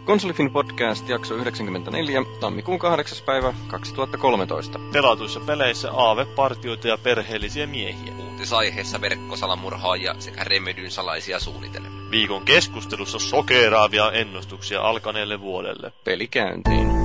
Konsolifin podcast, jakso 94, tammikuun 8. päivä 2013. Pelatuissa peleissä aavepartioita ja perheellisiä miehiä. Uutisaiheessa verkkosalamurhaajia sekä Remedyn salaisia suunnitelmia. Viikon keskustelussa sokeraavia ennustuksia alkaneelle vuodelle. Peli käyntiin.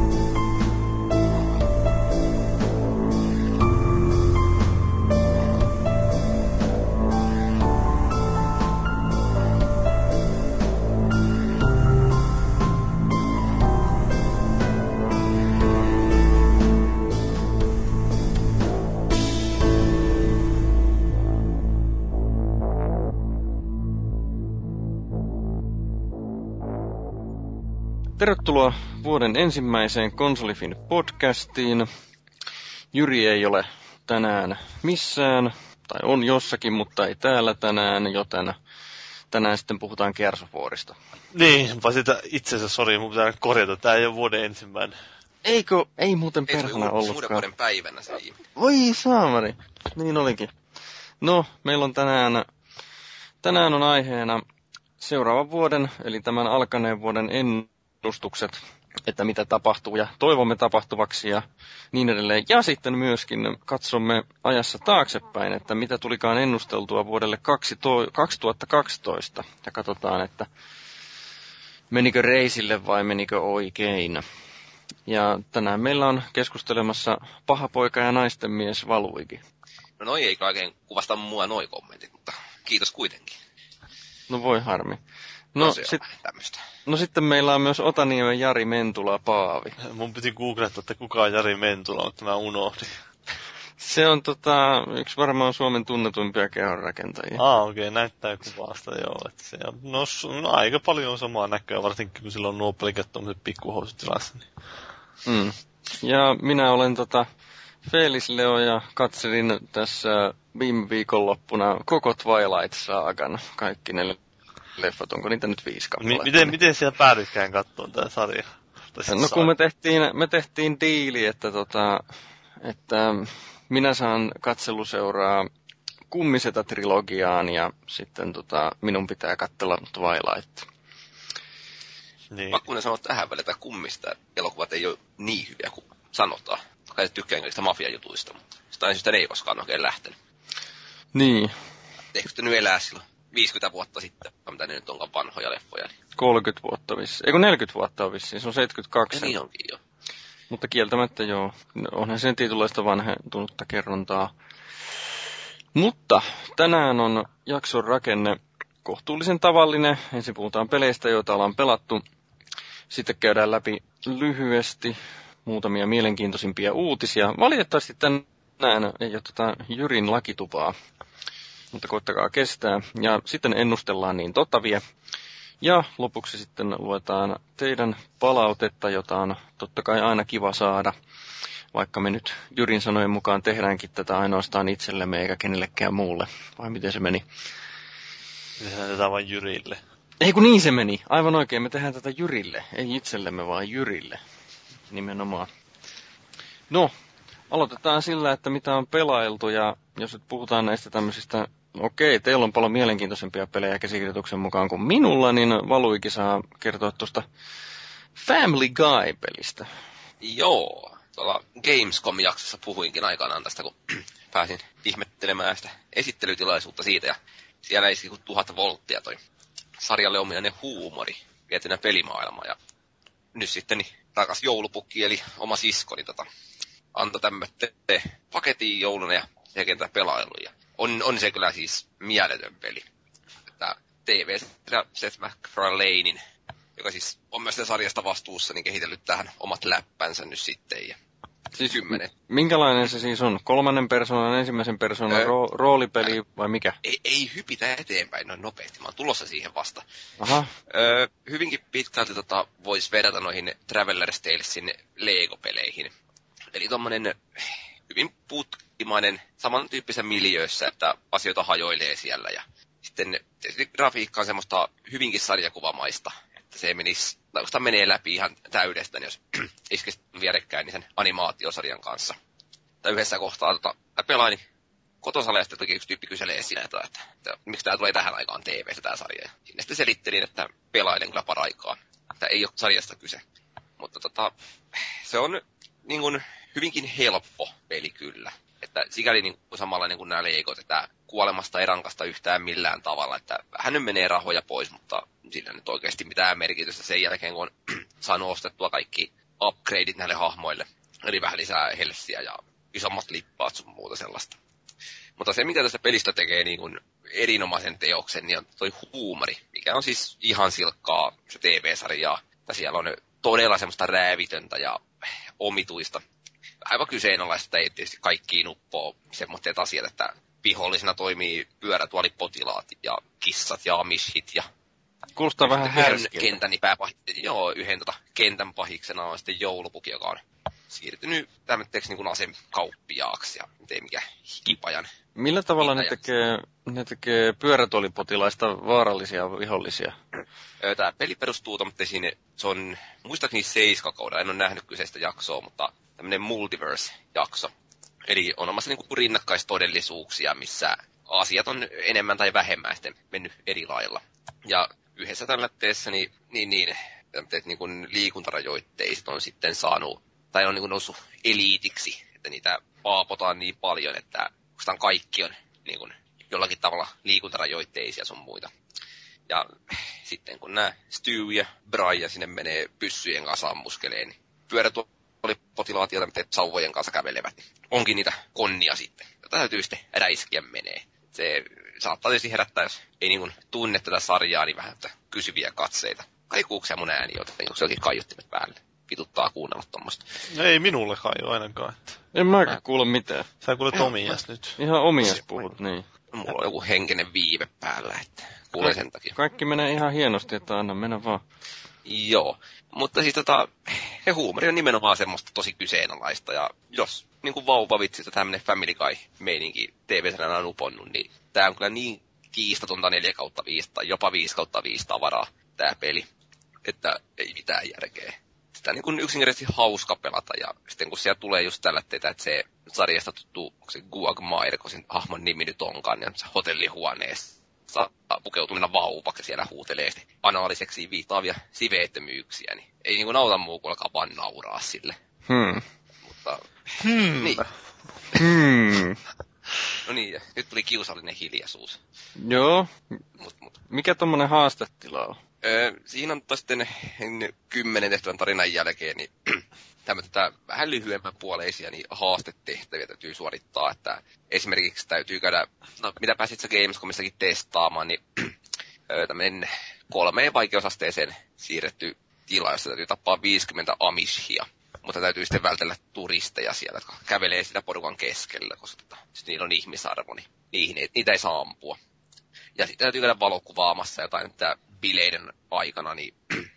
Tervetuloa vuoden ensimmäiseen Konsolifin podcastiin. Jyri ei ole tänään missään, tai on jossakin, mutta ei täällä tänään, joten tänään sitten puhutaan Gears of Warista. Niin, vaan sitä itsensä, sori, mun pitää korjata, tää ei ole vuoden ensimmäinen. Eikö? Ei muuten perhana ollutkaan. Uuden vuoden päivänä se ei. Voi saamari, niin olikin. No, meillä on tänään on aiheena seuraavan vuoden, eli tämän alkaneen vuoden ennustukset, että mitä tapahtuu ja toivomme tapahtuvaksi ja niin edelleen. Ja sitten myöskin katsomme ajassa taaksepäin, että mitä tulikaan ennusteltua vuodelle 2012 ja katsotaan, että menikö reisille vai menikö oikein. Ja tänään meillä on keskustelemassa paha poika ja naisten mies Valuigi. No noi ei oikein kuvasta mua noi kommentit, mutta kiitos kuitenkin. No voi harmi. No sitten meillä on myös Otaniemen Jari Mentula Paavi. Mun piti googlata, että kuka on Jari Mentula, mutta mä unohdin. Se on yksi varmaan Suomen tunnetuimpia kehonrakentajia. Okei, näyttää kuvasta joo. Että se on, no aika paljon on samaa näköä, varsinkin kun sillä on nuo pelkät tommoset pikkuhousut tilassa. Niin. Ja minä olen Felis Leo ja katselin tässä viime viikonloppuna koko Twilight Saagan kaikki ne leffat, onko niitä nyt 5 kappaletta? Miten siellä päädyitkään katsomaan tää sarja? No kun me tehtiin diili, että minä saan katseluseuraa Kummisetä-trilogiaan ja sitten minun pitää katsella Twilight. Niin. Pakko sanoa tähän välillä, että Kummista elokuvat ei ole niin hyviä kuin sanotaan. Kai tykkään kaikista mafiajutuista, mutta sitä syystä ne ei koskaan oikein lähtenyt. Niin. Eikö sitä nyt elää silloin 50 vuotta sitten, mitä ne nyt onkaan vanhoja leffoja? Niin. 30 vuotta vissiin. Eikö 40 vuotta on vissiin, se on 72. Ja niin onkin jo. Mutta kieltämättä joo, onhan sen tietynlaista vanhentunutta kerrontaa. Mutta tänään on jakson rakenne kohtuullisen tavallinen. Ensin puhutaan peleistä, joita ollaan pelattu. Sitten käydään läpi lyhyesti muutamia mielenkiintoisimpia uutisia. Valitettavasti tänään ei ole Jyrin lakitupaa, mutta koittakaa kestää. Ja sitten ennustellaan niin vie. Ja lopuksi sitten luetaan teidän palautetta, jota on totta kai aina kiva saada, vaikka me nyt Jyrin sanojen mukaan tehdäänkin tätä ainoastaan itsellemme eikä kenellekään muulle. Vai miten se meni? Me tehdään tätä vain Jyrille. Ei kun niin se meni. Aivan oikein, me tehdään tätä Jyrille. Ei itsellemme, vaan Jyrille. Nimenomaan. No, aloitetaan sillä, että mitä on pelailtu ja jos nyt puhutaan näistä tämmöisistä. Okei, teillä on paljon mielenkiintoisempia pelejä käsikirjoituksen mukaan kuin minulla, niin Valuigi saa kertoa tuosta Family Guy-pelistä. Joo, tuolla Gamescom-jaksossa puhuinkin aikanaan tästä, kun pääsin ihmettelemään sitä esittelytilaisuutta siitä, ja siellä ei kuin 1000 volttia toi sarjalle ominainen huumori vietynä pelimaailmaan, ja nyt sitten niin rakas joulupukki, eli oma siskoni antoi tämmöinen paketin jouluna ja tekee tätä pelailuja. On se kyllä siis mieletön peli. Tämä TV Seth MacFarlanein, joka siis on myös sarjasta vastuussa, niin kehitellyt tähän omat läppänsä nyt sitten. Ja siis 10. Minkälainen se siis on? 3. persoonan, 1. persoonan roolipeli vai mikä? Ei hypitä eteenpäin noin nopeasti, mä oon tulossa siihen vasta. Aha. Hyvinkin pitkälti voisi vedata noihin Traveler's Talesin Lego-peleihin. Eli tommonen hyvin putkimainen, samantyyppisessä miljöössä, että asioita hajoilee siellä. Ja sitten tietysti grafiikka on semmoista hyvinkin sarjakuvamaista, että se menee läpi ihan täydestä, jos iskisi vierekkäin niin sen animaatiosarjan kanssa. Tai yhdessä kohtaa pelaa, niin kotosaleesta toki yksi tyyppi kyselee siinä, että miksi tämä tulee tähän aikaan TV-stä tämä sarja. Ja sinne sitten selittelin, että pelailen kyllä paraikaa että ei ole sarjasta kyse. Mutta se on niin kuin hyvinkin helppo peli kyllä. Että sikäli niin kuin samanlainen kuin nämä leikot, että kuolemasta ei rankasta yhtään millään tavalla. Että hän nyt menee rahoja pois, mutta sillä nyt oikeasti mitään merkitystä sen jälkeen, kun on saanut ostettua kaikki upgradeit näille hahmoille. Eli vähän lisää helssiä ja isommat lippaat sun muuta sellaista. Mutta se, mikä tästä pelistä tekee niin kuin erinomaisen teoksen, niin on toi huumori, mikä on siis ihan silkkaa se TV-sarjaa. Että siellä on todella semmoista räävitöntä ja omituista. Aivan kyseenalaista, ei tietysti kaikkiin uppoo semmoiset asiat, että vihollisena toimii pyörätuolipotilaat ja kissat ja amishit ja kuulostaa vähän härskiltä. Yhden kentän pahiksena on sitten joulupuki, joka on siirtynyt tämmöiseksi niin kuin asekauppiaaksi ja ei mikään hikipajan. Millä tavalla ne tekee pyörätuolipotilaista vaarallisia vihollisia? Tämä peli perustuu tommoitteisiin, se on muistaakseni 7 kaudella, en ole nähnyt kyseistä jaksoa, mutta tämmöinen multiverse-jakso. Eli on omassa niin kuin rinnakkaistodellisuuksia, missä asiat on enemmän tai vähemmän sitten mennyt eri lailla. Ja yhdessä tällaisessa niin kuin liikuntarajoitteiset on sitten saanut, tai on niin kuin noussut eliitiksi, että niitä paapotaan niin paljon, että oikeastaan kaikki on niin kuin jollakin tavalla liikuntarajoitteisia sun muita. Ja sitten kun nämä Stu ja Brian sinne menee pyssyjen kanssa ammuskeleen, niin pyörätuolipotilaat, joita sauvojen kanssa kävelevät, niin onkin niitä konnia sitten, jota täytyy sitten räiskiä menee. Se saattaa tietysti herättää, jos ei niin kuin tunne tätä sarjaa, niin vähän kysyviä katseita. Kaikuuko mun ääni, joten onko se jokin kaiuttimet päälle? Vituttaa kuunnella tommoista. No ei minulle kaiu ainakaan. Että... En mäkään kuule mitään. Sä kuulet omias nyt. Ihan omias puhut, niin. Mulla on joku henkinen viive päällä, että kuulen sen takia. Kaikki menee ihan hienosti, että anna mennä vaan. Joo, mutta siis se huumori on nimenomaan semmoista tosi kyseenalaista, ja jos niin kuin vauvavitsistä tämmönen Family Guy-meininki TV-sarjana on uponnut, niin tää on kyllä niin kiistatonta 4/5 tai jopa 5/5 tavaraa tää peli, että ei mitään järkeä. Sitä niin kuin yksinkertaisesti hauska pelata, ja sitten kun siellä tulee just tällä teitä, että se sarjasta tuttu, onko se Guagmair, kun sen hahmon nimi nyt onkaan, niin se hotellihuoneessa pukeutumina vauvaksi siellä huutelee anaaliseksi viitaavia siveettömyyksiä, niin ei niin kuin auta muu kuin alkaa vaan nauraa sille. Mutta, niin. No niin, ja nyt tuli kiusallinen hiljaisuus. Joo. Mikä tommonen haastetila on? Siinä on sitten 10 tehtävän tarinan jälkeen niin tämmöitä vähän lyhyemmän puoleisia niin haastetehtäviä täytyy suorittaa, että esimerkiksi täytyy käydä, no mitä pääsit sä Gamescomissakin testaamaan, niin tämmöinen 3 vaikeusasteeseen siirretty tila, jossa täytyy tappaa 50 amishia, mutta täytyy sitten vältellä turisteja siellä, jotka kävelee sitä porukan keskellä, koska niillä on ihmisarvo, niin niitä ei saa ampua. Ja sitten täytyy käydä valokuvaamassa jotain, että bileiden aikana niin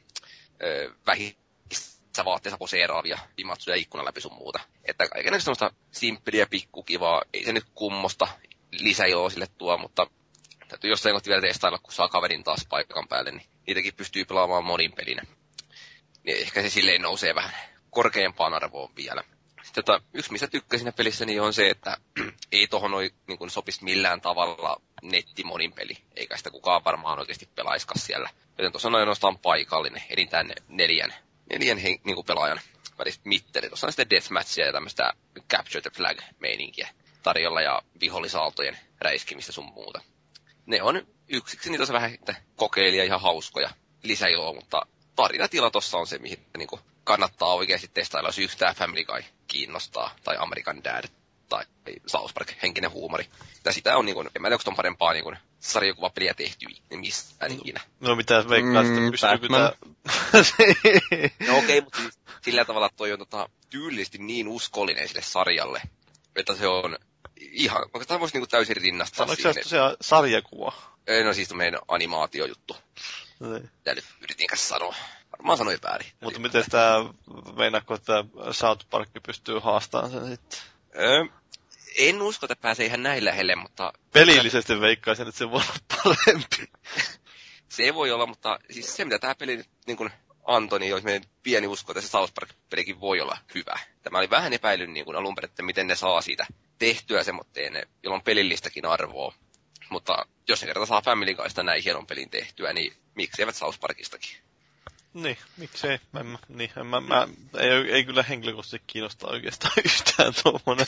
vähissä vaatteessa poseeraavia pimatsuja ikkunan läpi sun muuta. Että kaikenlaista semmoista simppeliä pikkukivaa, ei se nyt kummosta lisäiloa sille tuo, mutta täytyy jossain kohti vielä testailla, kun saa kaverin taas paikan päälle, niin niitäkin pystyy pelaamaan monin pelinä. Niin ehkä se silleen nousee vähän korkeampaan arvoon vielä. Sitten yksi, mistä tykkäsin siinä pelissä, niin on se, että ei tohon niin sopisi millään tavalla nettimonin peli, eikä sitä kukaan varmaan oikeasti pelaiskaan siellä. Joten tuossa on ainoastaan paikallinen, eli tämän neljän niin kuin pelaajan välistä mitteli. Tuossa on sitten deathmatchia ja tämmöistä capture the flag-meininkiä tarjolla ja vihollisaaltojen räiskimistä sun muuta. Ne on yksiksi niitä vähän kokeilija ihan hauskoja lisäiloa, mutta tarinatila tuossa on se, mihin niin kuin kannattaa oikeasti testailla, jos yhtään Family Guy kiinnostaa, tai American Dad, tai South Park, henkinen huumori. Ja sitä on, niin kuin, en mä tiedä, onko on parempaa niin kuin sarjakuvapeliä tehty, niin mistään ikinä. No mitä veikkaa, sitten pystyykö tää... No okei, mutta sillä tavalla toi on tyylisesti niin uskollinen sille sarjalle, että se on ihan, oikeastaan voisi niin täysin rinnastaa siihen. Sanoiko se tosiaan sarjakuva? No siis meidän animaatiojuttu. Mitä nyt yritiinkäs sanoa? Varmaan sanoin väärin. Mutta miten tää, meinaatko, että South Park pystyy haastamaan sen sitten? En usko, että pääsee ihan näin lähelle, mutta... Pelillisesti veikkaisin, että se voi olla parempi. Se voi olla, mutta siis se, mitä tää peli niin kuin antoi, niin olisi meidän pieni usko, että se South Park-pelikin voi olla hyvä. Tämä oli vähän epäilyn niin kuin alun perin, että miten ne saa siitä tehtyä semmoitteen, jolla on pelillistäkin arvoa. Mutta jos ne kerta saa Family Guysta näin hienon pelin tehtyä, niin miksi eivät South Parkistakin? Niin, miksei? Ei kyllä henkilökohtaisesti kiinnostaa oikeastaan yhtään tuommoinen.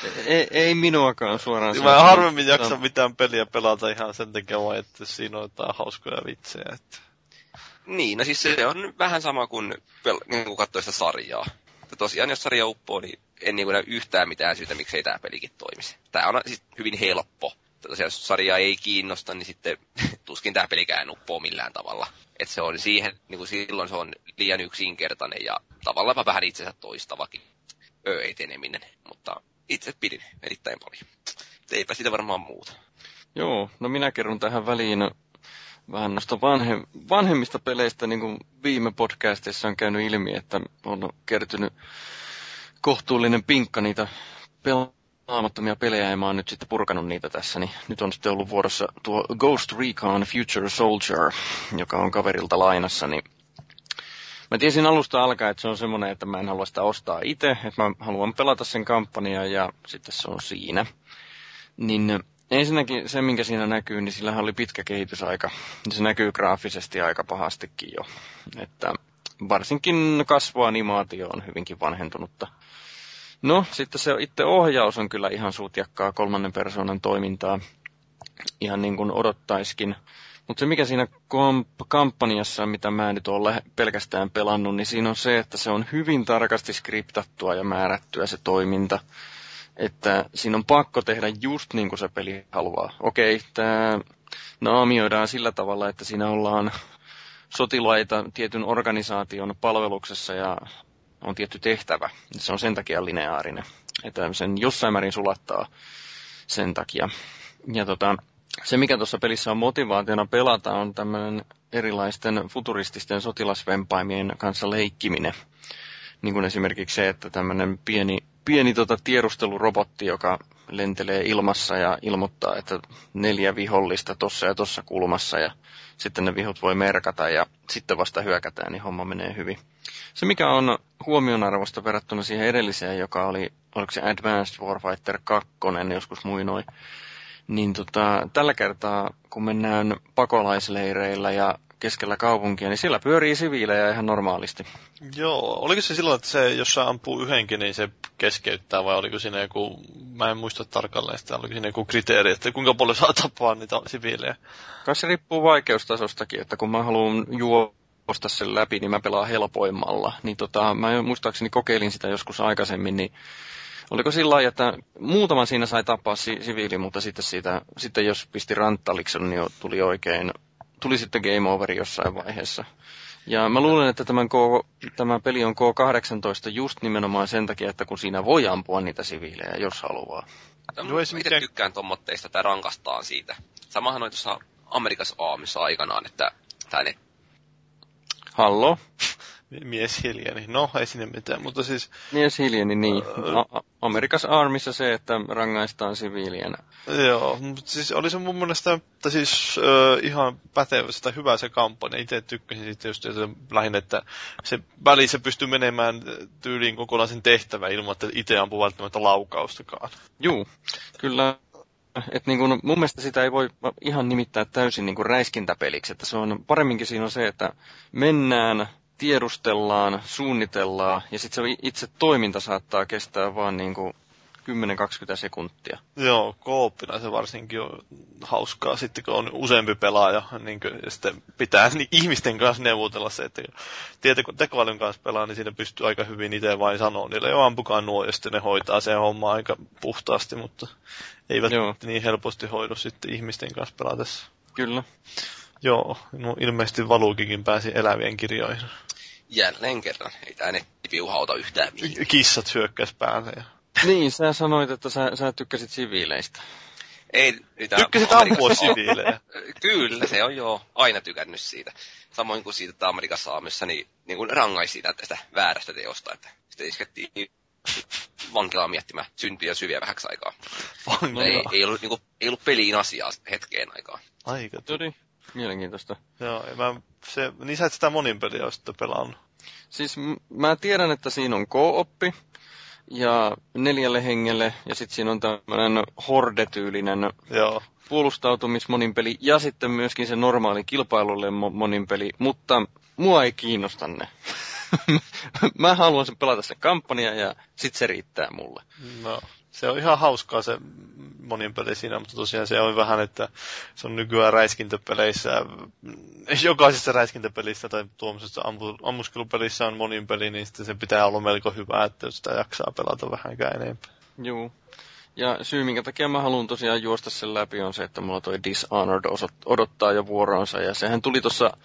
Ei minuakaan suoraan. Mä harvemmin jaksa mitään peliä pelata ihan sen takia vaan, että siinä on jotain hauskoja vitsejä. Että... Niin, no siis se on vähän sama kuin kun katsoo sitä sarjaa. Että tosiaan, jos sarja uppoo, niin en niin näy yhtään mitään syytä, miksei tämä pelikin toimisi. Tämä on siis hyvin helppo. Tosiaan, jos sarjaa ei kiinnosta, niin sitten tuskin tämä pelikään uppoo millään tavalla. Että se on siihen, niin kuin silloin se on liian yksinkertainen ja tavallaan vähän itsensä toistavakin eteneminen. Mutta itse pidin erittäin paljon. Eipä sitä varmaan muuta. Joo, no minä kerron tähän väliin vähän noista vanhemmista peleistä, niin kuin viime podcastissa on käynyt ilmi, että on kertynyt kohtuullinen pinkka niitä pelaamattomia pelejä, ja mä oon nyt sitten purkanut niitä tässä, niin nyt on sitten ollut vuorossa tuo Ghost Recon Future Soldier, joka on kaverilta lainassa, niin mä tiesin alusta alkaen, että se on semmoinen, että mä en halua sitä ostaa itse, että mä haluan pelata sen kampanjaa, ja sitten se on siinä. Niin ensinnäkin se, minkä siinä näkyy, niin sillähän oli pitkä kehitysaika. Se näkyy graafisesti aika pahastikin jo. Että varsinkin kasvoanimaatio on hyvinkin vanhentunutta. No, sitten se itse ohjaus on kyllä ihan suutjakkaa kolmannen persoonan toimintaa. Ihan niin kuin odottaisikin. Mutta se, mikä siinä kampanjassa, mitä mä nyt ole pelkästään pelannut, niin siinä on se, että se on hyvin tarkasti skriptattua ja määrättyä se toiminta. Että siinä on pakko tehdä just niin kuin se peli haluaa. Okei, tämä naamioidaan sillä tavalla, että siinä ollaan sotilaita tietyn organisaation palveluksessa ja on tietty tehtävä. Se on sen takia lineaarinen. Että sen jossain määrin sulattaa sen takia. Ja se, mikä tuossa pelissä on motivaationa pelata, on tämmöinen erilaisten futurististen sotilasvempaimien kanssa leikkiminen. Niin kuin esimerkiksi se, että tämmöinen pieni tiedustelurobotti, joka lentelee ilmassa ja ilmoittaa, että 4 vihollista tossa ja tossa kulmassa ja sitten ne vihot voi merkata ja sitten vasta hyökätään, niin homma menee hyvin. Se, mikä on huomionarvoista verrattuna siihen edelliseen, joka oli, oliko se Advanced Warfighter 2 joskus muinoin, niin tällä kertaa, kun mennään pakolaisleireillä ja keskellä kaupunkia, niin siellä pyörii siviilejä ihan normaalisti. Joo, oliko se silloin, että se, jos sä ampuu yhdenkin, niin se keskeyttää, vai oliko siinä joku, mä en muista tarkalleen sitä, oliko siinä joku kriteeri, että kuinka paljon saa tappaa niitä siviilejä? Kai se riippuu vaikeustasostakin, että kun mä haluan juosta sen läpi, niin mä pelaan helpoimmalla. Niin mä muistaakseni kokeilin sitä joskus aikaisemmin, niin oliko sillä lailla, että muutaman siinä sai tappaa siviili, mutta sitten jos pisti ranttaliksen, niin tuli sitten game overi jossain vaiheessa. Ja mä luulen, että tämä peli on K18 just nimenomaan sen takia, että kun siinä voi ampua niitä siviilejä, jos haluaa. Itse tykkään tommotteista, että rankastaan siitä. Samahan oli tuossa Amerikas Armissa aikanaan, että tänne... Hallo? Mies hiljeni. No, ei sinne mitään, mutta siis... Mies hiljeni, niin. Amerikas Armissa se, että rangaistaan siviilienä. Joo, mutta siis oli se mun mielestä ihan pätevästä hyvä se kampanja. Itse tykkäsin siitä just lähinnä, että se välissä pystyy menemään tyyliin kokonaisen tehtävän ilman, että itse ampuu välttämättä laukaustakaan. Juu, kyllä. Et niin kun, mun mielestä sitä ei voi ihan nimittää täysin niin kun räiskintäpeliksi. Että se on, paremminkin siinä on se, että mennään, tiedustellaan, suunnitellaan ja sitten se itse toiminta saattaa kestää vaan niin kuin 10-20 sekuntia. Joo, kooppina se varsinkin on hauskaa sitten, kun on useampi pelaaja, niin ja sitten pitää ihmisten kanssa neuvotella se, että tekoälyn kanssa pelaa, niin siinä pystyy aika hyvin itse vain sanoa niille, jo ampukaa nuo, ja sitten ne hoitaa sen homma aika puhtaasti, mutta eivät niin helposti hoidu sitten ihmisten kanssa pelatessa. Kyllä. Joo, no ilmeisesti Valukikin pääsi elävien kirjoihin. Jälleen kerran, ei tää netti piuhauta yhtään mihin. Kissat hyökkäs päälle. Ja... Niin, sä sanoit, että sä tykkäsit siviileistä. Ei, tykkäsit ampua siviilejä? Kyllä, se on jo aina tykännyt siitä. Samoin kuin siitä, että Amerikassa Aamissa niin kuin rangaisi siitä tästä väärästä teosta, että sitten iskettiin vankilaan miettimään syntiä ja syviä vähäksi aikaa. Ei ollut peliin asiaa hetkeen aikaa. Aika. Mielenkiintoista. Joo, niin sä et sitä monin peliä sitten pelannut. Siis mä tiedän, että siinä on co-oppi ja 4 hengelle ja sitten siinä on tämmöinen horde-tyylinen puolustautumismoninpeli ja sitten myöskin se normaali kilpailulle moninpeli, mutta mua ei kiinnosta ne. Mä haluan sen pelata sen kampanjan ja sit se riittää mulle. No, se on ihan hauskaa se monin peli siinä, mutta tosiaan se on vähän, että se on nykyään räiskintäpeleissä, jokaisessa räiskintäpelissä tai tuollaisessa ammuskelupelissä on monin peli, niin sitten se pitää olla melko hyvä, että jos sitä jaksaa pelata vähänkään enempää. Juu. Ja syy, minkä takia mä haluan tosiaan juosta sen läpi, on se, että mulla toi Dishonored odottaa jo vuoroonsa, ja sehän tuli tuossa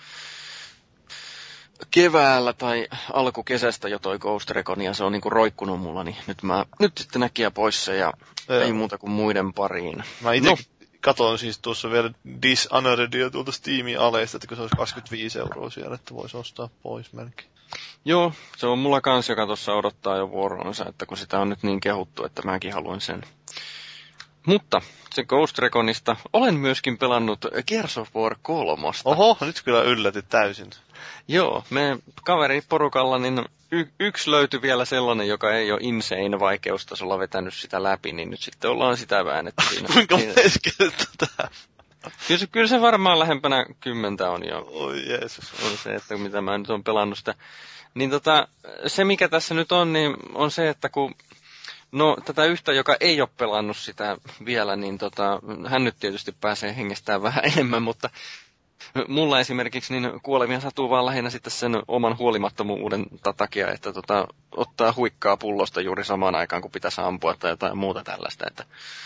keväällä tai alkukesästä jo toi Ghost Recon, ja se on niinku roikkunut mulla, niin nyt sitten näkiä pois se, ja ei muuta kuin muiden pariin. Mä itse katon siis tuossa vielä Dishonoredia tuolta Steamin aleista, että se olisi 25 € siellä, että voisi ostaa pois melkein. Joo, se on mulla kans, joka tuossa odottaa jo vuoronsa, että kun sitä on nyt niin kehuttu, että mäkin haluan sen. Mutta se Ghost Reconista olen myöskin pelannut Gears of War 3. Oho, nyt kyllä yllätit täysin. Joo, me kaveriporukalla niin yksi löytyi vielä sellainen, joka ei ole insane vaikeustasolla vetänyt sitä läpi, niin nyt sitten ollaan sitä väännetty siinä. Kuinka meskeltä tämä? Kyllä se varmaan lähempänä 10 on jo. Oi Jeesus. On se, että mitä mä nyt olen pelannut sitä. Niin se mikä tässä nyt on, niin on se, että kun tätä yhtä, joka ei ole pelannut sitä vielä, niin hän nyt tietysti pääsee hengestään vähän enemmän, mutta mulla esimerkiksi niin kuolemia satuu vaan lähinnä sitten sen oman huolimattomuuden takia, että ottaa huikkaa pullosta juuri samaan aikaan, kun pitäisi ampua tai jotain muuta tällaista, että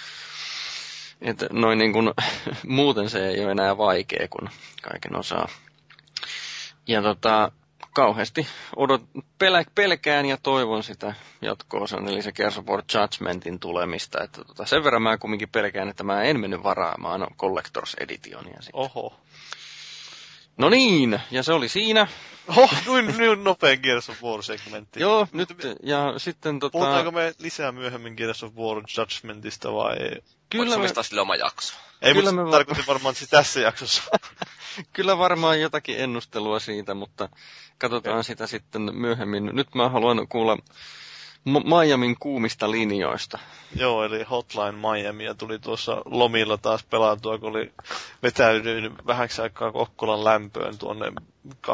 noin niin kuin, muuten se ei ole enää vaikea, kun kaiken osaa. Ja kauheasti pelkään ja toivon sitä jatko-osan, eli se Gears of War Judgmentin tulemista. Että sen verran mä kumminkin pelkään, että mä en mennyt varaamaan Collector's Editionia. Oho. No niin, ja se oli siinä. Noin nopea Gears of War-segmentti. Joo, nyt, ja sitten Puhutaanko me lisää myöhemmin Gears of War Judgmentista vai ei? Kyllä me sille oma jakso. Ei, mutta tarkoitin varmaan tässä jaksossa. Kyllä varmaan jotakin ennustelua siitä, mutta katsotaan sitä sitten myöhemmin. Nyt mä haluan kuulla Miamin kuumista linjoista. Joo, eli Hotline Miamia tuli tuossa lomilla taas pelaantua, kun oli vetäydynyt vähäksi aikaa Kokkolan lämpöön tuonne 25-30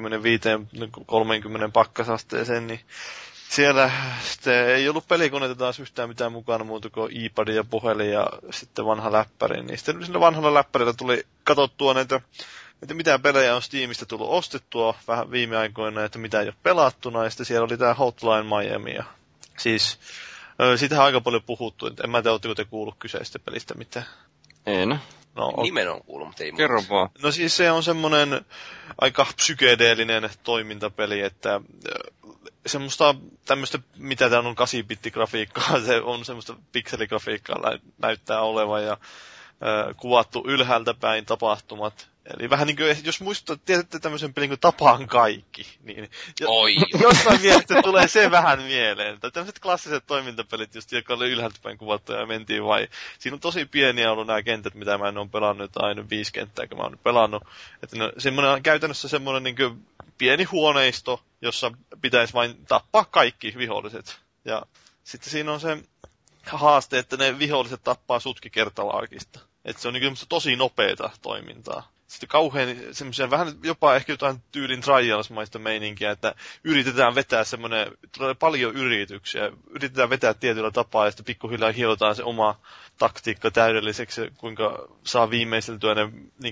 pakkasasteeseen, niin siellä sitten ei ollut pelikoneita taas yhtään mitään mukana muuta kuin iPad ja puhelin ja sitten vanha läppäri. Niin sitten sillä vanhalla läppärillä tuli katsottua näitä, että mitä pelejä on Steamista tullut ostettua vähän viime aikoina, että mitä ei ole pelattuna. Ja sitten siellä oli tämä Hotline Miami. Ja siis siitähän on aika paljon puhuttu. En mä tiedä, oletteko te kuullut kyseistä pelistä mitään? En. No, nimen on kuullut, mutta ei muuta. Kerro vaan. No siis se on semmoinen aika psykedeellinen toimintapeli, että semmoista tämmöistä, mitä täällä on 8-bitti-grafiikkaa, se on semmoista pikseligrafiikkaa näyttää olevan ja kuvattu ylhäältä päin tapahtumat. Eli vähän niin kuin, jos tiedätte tämmöisen pelin kuin Tapaan kaikki, niin jossain mielessä tulee se vähän mieleen. Tai tämmöiset klassiset toimintapelit, just, jotka oli ylhäältä päin kuvattu ja mentiin vai. Siinä on tosi pieniä ollut nämä kentät, mitä mä en ole pelannut, aina 5 kenttää, kun mä oon pelannut. Että käytännössä semmoinen niin kuin pieni huoneisto, jossa pitäisi vain tappaa kaikki viholliset. Ja sitten siinä on se haaste, että ne viholliset tappaa sutkin kertalaakista. Että se on niin tosi nopeata toimintaa. Sitten kauhean semmoisia, vähän jopa ehkä jotain tyylin trials-maista meininkiä, että yritetään vetää semmoinen, tulee paljon yrityksiä, yritetään vetää tietyllä tapaa ja sitten pikkuhiljaa hiotaan se oma taktiikka täydelliseksi, kuinka saa viimeiseltyä ne niin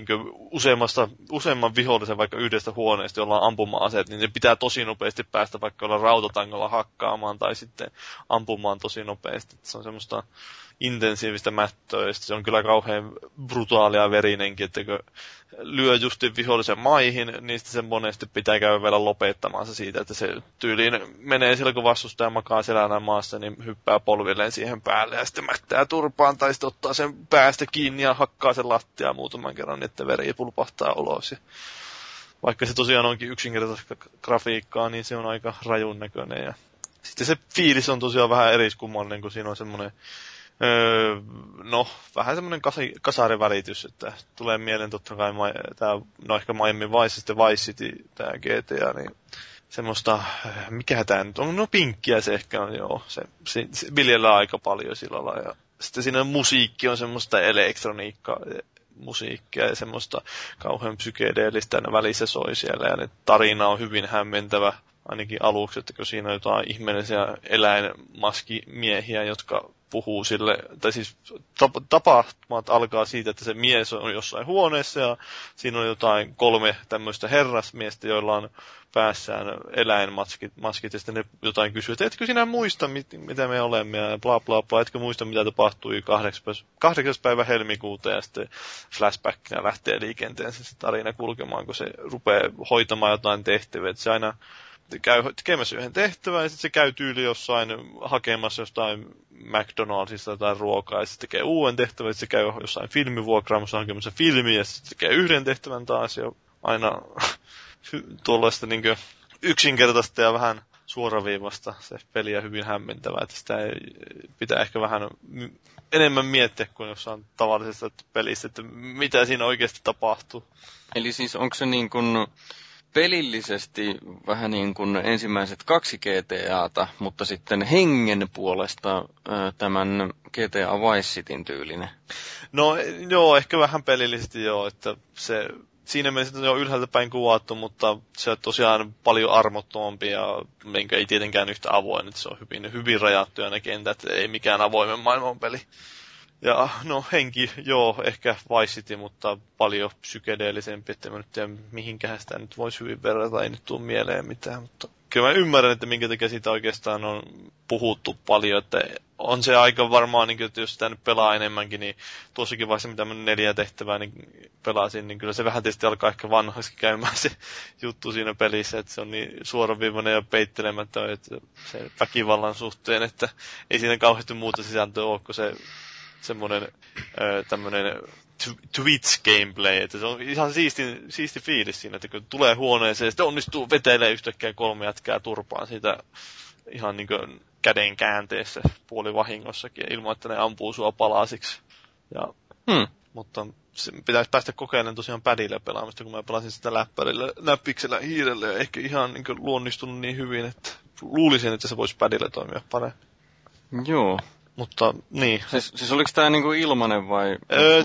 useamman vihollisen vaikka yhdestä huoneesta, jolla on ampuma-aseet, niin ne pitää tosi nopeasti päästä vaikka olla rautatangolla hakkaamaan tai sitten ampumaan tosi nopeasti. Se on semmoista intensiivistä mättöä, ja se on kyllä kauhean brutaalia verinenkin, että kun lyö justin vihollisen maihin, niin sitten se monesti pitää käydä vielä lopettamaan se siitä, että se tyyliin menee siellä, kun vastustaja makaa selällään maassa, niin hyppää polvilleen siihen päälle ja sitten mättää turpaan, tai sitten ottaa sen päästä kiinni ja hakkaa sen lattiaa muutaman kerran, että veri pulpahtaa ulos. Ja vaikka se tosiaan onkin yksinkertaista grafiikkaa, niin se on aika rajun näköinen. Ja sitten se fiilis on tosiaan vähän eriskummallinen, kun siinä on semmoinen vähän semmoinen kasarivälitys, että tulee mieleen totta kai ehkä Miami Vice, sitten Vice City, tämä GTA, niin semmoista, mikä tämä nyt on, no pinkkiä se ehkä on, joo, se viljellään aika paljon sillä lailla, ja sitten siinä musiikki on semmoista elektroniikkaa, musiikkia ja semmoista kauhean psykedeellistä aina välissä soi siellä. Ja tarina on hyvin hämmentävä, ainakin aluksi, että kun siinä on jotain ihmeellisiä eläinmaskimiehiä, jotka puhuu sille, tai siis tapahtumat alkaa siitä, että se mies on jossain huoneessa ja siinä on jotain 3 tämmöistä herrasmiestä, joilla on päässään eläinmaskit ja sitten ne jotain kysyy, että etkö sinä muista, mitä me olemme ja bla bla bla, etkö muista, mitä tapahtui 8. päivä helmikuuta ja sitten flashbackina lähtee liikenteensä se tarina kulkemaan, kun se rupeaa hoitamaan jotain tehtäviä, että se aina käy tekemässä yhden tehtävän ja sitten se käy tyyli jossain hakemassa jostain McDonaldsista jotain ruokaa ja sitten tekee uuden tehtävän ja sitten se käy jossain filmivuokraamassa hakemassa filmiä ja sitten se tekee yhden tehtävän taas ja aina tuollaista niin yksinkertaista ja vähän suoraviivasta se peliä hyvin hämmentävää, että sitä pitää ehkä vähän enemmän miettiä kuin jossain tavallisessa pelissä, että mitä siinä oikeasti tapahtuu. Eli siis onko se niin kuin pelillisesti vähän niin kuin ensimmäiset 2 GTAta, mutta sitten hengen puolesta tämän GTA Vice Cityn tyylinen? No joo, ehkä vähän pelillisesti joo, että se siinä mielessä se on ylhäältä päin kuvattu, mutta se on tosiaan paljon armottomampi ja minkä ei tietenkään yhtä avoin, että se on hyvin rajattuja ne kentät, ei mikään avoimen maailman peli. Ja no henki, joo, ehkä Vice City, mutta paljon psykedeellisempi, että mä nyt tiedä mihinkähän sitä nyt voisi hyvin verrata, ei nyt tule mieleen mitään, mutta kyllä mä ymmärrän, että minkä takia siitä oikeastaan on puhuttu paljon, että on se aika varmaan, niin että jos sitä nyt pelaa enemmänkin, niin tuossakin vaiheessa mitä mä 4 tehtävää niin pelasin, niin kyllä se vähän tietysti alkaa ehkä vanhaksi käymään se juttu siinä pelissä, että se on niin suoraviivainen ja peittelemätön, että se väkivallan suhteen, että ei siinä kauheasti muuta sisältöä ole, kun se semmoinen tämmöinen Twitch gameplay, että se on ihan siisti fiilis siinä, että kun tulee huoneeseen ja sitten onnistuu vetelee yhtäkkiä 3 jätkää turpaan siitä ihan niin kuin käden käänteessä puolivahingossakin ilman, että ne ampuu sua palasiksi. Ja, mutta pitäisi päästä kokeilemaan tosiaan padilla pelaamista, kun mä pelasin sitä läppärillä, näppiksellä hiirellä ja ehkä ihan niin kuin luonnistunut niin hyvin, että luulisin, että se voisi padilla toimia paremmin. Joo. Mutta niin. Siis oliko tämä niinku ilmanen vai?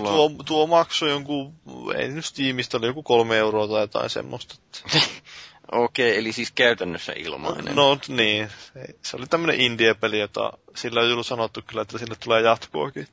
Tuo maksoi jonkun, ei nyt Steamista, oli joku 3 euroa tai jotain semmoista. Okei, eli siis käytännössä ilmainen. No niin, se oli tämmönen indie-peli, jota sillä on ollut sanottu kyllä, että sille tulee jatkoakin.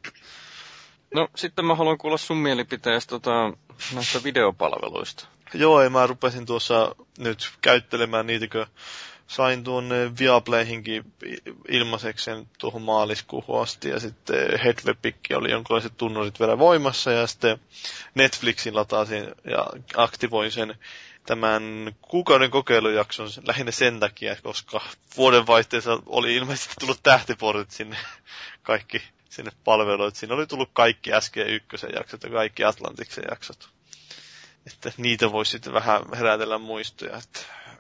No sitten mä haluan kuulla sun mielipiteestä näistä videopalveluista. Joo, mä rupesin tuossa nyt käyttelemään niitä, kun sain tuonne Viaplayhinkin ilmaisekseen tuohon maaliskuuhun asti, ja sitten Headwebikki oli jonkinlaiset tunnurit vielä voimassa, ja sitten Netflixin latasin ja aktivoin sen tämän kuukauden kokeilujakson lähinnä sen takia, koska vuodenvaihteessa oli ilmeisesti tullut tähtiportit sinne kaikki sinne palveluille. Siinä oli tullut kaikki SG1 jaksot ja kaikki Atlantiksen jaksot. Että niitä voisi sitten vähän herätellä muistoja, että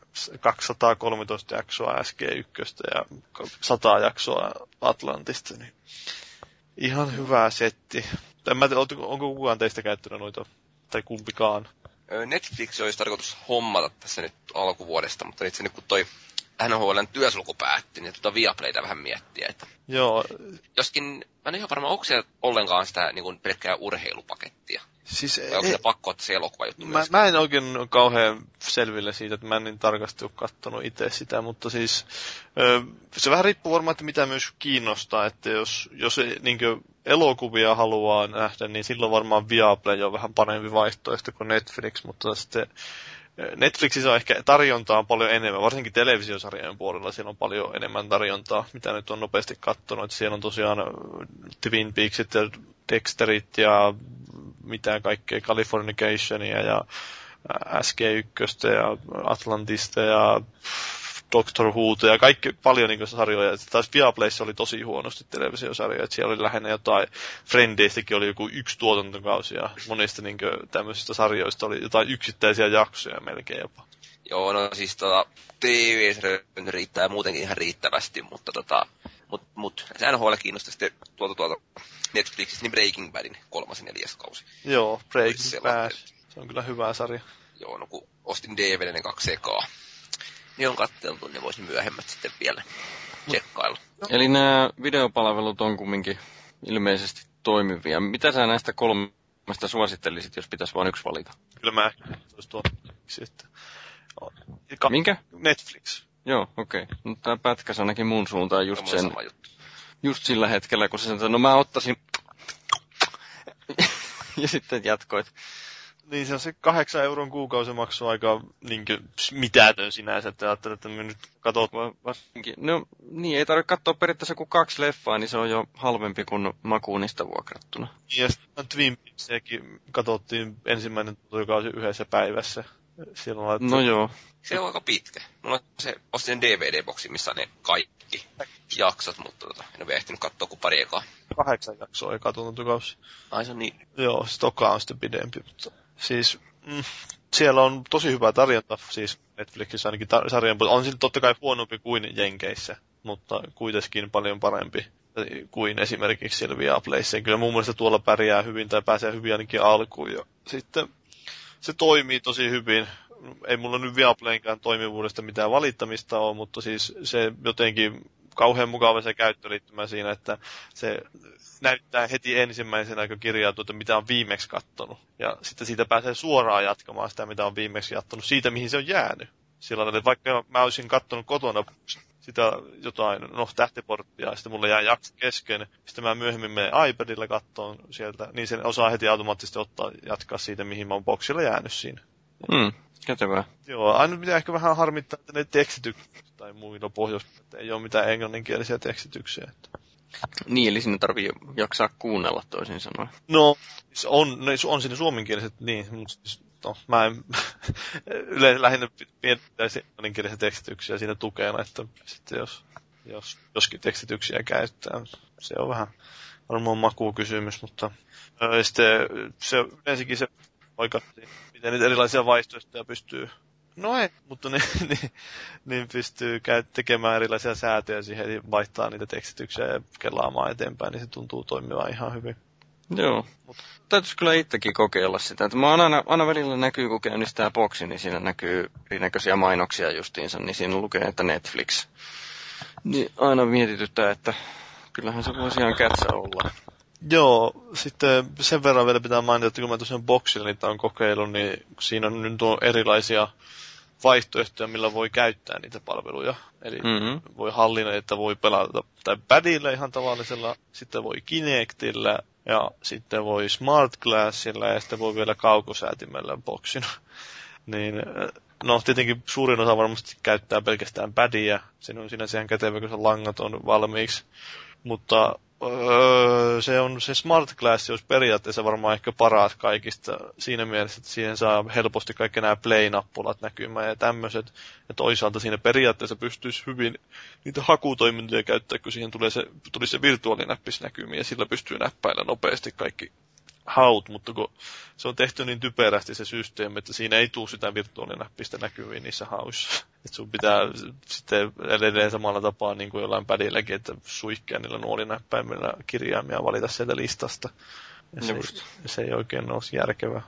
213 jaksoa SG1 ja 100 jaksoa Atlantista, niin ihan hyvä setti. En mä tiedä, onko kukaan teistä käyttänyt noita, tai kumpikaan? Netflix olisi tarkoitus hommata tässä nyt alkuvuodesta, mutta itse nyt kun toi NHL:n työsulku päätti, niin Viaplayta vähän miettiä. Että joo. Joskin, mä en ole ihan varma, onko se ollenkaan sitä niin kuin pelkkää urheilupakettia? Siis, vai onko se pakko ottaa se elokuva juttu mä en oikein ole kauhean selville siitä, että mä en niin tarkasti ole katsonut itse sitä, mutta siis se vähän riippuu varmaan, että mitä myös kiinnostaa, että jos niin elokuvia haluaa nähdä, niin silloin varmaan Viaplay on vähän parempi vaihtoehto kuin Netflix, mutta sitten Netflixissä on ehkä tarjontaa paljon enemmän, varsinkin televisiosarjojen puolella siellä on paljon enemmän tarjontaa, mitä nyt on nopeasti katsonut. Siellä on tosiaan Twin Peaksit ja Dexterit ja mitä kaikkea, Californicationia ja SG1 ja Atlantista ja Doctor Whota ja kaikki paljon niin sarjoja. Taas Viaplayssa oli tosi huonosti televisiosarjoja, että siellä oli lähinnä jotain, Frendeistäkin oli joku 1 tuotantokausi ja monista niin tämmöisistä sarjoista oli jotain yksittäisiä jaksoja melkein jopa. Joo, no siis TV riittää muutenkin ihan riittävästi, mutta se NHL kiinnostaa sitten tuolta Netflixistä, niin Breaking Badin 3. ja 4. kausi. Joo, Breaking Bad, se on kyllä hyvä sarja. Joo, no kun ostin DVD:n 2 ekaa, niin on katteltu, niin voisin myöhemmät sitten vielä tsekkailla. Eli nämä videopalvelut on kumminkin ilmeisesti toimivia. Mitä sä näistä 3 mä sitä suosittelisit, jos pitäisi vain yksi valita? Kyllä mä ehkä olisi tuon sitten. Minkä? Netflix. Joo, okei. Okay. No tää pätkäs ainakin mun suuntaan just sillä hetkellä, kun se sanoi, no mä ottaisin ja sitten jatkoit. Niin se on se 8 € kuukausimaksu aika mitätön sinänsä, että ajattelin, että me nyt katsot. Varsinkin. No niin, ei tarvitse katsoa periaatteessa kuin 2 leffaa, niin se on jo halvempi kuin Makuunista vuokrattuna. Ja sitten Twin Peaksiakin katsottiin ensimmäinen kausi yhdessä päivässä. Silloin, no joo. Se on aika pitkä. Mulla ostin sen DVD-boksi, missä on ne kaikki jaksot, mutta en ole ehtinyt katsoa kuin pari ekaa. 8 jaksoa ei katsottu kausi. Ai se on niin. Joo, se toka on sitten pidempi, mutta siis siellä on tosi hyvä tarjonta, siis Netflixissä ainakin sarjan, on sillä totta kai huonompi kuin Jenkeissä, mutta kuitenkin paljon parempi kuin esimerkiksi siellä Viaplayssa. Kyllä mun mielestä tuolla pärjää hyvin tai pääsee hyvin ainakin alkuun. Ja sitten se toimii tosi hyvin. Ei mulla nyt Viaplaynkään toimivuudesta mitään valittamista ole, mutta siis se jotenkin kauhean mukava se käyttöliittymä siinä, että se näyttää heti ensimmäisenä, kun kirjautuu, että mitä on viimeksi kattonut. Ja sitten siitä pääsee suoraan jatkamaan sitä, mitä on viimeksi kattonut, siitä mihin se on jäänyt. Sillä tavalla, että vaikka mä olisin kattonut kotona sitä jotain, tähtiporttia, ja sitten mulla jää jakso kesken, sitten mä myöhemmin menen iPadilla kattoon sieltä, niin sen osaa heti automaattisesti jatkaa siitä, mihin mä oon boksilla jäänyt siinä. Kätevää. Joo, aina mitä ehkä vähän harmittaa, että ne tekstityksiä tai muilla pohjoisilla, ei ole mitään englanninkielisiä tekstityksiä. Että. Niin, eli sinne tarvii jaksaa kuunnella toisin sanoen. No, on siinä suomenkieliset, niin, mutta mä en yleensä lähinnä pientäisi englanninkielisiä tekstityksiä siinä tukena, että sitten joskin tekstityksiä käyttää, se on vähän varmaan makuukysymys, mutta sitten se yleensäkin se oikeasti, miten niitä erilaisia vaihtoehtoja pystyy, no ei, mutta niin pystyy tekemään erilaisia säätöjä siihen, vaihtaa niitä tekstityksiä ja kelaamaan eteenpäin, niin se tuntuu toimivan ihan hyvin. Joo, mutta täytyisi kyllä itsekin kokeilla sitä. Että mä oon aina välillä näkyy, kun käynnistää boksi, niin siinä näkyy erinäköisiä mainoksia justiinsa, niin siinä lukee, että Netflix. Niin aina mietityttää, että kyllähän se voisi ihan kätsä olla. Joo, sitten sen verran vielä pitää mainita, että kun mä tosiaan boksilla niitä on kokeillut, niin siinä on nyt erilaisia vaihtoehtoja, millä voi käyttää niitä palveluja. Eli voi hallinnoida, että voi pelata tai padilla ihan tavallisella, sitten voi Kinectillä ja sitten voi Smart Glassilla ja sitten voi vielä kaukosäätimellä boksin. Niin, no tietenkin suurin osa varmasti käyttää pelkästään padia. Se on sinänsä ihan kätevä, kun se langat on valmiiksi. Mutta se Smart Glass olisi periaatteessa varmaan ehkä paras kaikista siinä mielessä, että siihen saa helposti kaikki nämä play-nappulat näkymään ja tämmöiset. Ja toisaalta siinä periaatteessa pystyisi hyvin niitä hakutoimintoja käyttää, kun siihen tuli se virtuaalinäppis näkymiin ja sillä pystyy näppäillä nopeasti kaikki haut, mutta kun se on tehty niin typerästi se systeemi, että siinä ei tule sitä virtuaalinäppistä näkyviin niissä hauissa. Että sun pitää sitten edelleen samalla tapaa niin kuin jollain padilläkin, että suihkea niillä nuolinäppäimillä kirjaimia valita sieltä listasta. Ja se ei oikein ole järkevää.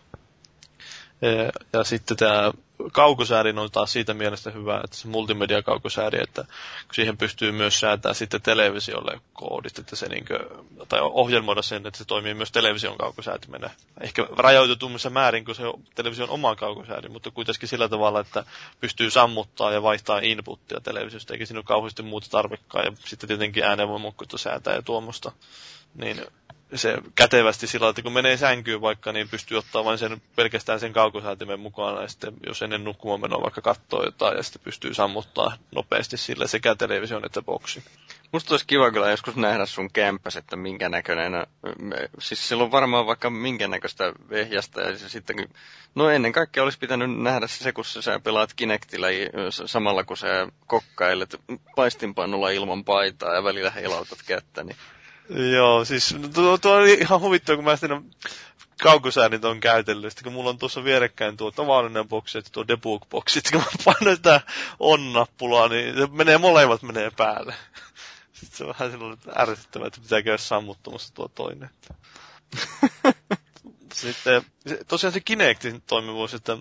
Ja sitten tämä kaukosäädin on taas siitä mielestä hyvä, että se multimedia-kaukosäädi, että kun siihen pystyy myös säätämään sitten televisiolle koodit, että se tai ohjelmoida sen, että se toimii myös television kaukosäätimenä. Ehkä rajoitetummissa määrin kuin se television oma kaukosäädin, mutta kuitenkin sillä tavalla, että pystyy sammuttaa ja vaihtaa inputtia televisiosta, eikä siinä ole kauheasti muuta tarvikkaa, ja sitten tietenkin äänenvoimakkuutta säätää ja tuommoista. Niin se kätevästi sillä, että kun menee sänkyyn vaikka, niin pystyy ottaa vain pelkästään sen kaukosäätimen mukana, ja sitten jos ennen nukkumaan menoa vaikka katsoo jotain, ja sitten pystyy sammuttaa nopeasti sillä sekä television että boksi. Musta olisi kiva kyllä joskus nähdä sun kämppäs, että minkä näköinen, siis sillä on varmaan vaikka minkä näköistä vehjästä, ja sitten no ennen kaikkea olisi pitänyt nähdä se, kun sä pelaat Kinectillä samalla kun sä kokkailet paistinpannulla ilman paitaa ja välillä heilautat kättä, niin joo, siis tuo oli ihan huvittava, kun mä siinä kaukosäännit on käytellyt. Sitten kun mulla on tuossa vierekkäin tuo tavallinen boksi ja tuo debug-boksi, sitten kun mä painan sitä on-nappulaa, niin se molemmat menee päälle. Sitten se on vähän silloin ärsyttävää, että pitää käydä sammuttamassa tuo toinen. Sitten tosiaan se Kinectin toimivuus, että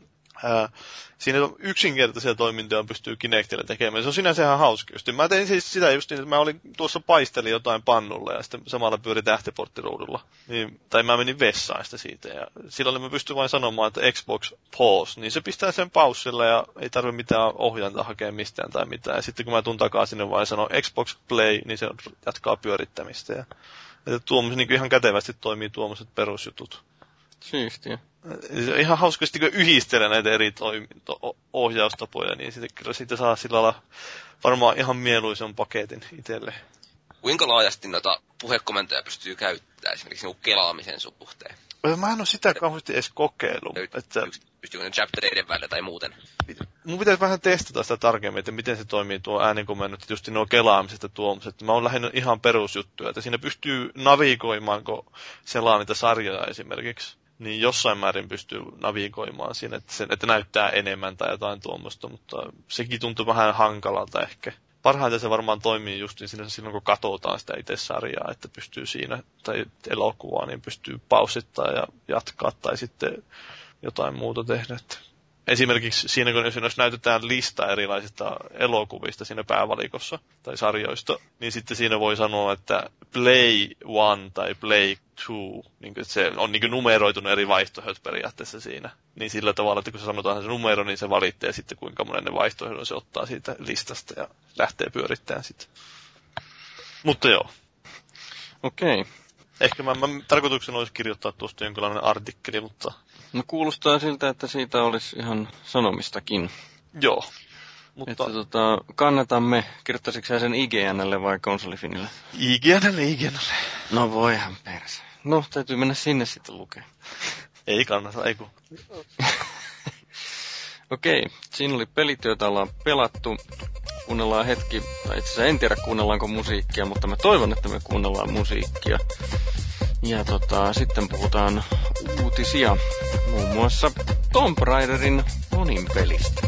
Siinä yksinkertaisia toimintoja pystyy Kinectillä tekemään. Se on sinänsä ihan hauska just. Mä tein siis sitä just niin, että mä paistelin jotain pannulla ja sitten samalla pyörin tähtiporttiruudulla. Niin, tai mä menin vessaan siitä. Ja silloin mä pystyn vain sanomaan, että Xbox pause, niin se pistää sen paussille ja ei tarvitse mitään ohjainta hakea mistään tai mitään. Ja sitten kun mä tuun takaisin ja vain sanon Xbox play, niin se jatkaa pyörittämistä. Ja tuommoiset niin ihan kätevästi toimii tuommoiset perusjutut. Siistiä. Ihan hauskasti, kun yhdistelee näitä eri ohjaustapoja, niin siitä saa sillä lailla varmaan ihan mieluisen paketin itselle. Kuinka laajasti noita puhekomentoja pystyy käyttämään esimerkiksi kelaamisen suhteen? Mä en ole sitä kauheasti edes kokeillut. Pystyykö ne chaptereiden välillä tai muuten? Mun pitäisi vähän testata sitä tarkemmin, että miten se toimii tuo äänenkomennot, just nuo kelaamiset ja tuommoiset. Mä oon lähinnä ihan perusjuttuja, että siinä pystyy navigoimaan, kun selaa niitä sarjoja esimerkiksi. Niin jossain määrin pystyy navigoimaan siinä, että näyttää enemmän tai jotain tuommoista, mutta sekin tuntuu vähän hankalalta ehkä. Parhaiten se varmaan toimii just silloin, kun katsotaan sitä itse sarjaa, että pystyy siinä, tai elokuvaa, niin pystyy pausittaa ja jatkaa tai sitten jotain muuta tehdä. Esimerkiksi siinä, kun jos näytetään lista erilaisista elokuvista siinä päävalikossa tai sarjoista, niin sitten siinä voi sanoa, että play 1 tai play 2, niin että se on niin numeroitunut eri vaihtoehdot periaatteessa siinä. Niin sillä tavalla, että kun se sanotaan se numero, niin se valitsee sitten kuinka monen vaihtoehdon se ottaa siitä listasta ja lähtee pyörittämään sitä. Mutta joo. Okei. Ehkä mä tarkoituksena olisi kirjoittaa tuosta jonkinlainen artikkeli, mutta... No kuulostaa siltä, että siitä olisi ihan sanomistakin. Joo. Mutta... Että kannatamme, kirjoittaisitko sä sen IGNlle vai konsolifinille? IGNlle. No voihan perse. No, täytyy mennä sinne sitten lukemaan. Ei kannata, ei kun. Okei, siinä oli pelit, joita ollaan pelattu. Kuunnellaan hetki, tai itse asiassa en tiedä kuunnellaanko musiikkia, mutta mä toivon, että me kuunnellaan musiikkia. Ja sitten puhutaan uutisia, muun muassa Tomb Raiderin monin pelistä.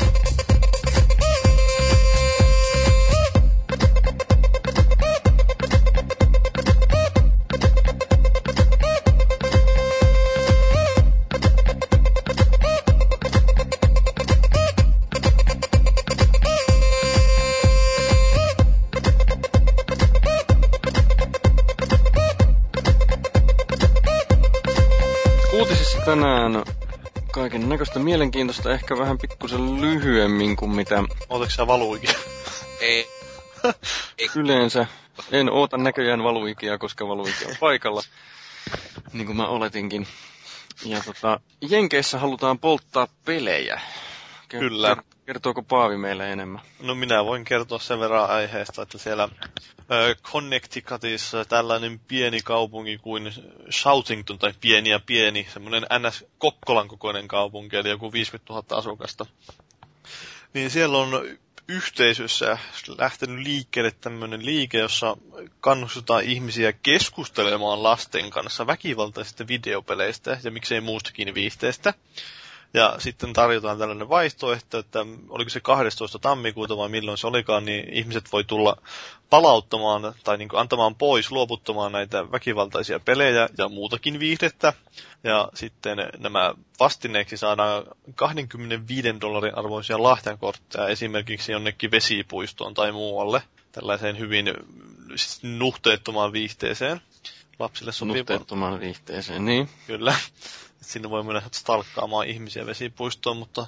Tänään kaiken näköistä mielenkiintoista, ehkä vähän pikkusen lyhyemmin kuin mitä... Ootko sä valuikia? Ei. Yleensä en oota näköjään valuikia, koska valuikia on paikalla, niin kuin mä oletinkin. Ja Jenkeissä halutaan polttaa pelejä. Kyllä. Kertooko Paavi meille enemmän? No minä voin kertoa sen verran aiheesta, että siellä Connecticutissa tällainen pieni kaupunki kuin Shoutington, tai pieni, semmoinen NS Kokkolan kokoinen kaupunki, eli joku 50 000 asukasta. Niin siellä on yhteisössä lähtenyt liikkeelle tämmöinen liike, jossa kannustetaan ihmisiä keskustelemaan lasten kanssa väkivaltaisista videopeleistä ja miksei muustakin viihteestä. Ja sitten tarjotaan tällainen vaihtoehto, että oliko se 12. tammikuuta vai milloin se olikaan, niin ihmiset voi tulla palauttamaan tai niin kuin antamaan pois, luovuttamaan näitä väkivaltaisia pelejä ja muutakin viihdettä. Ja sitten nämä vastineeksi saadaan $25 arvoisia lahjakortteja esimerkiksi jonnekin vesipuistoon tai muualle. Tällaiseen hyvin nuhteettomaan viihteeseen. Lapsille sopii. Nuhteettomaan viihteeseen, niin. Kyllä. Sinne voi mennä stalkkaamaan ihmisiä vesipuistoon, mutta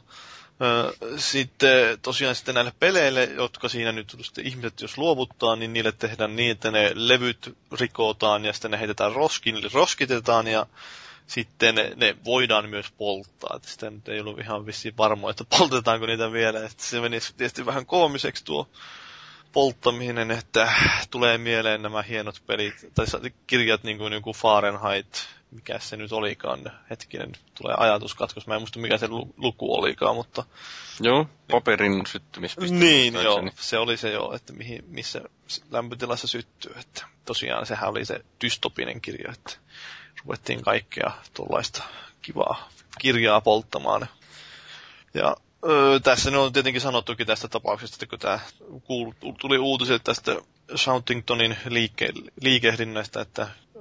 sitten tosiaan sitten näille peleille, jotka siinä nyt sitten ihmiset jos luovuttaa, niin niille tehdään niin, että ne levyt rikotaan ja sitten ne heitetään roskiin, eli roskitetaan ja sitten ne voidaan myös polttaa. Että sitten ei ollut ihan vissiin varmoa, että poltetaanko niitä vielä. Että se meni tietysti vähän koomiseksi tuo polttaminen, että tulee mieleen nämä hienot pelit, tai kirjat niin kuin joku Fahrenheit, mikä se nyt olikaan, hetkinen, tulee ajatuskatkos, mä en muista mikä se luku olikaan, mutta... Joo, paperin syttymispiste. Niin, joo, se oli se joo, että missä lämpötilassa syttyy, että tosiaan sehän oli se dystopinen kirja, että ruvettiin kaikkea tuollaista kivaa kirjaa polttamaan. Ja tässä on tietenkin sanottukin tästä tapauksesta, että kun tämä tuli uutiset tästä Shoutingtonin liikehdinnästä, että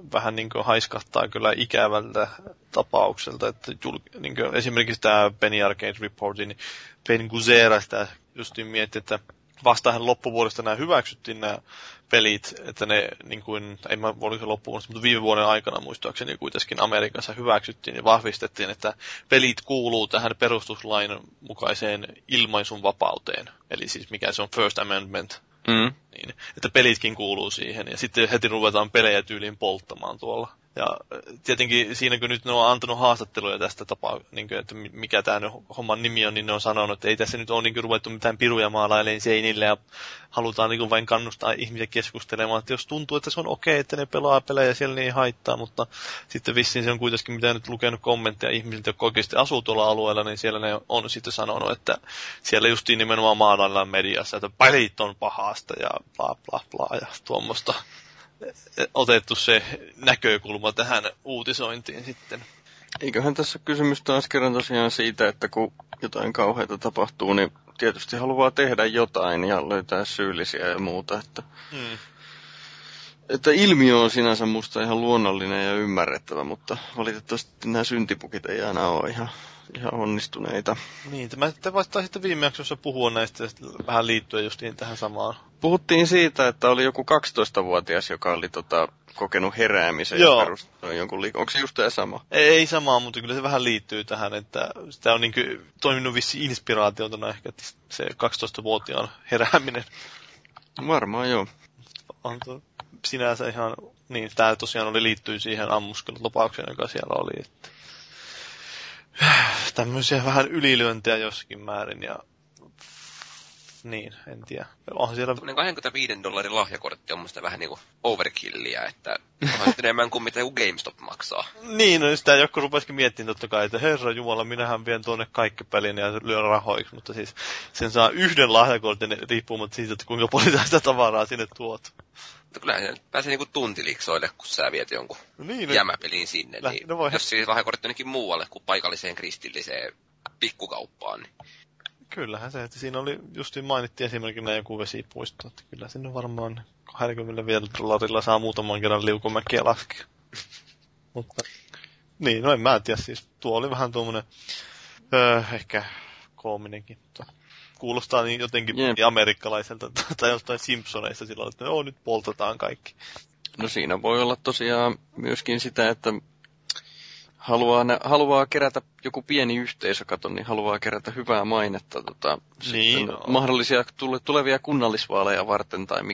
vähän niin kuin haiskahtaa kyllä ikävältä tapaukselta, että niin kuin esimerkiksi tämä Penny Arcade Reportin, niin Ben Guzera sitä justiin mietti, että vastahan loppuvuodesta nämä hyväksyttiin nämä pelit, että ne niin kuin, ei mä oliko loppuvuodesta, mutta viime vuoden aikana muistaakseni kuitenkin Amerikassa hyväksyttiin ja vahvistettiin, että pelit kuuluu tähän perustuslain mukaiseen ilmaisun vapauteen. Eli siis mikä se on First Amendment. Niin, että pelitkin kuuluu siihen ja sitten heti ruvetaan pelejä tyyliin polttamaan tuolla. Ja tietenkin siinä kun nyt ne on antanut haastatteluja tästä tapaa, niin kuin, että mikä tämä homman nimi on, niin ne on sanonut, että ei tässä nyt ole niin kuin ruvettu mitään piruja maalailemaan seinille ja halutaan niin kuin vain kannustaa ihmisiä keskustelemaan, että jos tuntuu, että se on okei, että ne pelaa pelejä, siellä niin ei haittaa, mutta sitten vissiin se on kuitenkin, mitä nyt lukenut kommentteja ihmisiltä, jotka oikeasti asuu tuolla alueella, niin siellä ne on sitten sanonut, että siellä justiin nimenomaan maalaillaan mediassa, että pelit on pahasta ja bla bla bla ja tuommoista. Otettu se näkökulma tähän uutisointiin sitten. Eiköhän tässä kysymys taas kerran tosiaan siitä, että kun jotain kauheita tapahtuu, niin tietysti haluaa tehdä jotain ja löytää syyllisiä ja muuta. Että ilmiö on sinänsä musta ihan luonnollinen ja ymmärrettävä, mutta valitettavasti nämä syntipukit ei aina ole ihan onnistuneita. Niin, te taisitte viime jaksossa puhua näistä vähän liittyen justiin tähän samaan. Puhuttiin siitä, että oli joku 12-vuotias, joka oli kokenut heräämisen ja perustanut jonkun onko se just tämä sama? Ei samaa, mutta kyllä se vähän liittyy tähän, että sitä on niin kuin toiminut vissi inspiraatiotona ehkä se 12-vuotiaan herääminen. Varmaan joo. On sinänsä ihan, niin tämä tosiaan liittyy siihen ammuskelulupaukseen, joka siellä oli, että tämmöisiä vähän ylilyöntejä jossakin määrin ja niin, en tiedä. Onhan siellä $25 lahjakortti on musta vähän niinku overkillia, että onhan enemmän kuin mitä joku GameStop maksaa. Niin, no sitä joku rupesikin miettimään totta kai, että herra jumala, minähän vien tuonne kaikki pelin ja lyön rahoiksi, mutta siis sen saa yhden lahjakortin riippumatta siitä, että kuinka paljon sitä tavaraa sinne tuot. Mutta kyllähän pääsee niinku tuntiliksoille, kun sä viet jonkun jämäpeliin sinne, niin jos siis lahjakortti jonnekin muualle kuin paikalliseen kristilliseen pikkukauppaan, niin kyllähän se, että siinä oli justiin mainittiin esimerkiksi näin joku vesipuisto, että kyllä sinne varmaan $25 saa muutaman kerran liukumäkiä laskea. Mutta niin, no en mä tiedä, siis tuo oli vähän tuommoinen ehkä koominenkin, mutta kuulostaa niin jotenkin amerikkalaiselta tai jostain Simpsoneista silloin, että nyt poltetaan kaikki. No siinä voi olla tosiaan myöskin sitä, että haluaa kerätä joku pieni yhteisö, niin haluaa kerätä hyvää mainetta niin, mahdollisia tulevia kunnallisvaaleja varten tai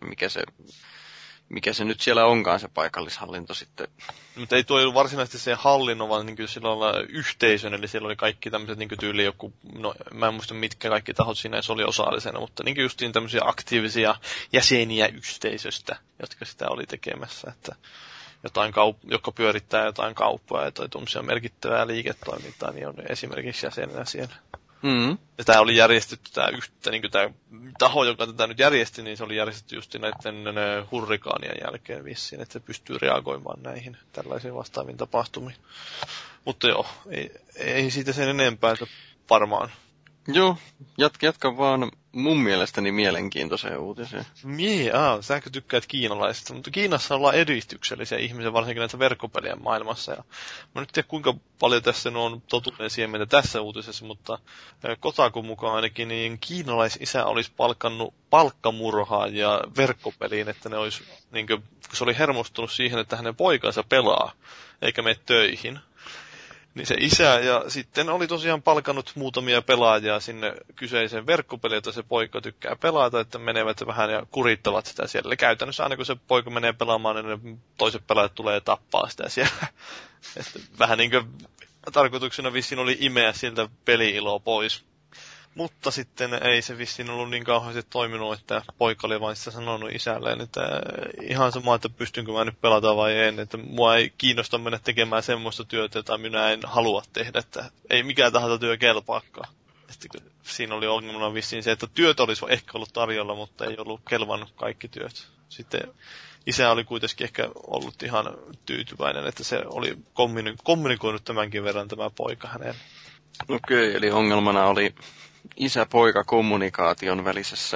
mikä se nyt siellä onkaan se paikallishallinto sitten. Mutta ei tuo ollut varsinaisesti se hallinnon, vaan niin sillä oli yhteisön, eli siellä oli kaikki tämmöiset niin tyyli joku, no mä en muista mitkä kaikki tahot siinä oli osallisena, mutta niin justiin tämmöisiä aktiivisia jäseniä yhteisöstä, jotka sitä oli tekemässä, että jotain jotka pyörittää jotain kauppaa tai tuommoisia merkittävää liiketoimintaa, niin on esimerkiksi jäsenenä siellä. Ja tämä oli järjestetty, tämä taho, joka tätä nyt järjesti, niin se oli järjestetty just näiden hurrikaanien jälkeen vissiin, että se pystyy reagoimaan näihin tällaisiin vastaaviin tapahtumiin. Mutta joo, ei siitä sen enempää, että varmaan. Joo, jatka vaan mun mielestäni mielenkiintoiseen uutiseen. Säkö tykkäät kiinalaisista, mutta Kiinassa ollaan edistyksellisiä ihmisiä, varsinkin näissä verkkopelien maailmassa. Ja mä nyt tiedä, kuinka paljon tässä on totuuden siementä tässä uutisessa, mutta Kotakun mukaan ainakin niin kiinalaisisä olisi palkannut palkkamurhaajia verkkopeliin, että ne olisi, niin kuin, kun se oli hermostunut siihen, että hänen poikansa pelaa, eikä mene töihin. Niin se isä ja sitten oli tosiaan palkannut muutamia pelaajia sinne kyseiseen verkkopeliin, jota se poika tykkää pelata, että menevät vähän ja kurittavat sitä siellä. Eli käytännössä aina kun se poika menee pelaamaan, niin ne toiset pelaajat tulee tappaa sitä siellä. Että vähän niin kuin tarkoituksena vissiin oli imeä siltä peli-iloa pois. Mutta sitten ei se vissiin ollut niin kauheasti toiminut, että poika oli vain sitä sanonut isälleen, että ihan sama, että pystynkö mä nyt pelata vai en, että mua ei kiinnosta mennä tekemään semmoista työtä, jota minä en halua tehdä, että ei mikään tahansa työ kelpaakaan. Sitten siinä oli ongelmana vissiin se, että työt olisi ehkä ollut tarjolla, mutta ei ollut kelvannut kaikki työt. Sitten isä oli kuitenkin ehkä ollut ihan tyytyväinen, että se oli kommunikoinut tämänkin verran tämä poika häneen. Okei, eli ongelmana oli isä-poika-kommunikaation välisessä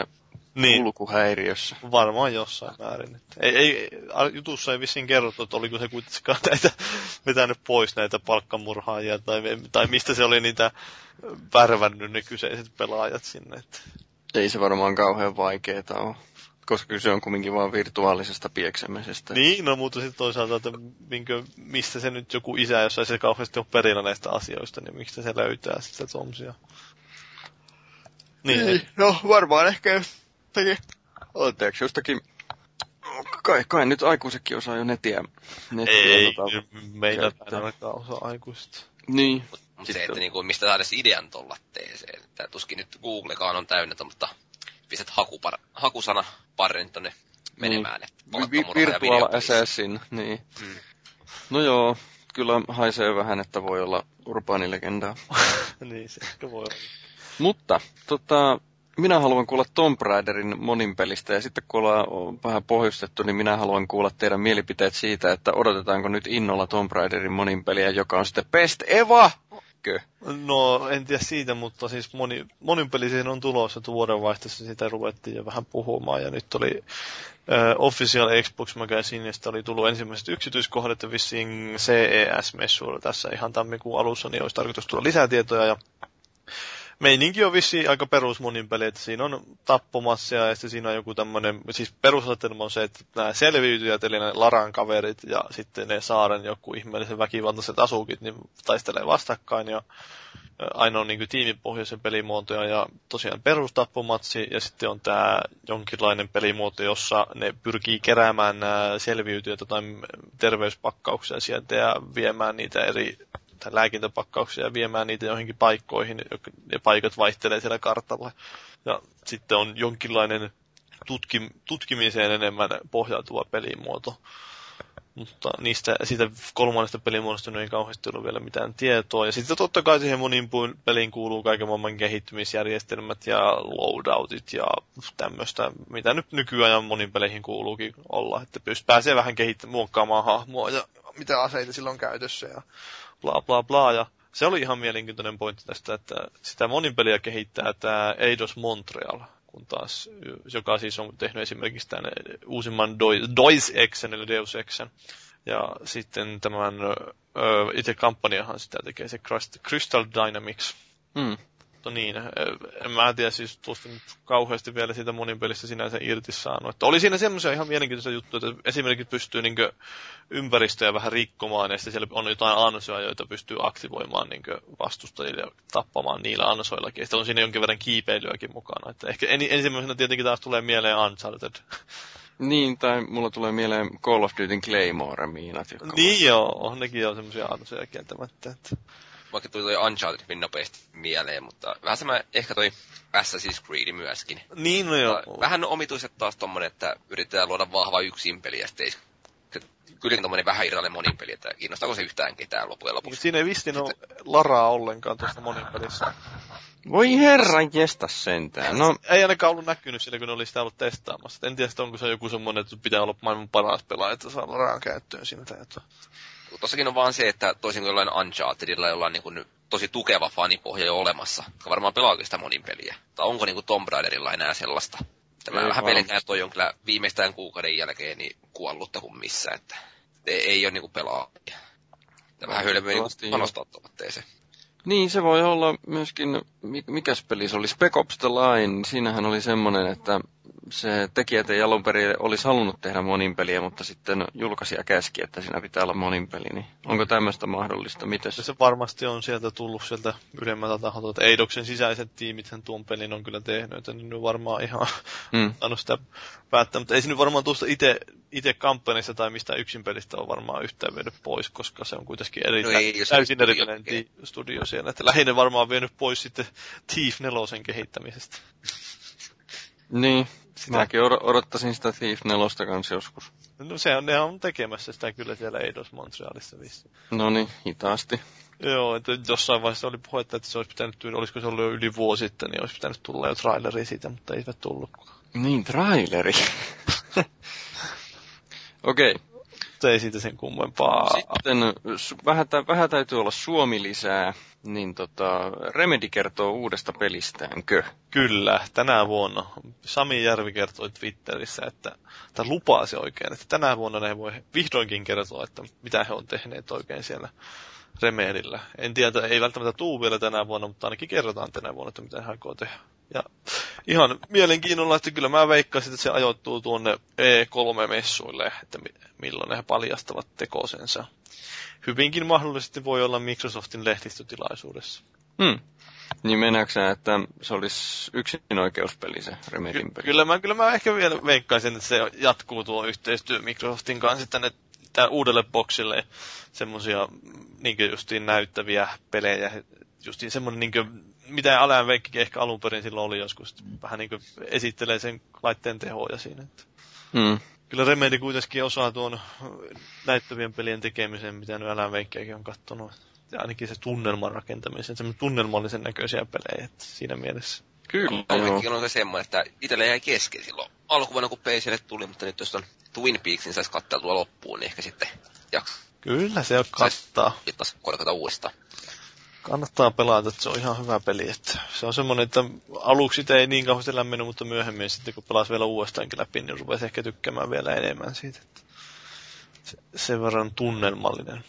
kulkuhäiriössä. Varmaan jossain määrin. Jutussa ei vissiin kerrottu, että oliko se kuitenkaan näitä vetänyt pois näitä palkkamurhaajia, tai mistä se oli niitä värvännyt ne kyseiset pelaajat sinne. Että. Ei se varmaan kauhean vaikeeta ole, koska kyse on kumminkin vaan virtuaalisesta pieksemisestä. Niin, no mutta sitten toisaalta, että mistä se nyt joku isä, jos ei se kauheasti ole perillä näistä asioista, niin mistä se löytää sitä tommosia. Niin, no varmaan ehkä anteeksi, jostakin, kai nyt aikuisetkin osaa jo nettiä ei, meillä ainakaan osaa aikuiset. Niin. Mutta se, että niinku, mistä saa edes idean tuolla teeseen. Että tuskin nyt Googlekaan on täynnä, mutta pistät hakusana parren tonne menemään. Virtual Assassin, niin. No joo, kyllä haisee vähän, että voi olla urbaanilegendaa. Niin, se ehkä voi olla. Mutta, minä haluan kuulla Tomb Raiderin moninpelistä, ja sitten kun ollaan vähän pohjustettu, niin minä haluan kuulla teidän mielipiteet siitä, että odotetaanko nyt innolla Tomb Raiderin moninpeliä, joka on sitten Best Eva? No, en tiedä siitä, mutta siis moninpeli on tulossa, että vuodenvaihteessa sitä ruvettiin jo vähän puhumaan, ja nyt oli Official Xbox Magazineista oli tullut ensimmäiset yksityiskohdat, ja vissiin CES-messuilla tässä ihan tammikuun alussa, niin olisi tarkoitus tulla lisätietoja, ja meininki on vissiin aika perus moninpeli, että siinä on tappomassia ja sitten siinä on joku tämmöinen, siis perusasetelma on se, että nämä selviytyjät, eli ne Laran kaverit ja sitten ne saaren joku ihmeellisen väkivaltaiset asukit, niin taistelee vastakkain ja aina on niin kuin tiimipohjaisen pelimuotoja ja tosiaan perustappomatsi ja sitten on tämä jonkinlainen pelimuoto, jossa ne pyrkii keräämään nämä selviytyjät tai terveyspakkauksia sieltä ja viemään niitä eri lääkintäpakkauksia ja viemään niitä johonkin paikkoihin, ja paikat vaihtelee siellä kartalla. Ja sitten on jonkinlainen tutkimiseen enemmän pohjautuva pelimuoto. Mutta siitä kolmannesta pelimuodosta ei kauheasti ollut vielä mitään tietoa. Ja sitten totta kai siihen moniin peliin kuuluu kaiken maailman kehittymisjärjestelmät ja loadoutit ja tämmöistä, mitä nyt nykyajan monin peleihin kuuluukin olla. Että pääsee vähän muokkaamaan hahmoa ja mitä aseita sillä on käytössä ja bla bla bla. Ja se oli ihan mielenkiintoinen pointti tästä, että sitä monin peliä kehittää tämä Eidos Montreal, kun taas, joka siis on tehnyt esimerkiksi tämän uusimman Deus Exen, eli Deus Exen. Ja sitten tämän itse kampanjahan sitä tekee se Crystal Dynamics. Mutta niin, en mä tiedä siis tuosta nyt kauheasti vielä siitä moninpelistä sinänsä irti saanut. Että oli siinä semmoisia ihan mielenkiintoisia juttuja, että esimerkiksi pystyy niinkö ympäristöjä vähän rikkomaan, ja sitten siellä on jotain ansoja, joita pystyy aktivoimaan niinkö vastustajille ja tappamaan niillä ansoillakin. Ja sitten on siinä jonkin verran kiipeilyäkin mukana. Että ehkä ensimmäisenä tietenkin taas tulee mieleen Uncharted. Niin, tai mulla tulee mieleen Call of Dutyn Claymore-miinat. Niin joo, nekin on semmoisia ansoja kieltämättä. Että vaikka tuli toi Uncharted nopeasti mieleen, mutta vähän sama ehkä toi Assassin's Creed myöskin. Niin, no joo. Vähän omituiset taas tommonen, että yritetään luoda vahva yksin peli, ja sitten kylläkin tommonen vähän irrallinen monin peli, että kiinnostaako se yhtään ketään loppujen lopuksi. Siinä ei vistiin ole Laraa ollenkaan tuosta monin pelissä. Voi herran jestä sentään. No. Ei ainakaan ollut näkynyt sillä, kun ne oli sitä ollut testaamassa. En tiedä, onko se joku semmoinen, että pitää olla maailman paras pelaaja, että saa Laraan käyttöön siinä täytyy. Tossakin on vaan se, että toisin kuin jollain Unchartedilla, jolla on niin tosi tukeva fanipohja jo olemassa, joka varmaan pelaakin sitä monin peliä. Tai onko niin kuin Tomb Raiderilla enää sellaista? Tämä vähän pelkään, että toi on kyllä viimeistään kuukauden jälkeen niin kuollutta kuin missä, että ei ole niin kuin pelaajia. Tämä vähän hölmöä niin panostaa tuotteeseen. Niin, se voi olla myöskin, mikäs peli se oli, Spec Ops The Line. Siinähän oli semmoinen, että se tekijät ei alun perin olisi halunnut tehdä moninpeliä, mutta sitten julkaisija käski, että siinä pitää olla moninpeli. Niin onko tämmöistä mahdollista? Mites? Se varmasti on sieltä tullut sieltä ylemmältä taholta, että Eidoksen sisäiset tiimit tuon pelin on kyllä tehnyt, että niin on varmaan ihan antanut sitä päättää. Mutta ei se nyt varmaan tuosta itse kampanjasta tai mistään yksinpelistä on varmaan yhtään vienyt pois, koska se on kuitenkin täysin erillinen studio siellä. Että lähinnä varmaan vienyt pois sitten Thief 4 kehittämisestä. Niin, mäkin odottaisin sitä Thief 4 kanssa joskus. No ne on tekemässä sitä kyllä siellä Eidos Montrealissa vissiin. No niin, hitaasti. Joo, että jossain vaiheessa oli puhetta, että se olisi pitänyt, olisiko se ollut jo yli vuosi sitten, niin olisi pitänyt tulla jo traileri siitä, mutta ei tullut. Niin, traileri. Okei. Mutta ei siitä sen kummempaa. Sitten vähän täytyy olla Suomi lisää, niin Remedy kertoo uudesta pelistäänkö? Kyllä, tänä vuonna. Sami Järvi kertoi Twitterissä, että lupasi oikein, että tänä vuonna ne voi vihdoinkin kertoa, että mitä he on tehneet oikein siellä Remedyllä. En tiedä, ei välttämättä tuu vielä tänä vuonna, mutta ainakin kerrotaan tänä vuonna, että mitä he aikoo tehdä. Ja ihan mielenkiinnolla, että kyllä mä veikkaisin, että se ajoittuu tuonne E3-messuille, että milloin he paljastavat tekosensa. Hyvinkin mahdollisesti voi olla Microsoftin lehdistötilaisuudessa. Niin mennäänkö että se olisi yksinoikeuspeli se Remedyn peli? Kyllä mä ehkä vielä veikkaisin, että se jatkuu tuo yhteistyö Microsoftin kanssa tänne uudelle boksille semmosia niinkö justiin näyttäviä pelejä. Justiin semmoinen niinkö, mitä Alan Wakekin ehkä alun perin silloin oli joskus, vähän niinkö esittelee sen laitteen tehoja siinä. Että. Kyllä Remedy kuitenkin osaa tuon näyttävien pelien tekemisen, mitä nyt Alan Wakeakin on kattonut. Ja ainakin se tunnelman rakentamisen, semmoinen tunnelmallisen näköisiä pelejä, että siinä mielessä. Kyllä, joo. On se semmoinen, että itsellä jäi kesken silloin alkuvuonna, kun PC:lle tuli, mutta nyt jos on Twin Peaksin saisi katteltua loppuun, niin ehkä sitten Kyllä se on kattaa. Saisi korkata uudestaan. Kannattaa pelata, että se on ihan hyvä peli. Että se on semmoinen, että aluksi ei niin kauheasti lämmennyt, mutta myöhemmin sitten kun pelasi vielä uudestaankin läpi, niin rupesi ehkä tykkäämään vielä enemmän siitä. Että sen verran tunnelmallinen.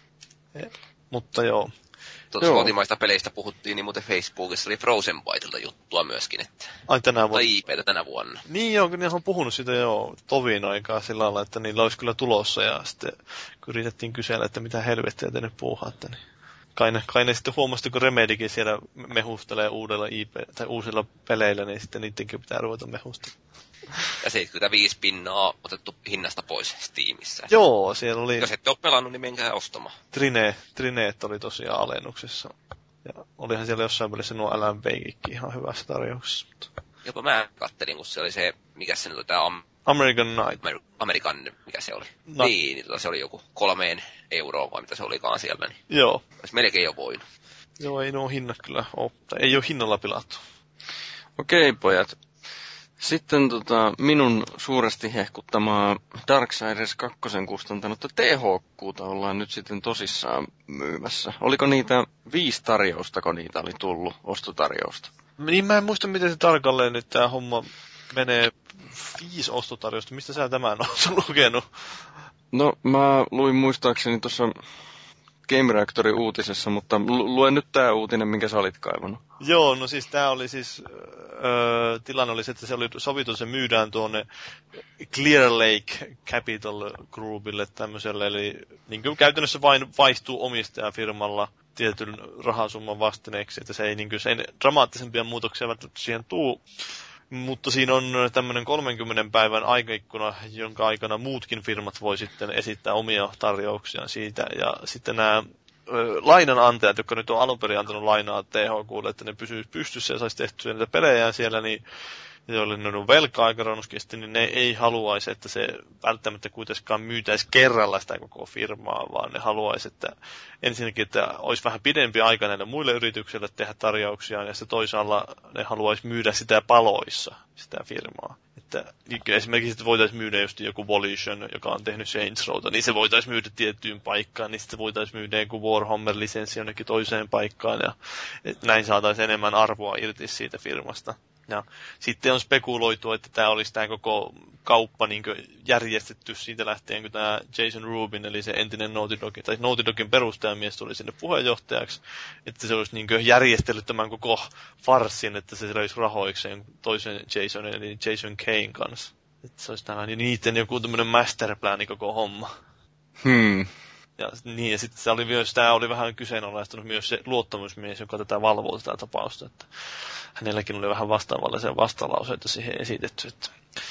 Mutta joo. Tuossa kotimaista peleistä puhuttiin, niin muuten Facebookissa oli Frozen Bytelta juttua myöskin. Että ai tänä vuonna? Tai IPtä tänä vuonna. Niin joo, kyllä on puhunut sitä jo tovin aikaa sillä lailla, että niillä olisi kyllä tulossa. Ja sitten kun yritettiin kysellä, että mitä helvettiä te nyt puuhaatte, niin kai ne sitten huomasi, kun Remedykin siellä mehustelee uudella tai uusilla peleillä, niin sitten niidenkin pitää ruveta mehustelemaan. Ja 75 pinnaa otettu hinnasta pois Steamissa. Joo, siellä oli. Jos ette ole pelannut, niin menkää ostamaan. Trineet oli tosiaan alennuksessa. Ja olihan siellä jossain välissä nuo Alan Wakekin ihan hyvässä tarjouksessa. Jopa mä kattelin, kun se oli se, mikä se nyt on, tämä American Night. American, mikä se oli. No. Niin, se oli joku 3 euroa vai mitä se olikaan siellä. Niin joo. olisi melkein jo voinut. Joo, ei nuo hinnat kyllä ole. Ei ole hinnalla pilattu. Okei, pojat. Sitten minun suuresti hehkuttamaa Darksiders 2 kustantanutta THQ:ta ollaan nyt sitten tosissaan myymässä. Oliko niitä 5 tarjousta, kun niitä oli tullut, ostotarjousta? Niin mä en muista, miten se tarkalleen nyt tää homma menee. 5 ostotarjousta. Mistä sä tämän oot lukenut? No mä luin muistaakseni tuossa Game Reactorin uutisessa, mutta luen nyt tää uutinen, minkä sä olit kaivannut. Joo, no siis tää oli siis, tilanne oli se, että se oli sovittu, se myydään tuonne Clear Lake Capital Groupille tämmöiselle, eli niin kuin käytännössä vain vaihtuu omistajafirmalla tietyn rahasumman vastineeksi, että se ei, niin kuin, se ei dramaattisempia muutoksia välttämättä siihen tuu. Mutta siinä on tämmöinen 30 päivän aikaikkuna, jonka aikana muutkin firmat voi sitten esittää omia tarjouksiaan siitä. Ja sitten nämä lainanantajat, jotka nyt on alun perin antanut lainaa THQlle, että ne pysyisi pystyssä ja saisi tehtyä niitä pelejä siellä, niin joille ne on velkaa aika ranuskisti, niin ne ei haluaisi, että se välttämättä kuitenkaan myytäisi kerralla sitä koko firmaa, vaan ne haluaisi, että ensinnäkin, että olisi vähän pidempi aika näille muille yrityksille tehdä tarjouksia, ja sitten toisaalla ne haluaisi myydä sitä paloissa, sitä firmaa. Että esimerkiksi että voitaisiin myydä just joku Volition, joka on tehnyt Saints Rowta, niin se voitaisiin myydä tiettyyn paikkaan, niin sitten voitaisiin myydä joku Warhammer-lisenssi jonnekin toiseen paikkaan, ja näin saataisiin enemmän arvoa irti siitä firmasta. Ja sitten on spekuloitu, että tämä olisi tämä koko kauppa niin järjestetty siitä lähtien, kun tämä Jason Rubin, eli se entinen Naughty Dogin perustajamies, tuli sinne puheenjohtajaksi, että se olisi niin järjestellyt tämän koko farssin, että se löisi rahoikseen toisen Jasonin, eli Jason Cain kanssa. Että se olisi tällainen niiden joku tämmöinen masterplani koko homma. Ja niin, ja sitten se oli myös, tämä oli vähän kyseenalaistunut myös se luottamusmies, joka tätä valvoo tätä tapausta, että hänelläkin oli vähän vastaavallisia vastalauseita siihen esitetty, että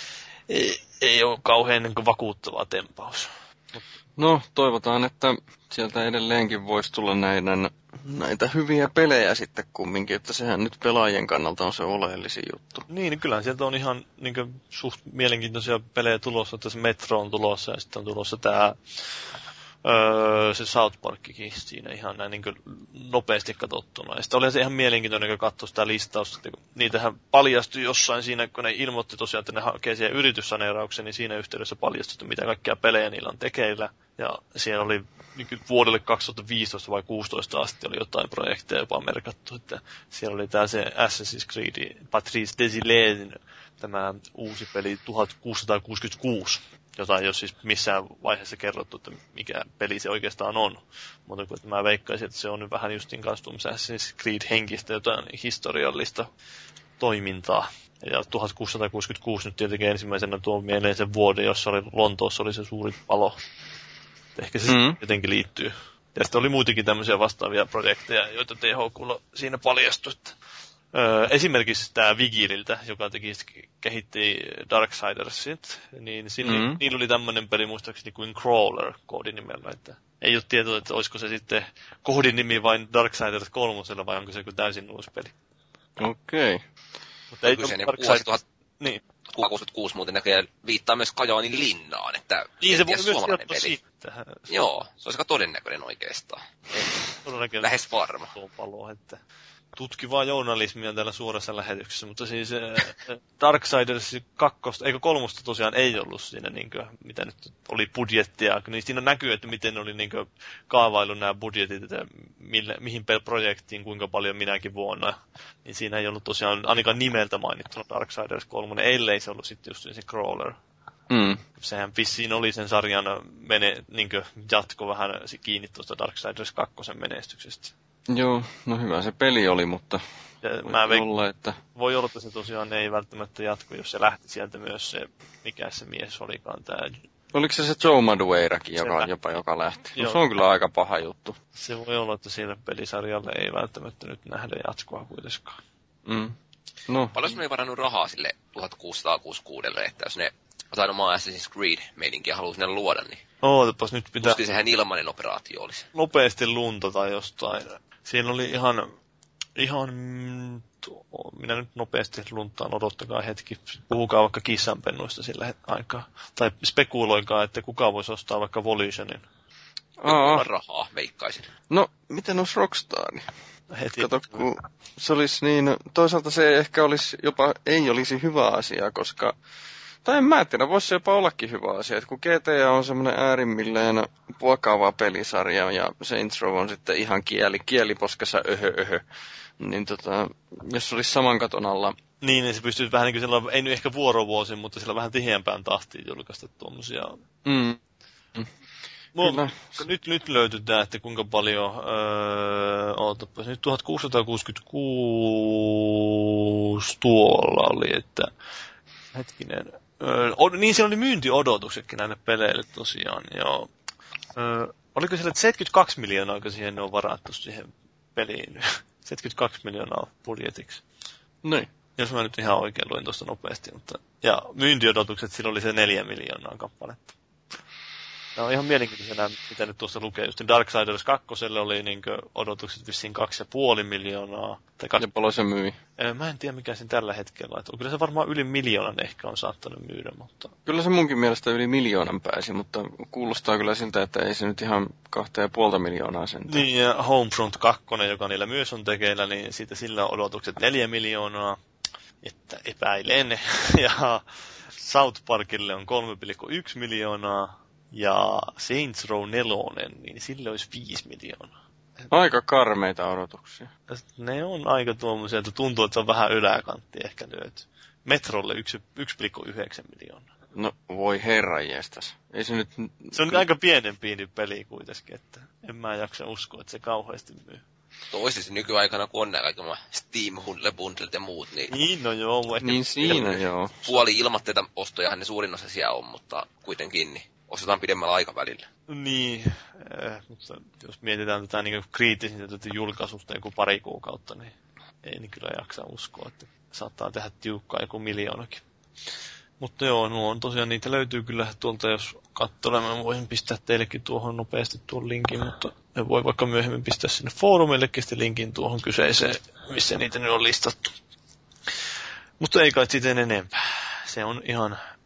ei ole kauhean niin kuin vakuuttava tempaus. No, toivotaan, että sieltä edelleenkin voisi tulla näitä hyviä pelejä sitten kumminkin, että sehän nyt pelaajien kannalta on se oleellisin juttu. Niin kyllähän sieltä on ihan niin kuin, suht mielenkiintoisia pelejä tulossa, että se Metro on tulossa ja sitten on tulossa tämä Se South Parkikin siinä ihan näin niin nopeasti katsottuna. Ja sitten oli se ihan mielenkiintoinen, kun katsoi sitä listausta. Niitähän paljastui jossain siinä, kun ne ilmoitti tosiaan, että ne hakee siihen yrityssaneerauksen, niin siinä yhteydessä paljastui, että mitä kaikkia pelejä niillä on tekeillä. Ja siellä oli niin vuodelle 2015 vai 2016 asti oli jotain projekteja jopa merkattu, että siellä oli tämä se Assassin's Creed Patrice Désilets, tämä uusi peli 1666, jota ei ole siis missään vaiheessa kerrottu, että mikä peli se oikeastaan on. Mutta kun mä veikkaisin, että se on nyt vähän justin kanssa tuommoista Assassin's Creed-henkistä jotain historiallista toimintaa. Ja 1666 nyt tietenkin ensimmäisenä tuo mieleen sen vuoden, jossa oli Lontoossa oli se suuri palo. Ehkä se jotenkin liittyy. Ja sitten oli muutenkin tämmöisiä vastaavia projekteja, joita THQlla siinä paljastui. Esimerkiksi tämä Vigililtä, joka kehitti Darksidersit, niin niillä oli tämmöinen peli muistaakseni kuin Crawler koodinimellä. Että ei ole tietoa, että olisiko se sitten koodinimi vain Darksiders 3 vai onko se joku täysin uusi peli. Okei. Mutta ei vuosi 1666 muuten näköjään viittaa myös Kajaanin linnaan, että niin se voi myös suomalainen peli. Siitä. Joo, se olisi aika todennäköinen oikeastaan. Lähes varma. Palo, että tutkivaa journalismia täällä suorassa lähetyksessä, mutta siis Darksiders 2, eikö 3 tosiaan ei ollut siinä, niin kuin, mitä nyt oli budjettia, niin siinä näkyy, että miten oli niin kuin, kaavaillut nämä budjetit, että mihin projektiin, kuinka paljon minäkin vuonna, niin siinä ei ollut tosiaan ainakaan nimeltä mainittuna Darksiders 3, ellei se ollut sitten just se Crawler. Sehän vissiin oli sen sarjan niin jatko vähän kiinni tuosta Darksiders 2 menestyksestä. Joo, no hyvä se peli oli, mutta voi olla, että se tosiaan ei välttämättä jatku, jos se lähti sieltä myös se, mikä se mies olikaan tämä. Oliko se Joe Madureirakin, joka lähti? No, se on kyllä aika paha juttu. Se voi olla, että sille pelisarjalle ei välttämättä nyt nähdä jatkoa kuitenkaan. No. Paljon sun ei varannut rahaa sille 1666, että jos ne jotain omaa Assassin's Creed-meininkiä haluaa sinne luoda, niin ootapas nyt pitää. Tuskin sehän ilmainen operaatio olisi. Nopeasti lunta tai jostain. Siinä oli ihan minä nyt nopeasti luntaan, odottakaa hetki. Puhukaa vaikka kissanpennuista sillä aikaa. Tai spekuloikaa, että kuka voisi ostaa vaikka Volitionin. Rahaa, veikkaisin. No, miten olisi Rockstar? Heti. Kato, kun se olisi niin, toisaalta se ehkä olisi jopa, ei olisi hyvä asia, koska tai en mä tiedä, voisi se jopa ollakin hyvä asia, että kun GTA on semmoinen äärimmilleen vakava pelisarja ja Saints Row on sitten ihan kieliposkassa niin jos se olisi saman katon alla. Niin se pystyisi vähän niin kuin ei nyt ehkä vuorovuosin, mutta sillä vähän tiheämpään tahtiin julkaista tuommoisia. Nyt löytyy tää, että kuinka paljon, ootapas, nyt 1666 tuolla oli, että hetkinen. Niin siellä oli myyntiodotuksetkin näille peleille tosiaan, joo. Oliko siellä 72 miljoonaa, kun siihen on varattu siihen peliin? 72 miljoonaa budjetiksi. Niin. Jos mä nyt ihan oikein luin tuosta nopeasti, mutta ja myyntiodotukset sillä oli se 4 miljoonaa kappaletta. Tämä on ihan mielenkiintoista, mitä nyt tuossa lukee. Just Darksiders 2 oli niin odotukset vissiin 2,5 miljoonaa. Ja paljon se myi? Mä en tiedä, mikä sen tällä hetkellä on. Kyllä se varmaan yli 1 miljoonan ehkä on saattanut myydä, mutta kyllä se munkin mielestä yli 1 miljoonan pääsi, mutta kuulostaa kyllä siltä, että ei se nyt ihan 2,5 miljoonaa sen. Niin, ja Homefront 2, joka niillä myös on tekeillä, niin siitä sillä on odotukset 4 miljoonaa. Että epäilen. Ja South Parkille on 3,1 miljoonaa. Ja Saints Row 4, niin sille olisi 5 miljoonaa. Aika karmeita odotuksia. Ne on aika tuommoisia, että tuntuu, että se on vähän yläkantti ehkä lyöty. Metrolle 1,9 miljoonaa. No voi herranjestas. Ei se nyt. Se on aika pienen peli kuitenkin, että en mä jaksa uskoa, että se kauheasti myy. Toisaalta nykyaikana, kun on nämä kaikki Steam Bundlet ja muut, niin no joo. Niin siinä joo. Puoli ilmatteita ostojahan ne suurin osa siellä on, mutta kuitenkin niin ostetaan pidemmällä aikavälillä. Niin, mutta jos mietitään tätä niin kriittisintä julkaisusta joku pari kuukautta, niin ei niin kyllä jaksa uskoa, että saattaa tehdä tiukkaa joku miljoonakin. Mutta joo, on tosiaan niitä löytyy kyllä tuolta, jos katsotaan, voisin pistää teillekin tuohon nopeasti tuon linkin, mutta ne voi vaikka myöhemmin pistää sinne foorumillekin sitten linkin tuohon kyseiseen, missä niitä nyt on listattu. Mutta ei kai sitten enempää. Se on ihan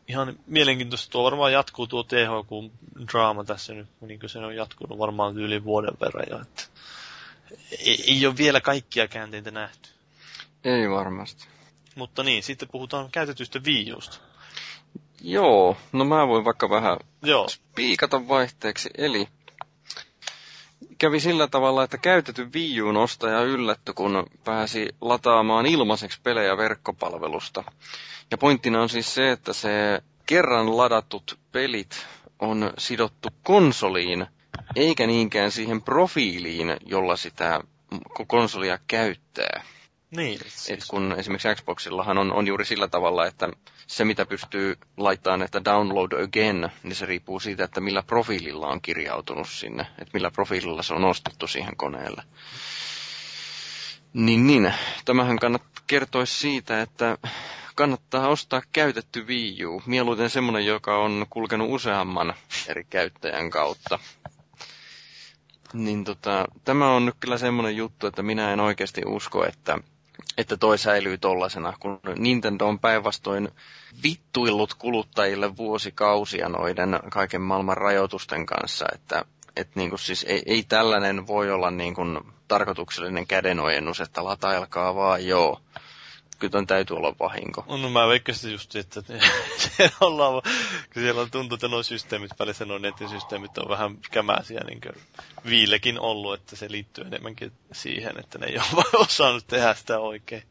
ihan mielenkiintoista. Tuo varmaan jatkuu tuo THQ-draama tässä nyt, niin kuin se on jatkunut varmaan yli vuoden verran jo. Että ei ole vielä kaikkia käänteitä nähty. Ei varmasti. Mutta niin, sitten puhutaan käytetyistä Wii Usta. Joo, no mä voin vaikka vähän spiikata vaihteeksi. Eli kävi sillä tavalla, että käytetty Wii U:n ostaja yllätty, kun pääsi lataamaan ilmaiseksi pelejä verkkopalvelusta. Ja pointtina on siis se, että se kerran ladattut pelit on sidottu konsoliin, eikä niinkään siihen profiiliin, jolla sitä konsolia käyttää. Niin. Et kun esimerkiksi Xboxillahan on juuri sillä tavalla, että se mitä pystyy laittamaan, että download again, niin se riippuu siitä, että millä profiililla on kirjautunut sinne, että millä profiililla se on ostettu siihen koneelle. Niin. Tämähän kertoisi siitä, että kannattaa ostaa käytetty Wii U, mieluiten semmoinen, joka on kulkenut useamman eri käyttäjän kautta. Niin tämä on nyt kyllä semmoinen juttu, että minä en oikeasti usko, että toi säilyy tollasena, kun Nintendo on päinvastoin vittuillut kuluttajille vuosikausia noiden kaiken maailman rajoitusten kanssa, että niinku siis ei tällainen voi olla niinku tarkoituksellinen kädenojennus, että latailkaa vaan joo. Kyllä ton täytyy olla vahinko. No mä veikkasin just, että siellä on tuntuu, että nuo systeemit välissä, nuo nettisysteemit on vähän kämäisiä, niin kuin Viillekin ollut, että se liittyy enemmänkin siihen, että ne ei ole vaan osannut tehdä sitä oikein.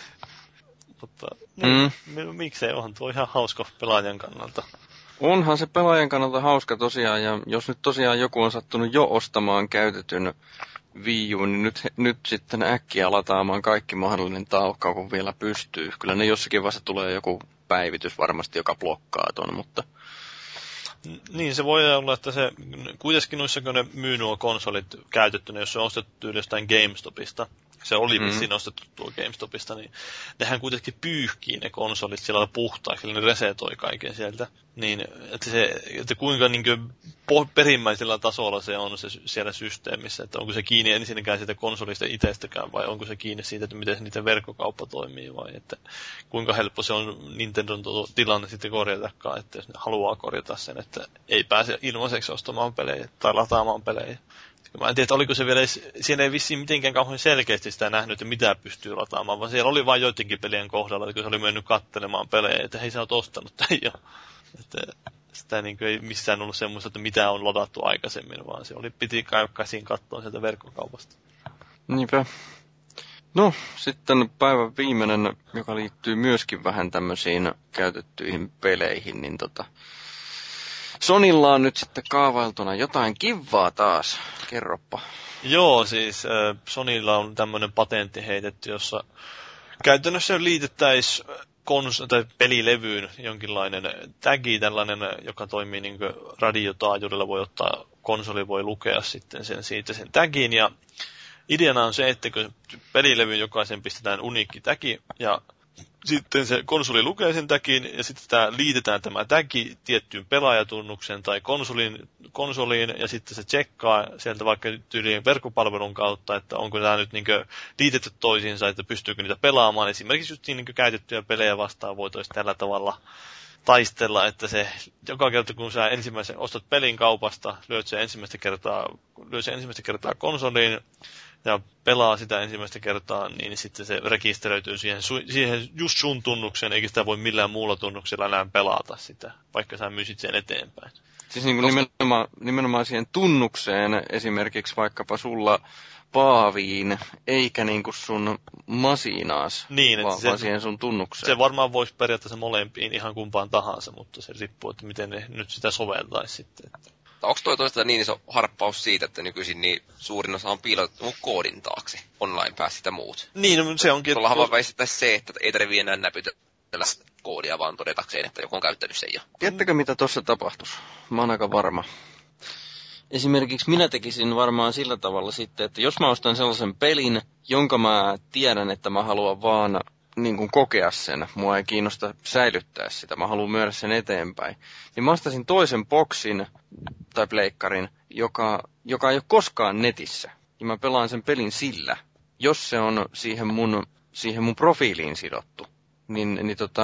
Mutta miksei, onhan tuo ihan hauska pelaajan kannalta. Onhan se pelaajan kannalta hauska tosiaan, ja jos nyt tosiaan joku on sattunut jo ostamaan käytetyn Wii U, niin nyt sitten äkkiä lataamaan kaikki mahdollinen taukka, kun vielä pystyy. Kyllä ne jossakin vaiheessa tulee joku päivitys varmasti, joka blokkaa ton, mutta... Niin, se voi olla, että se kuitenkin noissa, kun ne myy nuo konsolit käytettynä, jos se on ostettu jostain GameStopista, se oli vissiin ostettu tuo GameStopista, niin nehän kuitenkin pyyhkii ne konsolit sillä puhtaaksi, eli ne resetoi kaiken sieltä. Niin, että kuinka niin kuin perimmäisellä tasolla se on se siellä systeemissä, että onko se kiinni ensinnäkään siitä konsolista itsestäkään, vai onko se kiinni siitä, että miten se niiden verkkokauppa toimii, vai että kuinka helppo se on Nintendon tilanne sitten korjatakaan, että jos ne haluaa korjata sen, että ei pääse ilmaiseksi ostamaan pelejä tai lataamaan pelejä. Mä en tiedä, että oliko se vielä, siellä ei vissiin mitenkään kauhean selkeästi sitä nähnyt, että mitä pystyy lataamaan, vaan siellä oli vain joidenkin pelien kohdalla, että kun se oli mennyt katselemaan pelejä, että hei sä oot ostanut tämän jo. Että sitä niin kuin ei missään ollut semmoista, että mitä on ladattu aikaisemmin, vaan se oli piti käsiin katsoa sieltä verkkokaupasta. Niinpä. No, sitten päivän viimeinen, joka liittyy myöskin vähän tämmöisiin käytettyihin peleihin, niin Sonylla on nyt sitten kaavailtuna jotain kivaa taas. Kerroppa. Joo, siis Sonylla on tämmöinen patentti heitetty, jossa käytännössä liitettäisiin pelilevyyn jonkinlainen tagi, tällainen, joka toimii niin kuin radiotaajuudella, voi ottaa, konsoli voi lukea sitten sen tagin, ja ideana on se, että kun pelilevyyn jokaisen pistetään uniikki tagi, ja sitten se konsoli lukee sen tagin, ja sitten liitetään tämä tagi tiettyyn pelaajatunnuksen tai konsoliin, ja sitten se tsekkaa sieltä vaikka tyylien verkkopalvelun kautta, että onko tämä nyt niin liitetty toisiinsa, että pystyykö niitä pelaamaan. Esimerkiksi just niin käytettyjä pelejä vastaan voitaisiin tällä tavalla taistella, että se joka kerta kun sä ensimmäisen ostat pelin kaupasta, lyöt sen ensimmäistä kertaa konsoliin, ja pelaa sitä ensimmäistä kertaa, niin sitten se rekisteröityy siihen just sun tunnukseen, eikä sitä voi millään muulla tunnuksella enää pelata sitä, vaikka sä myisit sen eteenpäin. Siis niin kuin nimenomaan siihen tunnukseen, esimerkiksi vaikkapa sulla paaviin, eikä niin kuin sun masinaas, niin, vaan siihen sun tunnukseen. Se varmaan voisi periaatteessa molempiin ihan kumpaan tahansa, mutta se riippuu, että miten ne nyt sitä soveltaisi sitten. Onko toi toista niin iso harppaus siitä, että nykyisin niin suurin osa on piilotettu koodin taakse, online pääsi sitä muut? Niin, no, se onkin. Tuollahan vaan väistettäisiin se, että ei tarvitse enää näpytellä koodia, vaan todetakseen, että joku on käyttänyt sen jo. Tiedättekö, mitä tuossa tapahtuisi? Mä oon aika varma. Esimerkiksi minä tekisin varmaan sillä tavalla sitten, että jos mä ostan sellaisen pelin, jonka mä tiedän, että mä haluan vaan niin kuin kokea sen, mua ei kiinnosta säilyttää sitä, mä haluan myydä sen eteenpäin, niin mä ostaisin toisen boksin tai pleikkarin, joka ei ole koskaan netissä, ja mä pelaan sen pelin sillä, jos se on siihen mun profiiliin sidottu, niin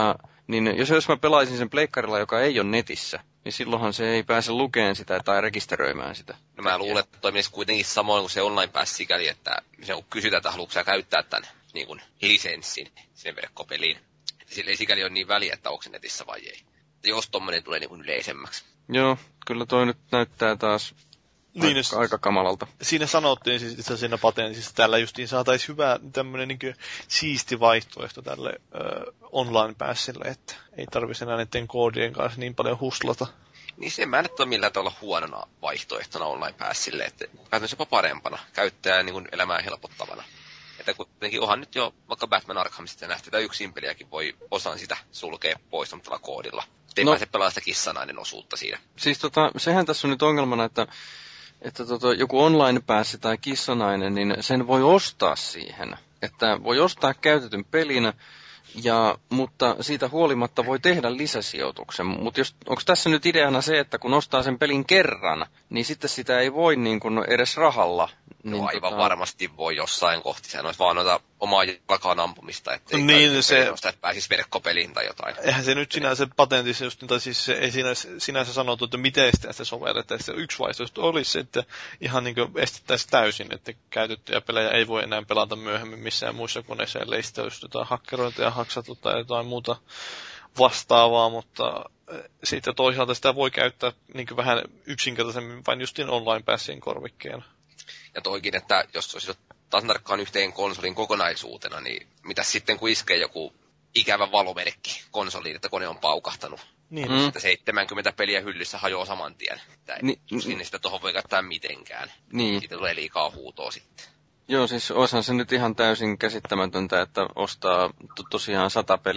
Niin jos mä pelaisin sen pleikkarilla, joka ei ole netissä, niin silloinhan se ei pääse lukeen sitä tai rekisteröimään sitä. No mä luulen, että toimisi kuitenkin samoin kuin se online pass sikäli, että se on kysytään, että haluatko sä käyttää tämän niin kuin lisenssin sen verkkopeliin. Että sillä ei sikäli ole niin väliä, että onko se netissä vai ei. Että jos tommonen tulee niin kuin yleisemmäksi. Joo, kyllä toi nyt näyttää taas aika kamalalta. Siinä sanottiin siis itse siinä patentissa, että tällä justiin saataisiin hyvä tämmöinen niin siisti vaihtoehto tälle online passille, että ei tarvitsisi enää näiden koodien kanssa niin paljon huslata. Niin se mä en ole millään tavalla huonona vaihtoehtona online passille, että käytännössä jopa parempana, käyttäjän niin kuin elämää helpottavana. Että kuitenkin onhan nyt jo vaikka Batman Arkhamista nähty, että yksin peliäkin voi osan sitä sulkea pois tällä koodilla. Ei pääse pelaa sitä kissanainen osuutta siinä. Siis sehän tässä on nyt ongelmana, että joku online päässi tai kissanainen, niin sen voi ostaa siihen. Että voi ostaa käytetyn pelin, mutta siitä huolimatta voi tehdä lisäsijoituksen. Mutta onko tässä nyt ideana se, että kun ostaa sen pelin kerran, niin sitten sitä ei voi niin kuin edes rahalla? Niin aivan varmasti voi jossain kohti. Sehän olisi vaan noita omaa jalkaan ampumista, ettei niin että pääsisi verkkopeliin tai jotain. Eihän se nyt sinänsä patentissa, tai siis ei sinänsä sanottu, että miten sitä sovellettaisiin. Yksi vaihtoehto olisi, että ihan niin kuin estettäisiin täysin, että käytettyjä pelejä ei voi enää pelata myöhemmin missään muissa koneissa, ellei sitä olisi jotain hakkerointia ja haksattu tai jotain muuta vastaavaa, mutta siitä toisaalta sitä voi käyttää niin vähän yksinkertaisemmin vain justiin online passin korvikkeena. Ja toikin, että jos olisi taas tarkkaan yhteen konsolin kokonaisuutena, niin mitä sitten kun iskee joku ikävä valomerkki konsoliin, että kone on paukahtanut. Niin. Että 70 peliä hyllyssä hajoaa saman tien. Niin sitä tuohon voi käyttää mitenkään. Niin. Siitä tulee liikaa huutoa sitten. Joo, siis olisihan se nyt ihan täysin käsittämätöntä, että ostaa tosiaan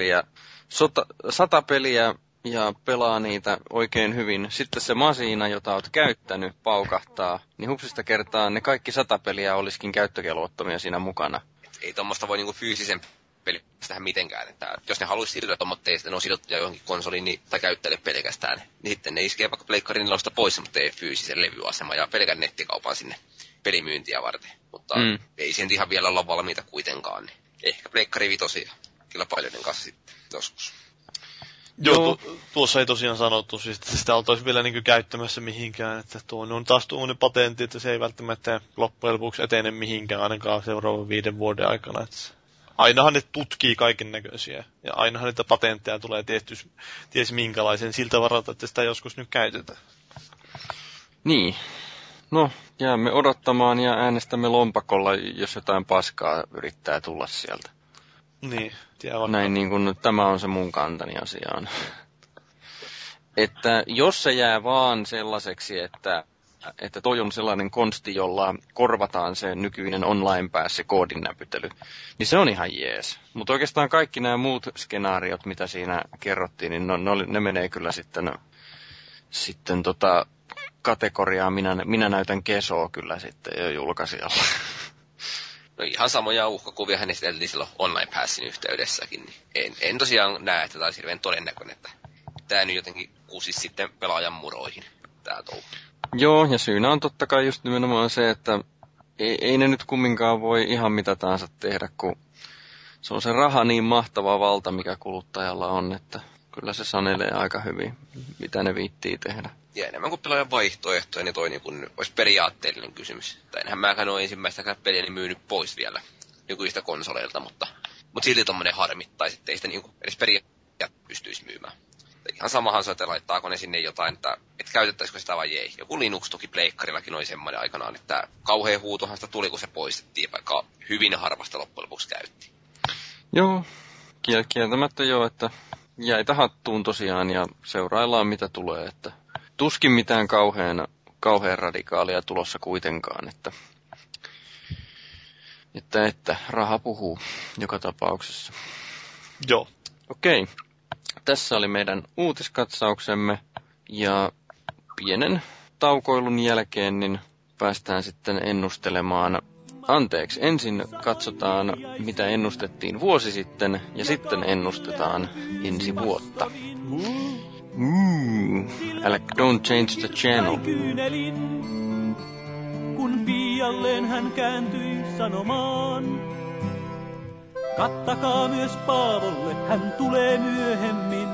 100 peliä ja pelaa niitä oikein hyvin. Sitten se masina, jota olet käyttänyt, paukahtaa, niin hupsista kertaa ne kaikki 100 peliä olisikin käyttökelvottomia siinä mukana. Ei tuommoista voi niinku fyysisen pelkästään mitenkään. Että jos ne haluaisi siirtyä tuommoitteista, ne on sidottuja johonkin konsoliin tai käyttäjille pelkästään, niin sitten ne iskee vaikka pleikkarin lausta pois, mutta ei fyysisen levyaseman ja pelkän nettikaupan sinne pelimyyntiä varten. Mutta ei siihen ihan vielä olla valmiita kuitenkaan. Niin ehkä pleikkari vitosia kilpailijoiden kanssa sitten joskus. Joo, tuossa ei tosiaan sanottu, siis, että sitä oltaisiin vielä niin käyttämässä mihinkään, että tuo on taas tuommoinen patentti, että se ei välttämättä loppujen lopuksi etene mihinkään ainakaan seuraavan 5 vuoden aikana. Että ainahan ne tutkii kaiken näköisiä ja ainahan niitä patentteja tulee tehty ties minkälaisen siltä varalta, että sitä joskus nyt käytetään. Niin. No, jäämme odottamaan ja äänestämme lompakolla, jos jotain paskaa yrittää tulla sieltä. Niin, näin niin kuin tämä on se mun kantani asiaan. Että jos se jää vaan sellaiseksi, että toi on sellainen konsti, jolla korvataan se nykyinen online päässä koodinnäpytely, niin se on ihan jees. Mutta oikeastaan kaikki nämä muut skenaariot, mitä siinä kerrottiin, niin ne menee kyllä sitten kategoriaa, minä näytän kesoa kyllä sitten jo julkaisijalla. No ihan samoja uhkakuvia hän esiteltiin silloin online passin yhteydessäkin. Niin en tosiaan näe, että tämä olisi hirveän todennäköinen, että tämä nyt jotenkin kuusisi sitten pelaajan muroihin, tämä touhu. Joo, ja syynä on totta kai just nimenomaan se, että ei ne nyt kumminkaan voi ihan mitä tahansa tehdä, kun se on se raha niin mahtava valta, mikä kuluttajalla on, että kyllä se sanelee aika hyvin, mitä ne viittii tehdä. Ja enemmän kuin pelaajan vaihtoehtoja, niin toi niin kun olisi periaatteellinen kysymys. Tai enhän mäkään ole ensimmäistäkään peliä niin myynyt pois vielä nykyistä konsoleilta, mutta silti tommonen harmittaisi, ettei sitä niin edes periaatteessa pystyisi myymään. Ihan samahan se, että laittaako ne sinne jotain, että käytettäisikö sitä vai ei. Joku Linux-tuki pleikkarillakin oli semmoinen aikanaan, että kauhea huutohan sitä tuli, kun se poistettiin, vaikka hyvin harvasta loppujen lopuksi käytti. Joo, kieltämättä joo, että jäitä hattuun tosiaan ja seuraillaan mitä tulee, että tuskin mitään kauhean radikaalia tulossa kuitenkaan, että raha puhuu joka tapauksessa. Joo. Okei, tässä oli meidän uutiskatsauksemme ja pienen taukoilun jälkeen niin päästään sitten ennustelemaan. Anteeksi, ensin katsotaan mitä ennustettiin vuosi sitten ja sitten ennustetaan ensi vuotta. Don't change the channel. Kun piialleen hän kääntyi sanomaan, kattakaa myös Paavolle, hän tulee myöhemmin.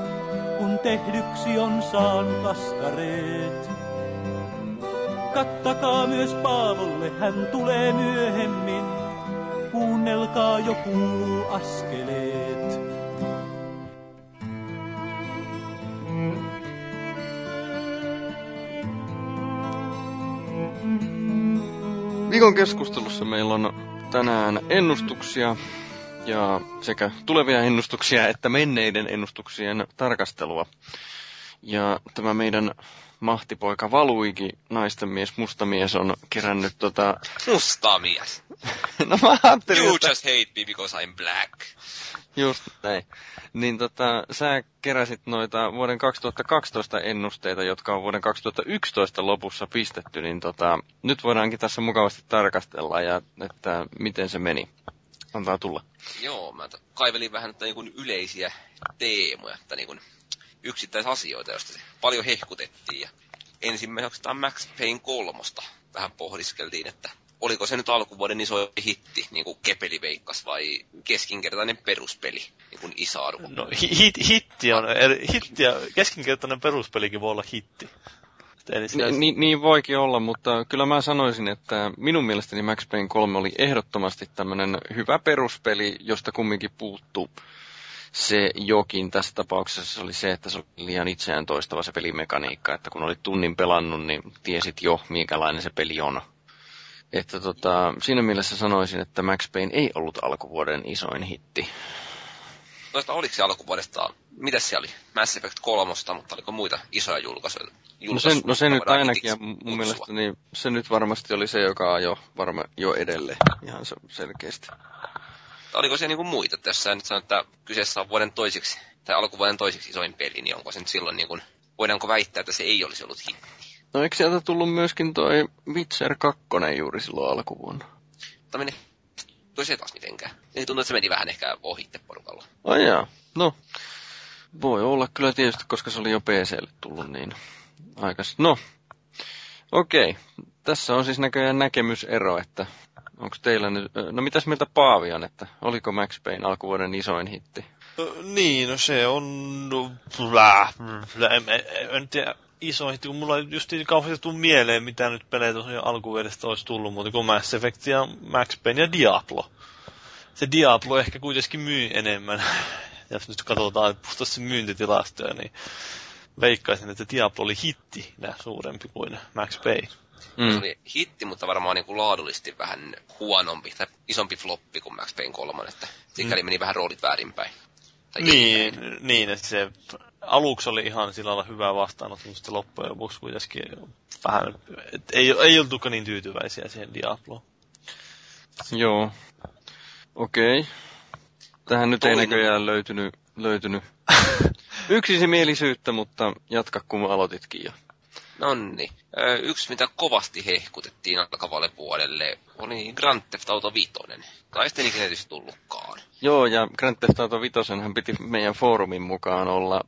hän tehdyksi on saanut askareet. Kattakaa myös Paavolle, hän tulee myöhemmin. Kuunnelkaa, jo kuuluu askeleet. Viikon keskustelussa meillä on tänään ennustuksia ja sekä tulevia ennustuksia että menneiden ennustuksien tarkastelua. Ja tämä meidän mahtipoika Valuigi, naisten mies, mustamies, on kerännyt Mustamies. No mä ajattelin, You just hate me because I'm black. Just näin. Niin sä keräsit noita vuoden 2012 ennusteita, jotka on vuoden 2011 lopussa pistetty, niin nyt voidaankin tässä mukavasti tarkastella, ja että miten se meni. Antaa tulla. Joo, mä kaivelin vähän niin yleisiä teemoja, että niin yksittäisasioita, joista se paljon hehkutettiin. Ja ensimmäiseksi Max Payne 3 vähän pohdiskeltiin, että oliko se nyt alkuvuoden iso hitti, niin kuin Kepeli veikkasi, vai keskinkertainen peruspeli, niin kuin Isaaru? No hitti ja keskinkertainen peruspelikin voi olla hitti. Niin voikin olla, mutta kyllä mä sanoisin, että minun mielestäni Max Payne 3 oli ehdottomasti tämmöinen hyvä peruspeli, josta kumminkin puuttuu se jokin. Tässä tapauksessa se oli se, että se oli liian itseään toistava se pelimekaniikka, että kun olit tunnin pelannut, niin tiesit jo, minkälainen se peli on. Että siinä mielessä sanoisin, että Max Payne ei ollut alkuvuoden isoin hitti. Toista oliko se alkuvuodesta, mitäs se oli? Mass Effect 3, mutta oliko muita isoja julkaisuja? No se nyt ainakin, ja mun mielestä niin se nyt varmasti oli se, joka ajoi jo edelle ihan selkeästi. Oliko se niinku muita, että jos sä nyt sanot, että kyseessä on vuoden toiseksi, tai alkuvuoden toiseksi isoin peli, niin onko se nyt silloin niinku, voidaanko väittää, että se ei olisi ollut hitti? No eikö sieltä tullut myöskin toi Witcher 2 juuri silloin alkuvuonna? Mutta meni se taas mitenkään. Niin tuntuu, että se meni vähän ehkä ohitte porukalla. Ai jaa, no voi olla kyllä tietysti, koska se oli jo PC:lle tullut niin aikaisin. No, okei. Tässä on siis näköjään näkemysero, että onko teillä nyt, no mitäs mieltä Paavi on, että oliko Max Payne alkuvuoden isoin hitti? Niin, no se on, en tiedä, iso hitti, kun mulla ei just kauheasti tullut mieleen, mitä nyt pelejä tosiaan alkuvuodesta olisi tullut, mutta kuin Mass Effect ja Max Payne ja Diablo. Se Diablo ehkä kuitenkin myy enemmän. Jos nyt katsotaan puhtaasti myyntitilastoja, niin veikkaisin, että Diablo oli hitti suurempi kuin Max Payne. Se oli hitti, mutta varmaan niin kuin laadullisesti vähän huonompi tai isompi floppi kuin Max Payne 3, että sikäli meni vähän roolit väärinpäin. Niin, että se aluksi oli ihan sillä lailla hyvä vastaanotto, mutta sitten loppujen lopuksi kuitenkin vähän, ei oltukaan niin tyytyväisiä siihen Diabloon. Joo, okei. Tähän nyt ei näköjään löytynyt yksimielisyyttä, mutta jatka kun aloititkin jo. Nonni. Yksi, mitä kovasti hehkutettiin alkavalle vuodelle, oli Grand Theft Auto 5. Tai sitten ikinä tietysti tullutkaan. Joo, ja Grand Theft Auto 5 hän piti meidän foorumin mukaan olla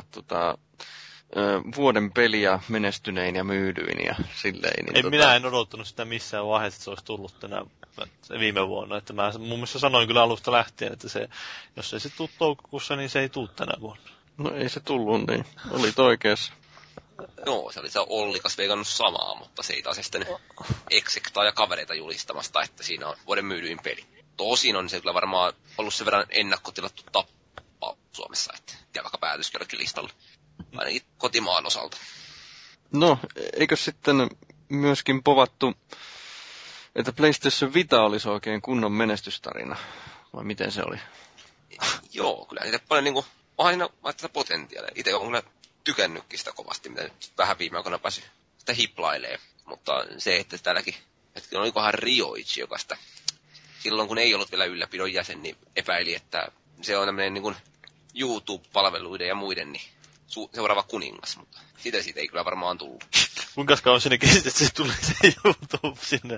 vuoden peliä menestynein ja myydyin ja silleen. Niin minä en odottanut sitä missään vaiheessa, että se olisi tullut viime vuonna. Että mä mun mielestä sanoin kyllä alusta lähtien, että se, jos ei se tule toukokuussa, niin se ei tule tänä vuonna. No ei se tullut, niin olit oikeassa. Joo, se oli se Ollikas veikannut samaa, mutta se ei taas sitten eksektaa ja kavereita julistamasta, että siinä on vuoden myydyin peli. Tosin on se kyllä varmaan ollut sen verran ennakkotilattu tappaa Suomessa, että ja vaikka päätyskin jollekin listalla, ainakin kotimaan osalta. No, eikö sitten myöskin povattu, että PlayStation Vita olisi oikein kunnon menestystarina, vai miten se oli? Joo, kyllä niitä paljon niinku, onhan siinä vaikka potentiaalia. Itse on kyllä tykännytkin sitä kovasti, mitä nyt vähän viime aikoina päässyt sitä hiplailee. Mutta se, että täälläkin, että olikohan Rioichi, joka sitä silloin kun ei ollut vielä ylläpidon jäsen, niin epäili, että se on tämmöinen niin kuin YouTube-palveluiden ja muiden niin seuraava kuningas, mutta siitä ei kyllä varmaan tullut. Kuinka kauan sinne kesti, että se tuli se YouTube sinne?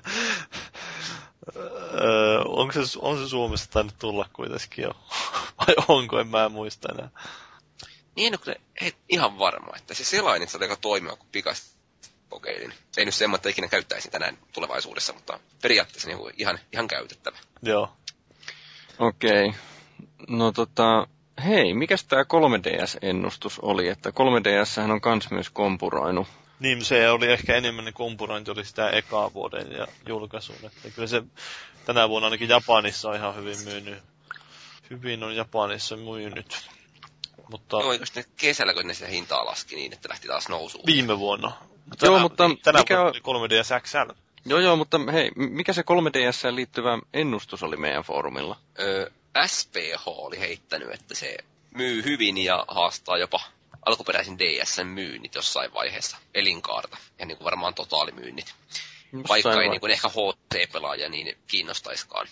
On se Suomessa tainnut tulla kuitenkin jo? Vai onko, en mä muista enää. Niin, no kyllä ihan varma, että se selain se oli aika toimiva, kun pikaisesti kokeilin. Ei nyt semmoinen, että ikinä käyttäisin tänään tulevaisuudessa, mutta periaatteessa niin ihan käytettävä. Joo. Okei. No hei, mikäs tää 3DS-ennustus oli? Että 3DS-hän on kans myös kompuroinut. Niin, se oli ehkä enemmän ne kompurointi oli sitä ekaa vuoden ja julkaisun. Että kyllä se tänä vuonna ainakin Japanissa on ihan hyvin myynyt. Hyvin on Japanissa myynyt. Mutta joo, just ne kesällä, kun ne sitä hintaa laski niin, että lähti taas nousuun. viime vuonna. Tänä vuonna oli 3DS XL. Joo, mutta hei, mikä se 3DS:ään liittyvä ennustus oli meidän foorumilla? SPH oli heittänyt, että se myy hyvin ja haastaa jopa alkuperäisen DS:n myynnit jossain vaiheessa elinkaarta. Ja niin kuin varmaan totaalimyynnit. Vaikka ei niin kuin ehkä HC-pelaaja niin kiinnostaiskaan.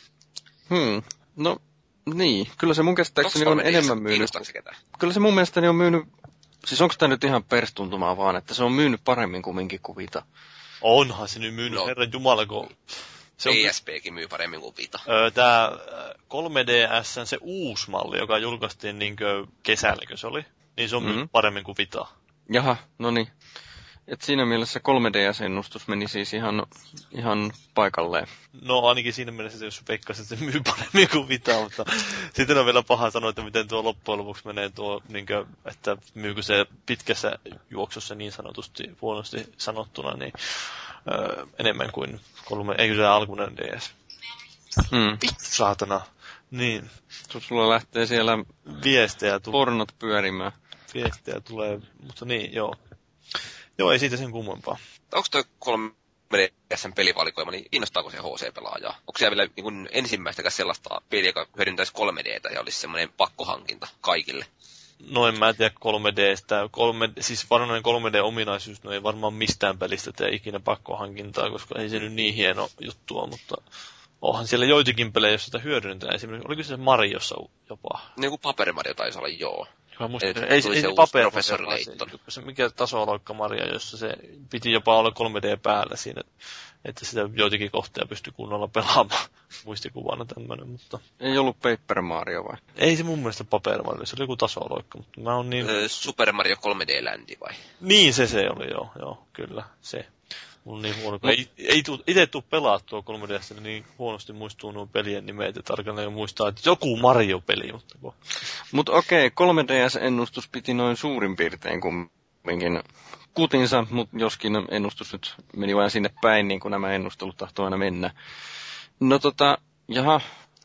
No niin, kyllä se mun käsittääkseni on enemmän myynyt. Kyllä se mun mielestäni on myynyt, siis onko tämä nyt ihan perstuntumaa vaan, että se on myynyt paremmin kuin minkin kuvita? Onhan se nyt myynyt, herran jumala, kun... PSPkin myy paremmin kuin Vita. Tää 3DS, se uusi malli, joka julkaistiin niinkö kesälläkö se oli, niin se on myynyt paremmin kuin Vita. Jaha, no niin. Et siinä mielessä 3DS-ennustus meni siis ihan paikalleen. No ainakin siinä mielessä, jos veikkaisi, että se myy paremmin kuin Vita, mutta sitten on vielä paha sanoa, että miten tuo loppujen lopuksi menee tuo, niinkö, että myykö se pitkässä juoksussa niin sanotusti huonosti sanottuna, niin enemmän kuin eikö se alkuinen DS. Saatana. Niin. Sulla lähtee siellä viestejä pornot pyörimään. Viestejä tulee, mutta niin, joo. Joo, ei siitä sen kummempaa. Onko toi 3DS:n pelivalikoima, niin innostaako se HC-pelaajaa? Onko siellä vielä niin ensimmäistäkään sellaista peliä, joka hyödyntäisi 3D:tä ja olisi semmoinen pakkohankinta kaikille? No en mä tiedä 3D:stä. Siis varsinainen 3D-ominaisuus, no ei varmaan mistään pelistä tee ikinä pakkohankintaa, koska ei se nyt niin hieno juttua, mutta onhan siellä joitakin pelejä, jos sitä hyödynnetään. Esimerkiksi, oliko se Mariossa jopa? Niin kuin Paper Mario taisi olla, joo. Ei se Paper Mario, se mikä tasoloikka Mario, jossa se piti jopa olla 3D päällä siinä, että sitä joitakin kohtia pystyi kunnolla pelaamaan muistikuvana tämmönen, mutta... Ei ollut Paper Mario vai? Ei se mun mielestä Paper Mario, se oli joku tasoloikka, mutta mä oon niin... Super Mario 3D Landi vai? Niin se oli, joo, kyllä, se. Mulla on niin huono, kun ei itse tuu pelattua 3DS, niin huonosti muistuu nuo pelien nimet ja tarkalleen muistaa, että joku Mario-peli, mutta... Mutta okei, 3DS-ennustus piti noin suurin piirtein kumminkin kutinsa, mutta joskin ennustus nyt meni vain sinne päin, niin kuin nämä ennustelut tahtoo aina mennä. No jaha.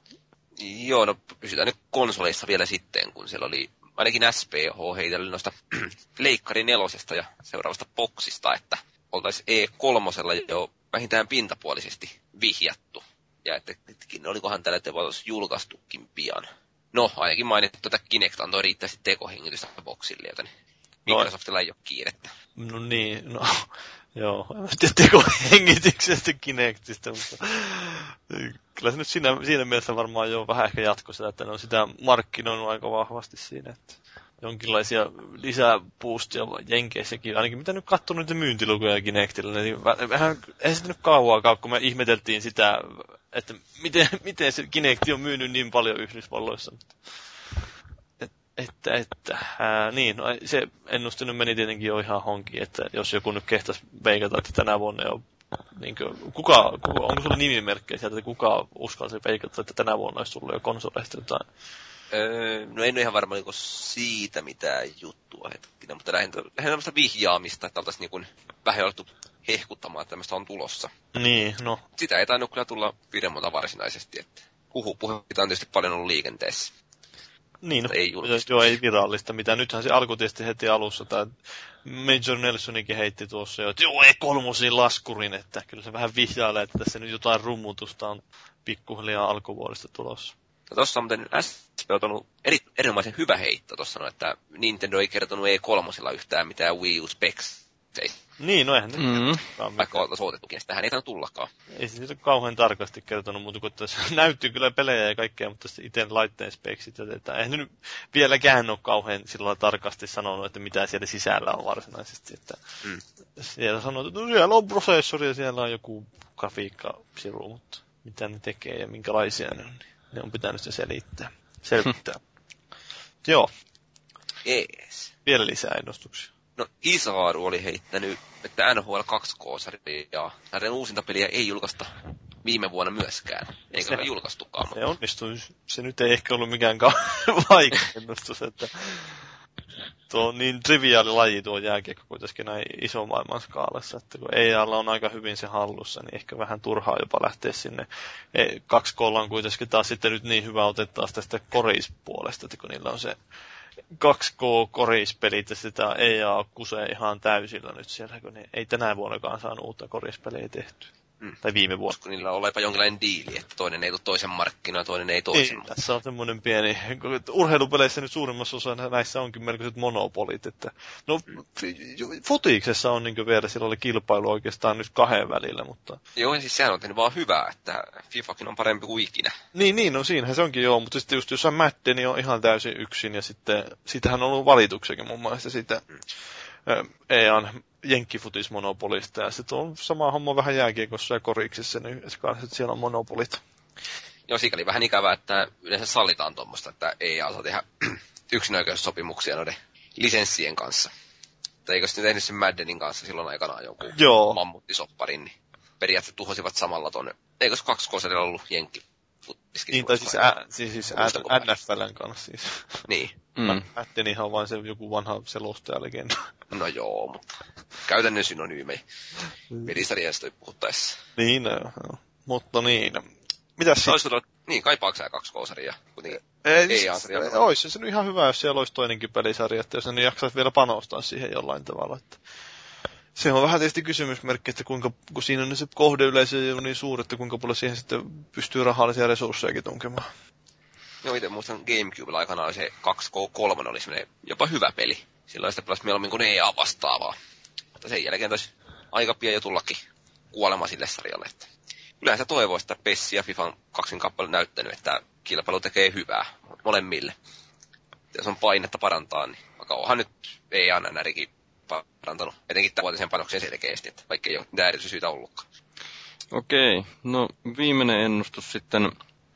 Joo, no pysytään nyt konsoleissa vielä sitten, kun siellä oli ainakin SPH heitellyt noista Leikkari 4 ja seuraavasta boksista, että oltaisiin E3 jo vähintään pintapuolisesti vihjattu. Ja ettekin olikohan tällä tavalla julkaistukin pian. No, ainakin mainittu, että Kinect antoi riittävästi tekohengitystä boksille, joten Microsoftilla ei ole kiirettä. No niin, no joo, en tiedä tekohengityksestä Kinectistä, mutta kyllä se nyt siinä mielessä varmaan jo vähän ehkä jatko sitä, että ne on sitä markkinoinut aika vahvasti siinä, että jonkinlaisia lisäboostia Jenkeissäkin, ainakin mitä nyt katsonut niitä myyntilukuja Kinectillä, niin vähän ei sitä nyt kauaakaan, kun me ihmeteltiin sitä, että miten se Kinect on myynyt niin paljon Yhdysvalloissa. Niin, no se ennuste nyt meni tietenkin jo ihan honkiin, että jos joku nyt kehtaisi veikata, että tänä vuonna jo, niin kuin, onko sulla nimimerkkejä sieltä, että kuka uskalsi veikata, että tänä vuonna olisi tullut jo konsoleista jotain? No en ole ihan varma niin siitä mitään juttua hetkinä, mutta lähinnä tämmöistä vihjaamista, että oltaisiin niin vähän jouduttu hehkuttamaan, että tämmöistä on tulossa. Niin, no. Sitä ei tainnut kyllä tulla pidemmältä varsinaisesti, että puheita on tietysti paljon ollut liikenteessä. Niin, no, ei virallista mitään. Nythän se alkoi tietysti heti alussa. Tämä Major Nelsonikin heitti tuossa jo, että joo, ei kolmosiin laskurin, että kyllä se vähän vihjailee, että tässä nyt jotain rummutusta on pikkuhiljaa alkuvuodesta tulossa. No tossa on muuten SP on erinomaisen hyvä heitto tuossa, että Nintendo ei kertonut E3 yhtään mitään Wii U Specs. Niin, no eihän vaikka oltaisiin odotettukin, niin sitähän ei tainnut tullakaan. Ei se nyt kauhean tarkasti kertonut, mutta kun tässä näyttyy kyllä pelejä ja kaikkea, mutta itse laitteen speksit, että eihän nyt vieläkään ole kauhean sillä tarkasti sanonut, että mitä siellä sisällä on varsinaisesti. Että siellä sanoo, että no, siellä on prosessori ja siellä on joku grafiikkasiru, mutta mitä ne tekee ja minkälaisia ne on, niin ne on pitänyt se selvittää. Joo. Jees. Vielä lisää ennustuksia. No Isaaru oli heittänyt, että NHL 2K-sarjaa näiden uusinta peliä ei julkaista viime vuonna myöskään. Eikä ole julkaistukaan. Se onnistui. Se nyt ei ehkä ollut mikään vaikea ennustus, että tuo on niin triviaali laji tuo jääkiekko kuitenkin näin iso maailman skaalassa, että kun EA:lla on aika hyvin se hallussa, niin ehkä vähän turhaa jopa lähteä sinne. 2K:lla on kuitenkin taas sitten nyt niin hyvä ote taas tästä korispuolesta, että kun niillä on se 2K-korispelit ja sitä EA kusee ihan täysillä nyt siellä, kun ei tänä vuonnakaan saanut uutta korispeliä tehtyä. Tai viime vuonna. Koska niillä on olepa jonkinlainen diili, että toinen ei tule toisen markkinoilla, toinen ei toisen. Niin, tässä on semmoinen pieni, urheilupeleissä nyt suurimmassa osassa näissä onkin melkoiset monopolit, että no futiksessa on niin vielä, sillä oli kilpailu oikeastaan nyt kahden välillä, mutta... Joo, ja siis sehän on tehnyt vaan hyvää, että FIFAkin on parempi kuin ikinä. Niin, no siinähän se onkin joo, mutta sitten just jossain Madden niin on ihan täysin yksin, ja sitten siitähän on ollut valituksekin mun mielestä siitä EA:n jenkkifutismonopolista, ja sitten on sama homma vähän jääkiekossa ja koriksissa, niin että siellä on monopolit. Joo, sikäli vähän ikävää, että yleensä sallitaan tuommoista, että EA saa tehdä yksinäköissopimuksia noiden lisenssien kanssa. Tai eikö sitten tehnyt sen Maddenin kanssa silloin aikanaan joku mammuttisopparin, niin periaatteessa tuhosivat samalla tuonne. Eikö 2K ollut jenkkifutiskin? Niin, tai siis NFLn kanssa siis. Niin. Maddenihan on vain se joku vanha selostajalegenda. No joo, mutta käytännön synonyymejä pelisarjasta puhuttaessa. Niin, mutta niin. Mitäs sitten? Niin, kaipaako sä 2K-sarjaa? Olisi se nyt ihan hyvä, jos siellä olisi toinenkin pelisarja, että jos ne jaksaisi vielä panostaa siihen jollain tavalla. Että se on vähän tietysti kysymysmerkki, että kun siinä on se kohdeyleisö on niin suuri, että kuinka paljon siihen sitten pystyy rahallisia resurssejakin tunkemaan. Joo, itse muistan GameCubella aikanaan se 2K3 oli semmoinen jopa hyvä peli. Silloin sitä pelasi mieluummin kuin EA vastaavaa. Mutta sen jälkeen taisi aika pian jo tullakin kuolema sille sarjalle. Että yleensä toivoisi, että PES ja FIFAn kaksinkappale näyttänyt, että kilpailu tekee hyvää molemmille. Jos on painetta parantaa, niin vaikka onhan nyt EA NRikin parantanut, etenkin tämän vuotisen panoksen selkeästi, että vaikka ei ole mitään erityisyyttä ollutkaan. Okei, no viimeinen ennustus sitten,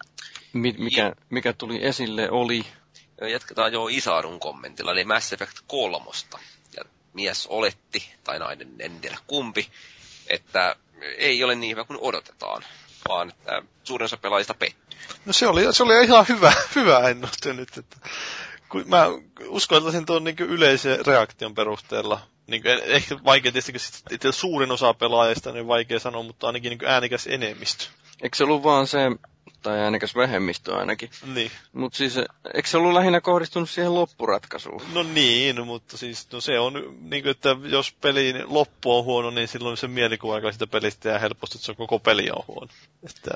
mikä tuli esille oli... Jatketaan jo Isarun kommentilla, eli Mass Effect 3. Ja mies oletti, tai nainen, en tiedä kumpi, että ei ole niin hyvä kuin odotetaan, vaan että suurin osa pelaajista pettyy. No se oli ihan hyvä ennuste nyt, että kun mä uskaltaisin tuon niin yleisen reaktion perusteella. Niin ehkä vaikea tietysti, että suurin osa pelaajista niin vaikea sanoa, mutta ainakin niin äänikäs enemmistö. Eikö se ollut vaan se, tai äänikäs vähemmistö ainakin? Niin. Mutta siis, eikö se ollut lähinnä kohdistunut siihen loppuratkaisuun? No niin, mutta siis no se on niin kuin, että jos pelin loppu on huono, niin silloin se mielikuva aika sitä pelistä ja helposti, että se koko peli on huono. Että...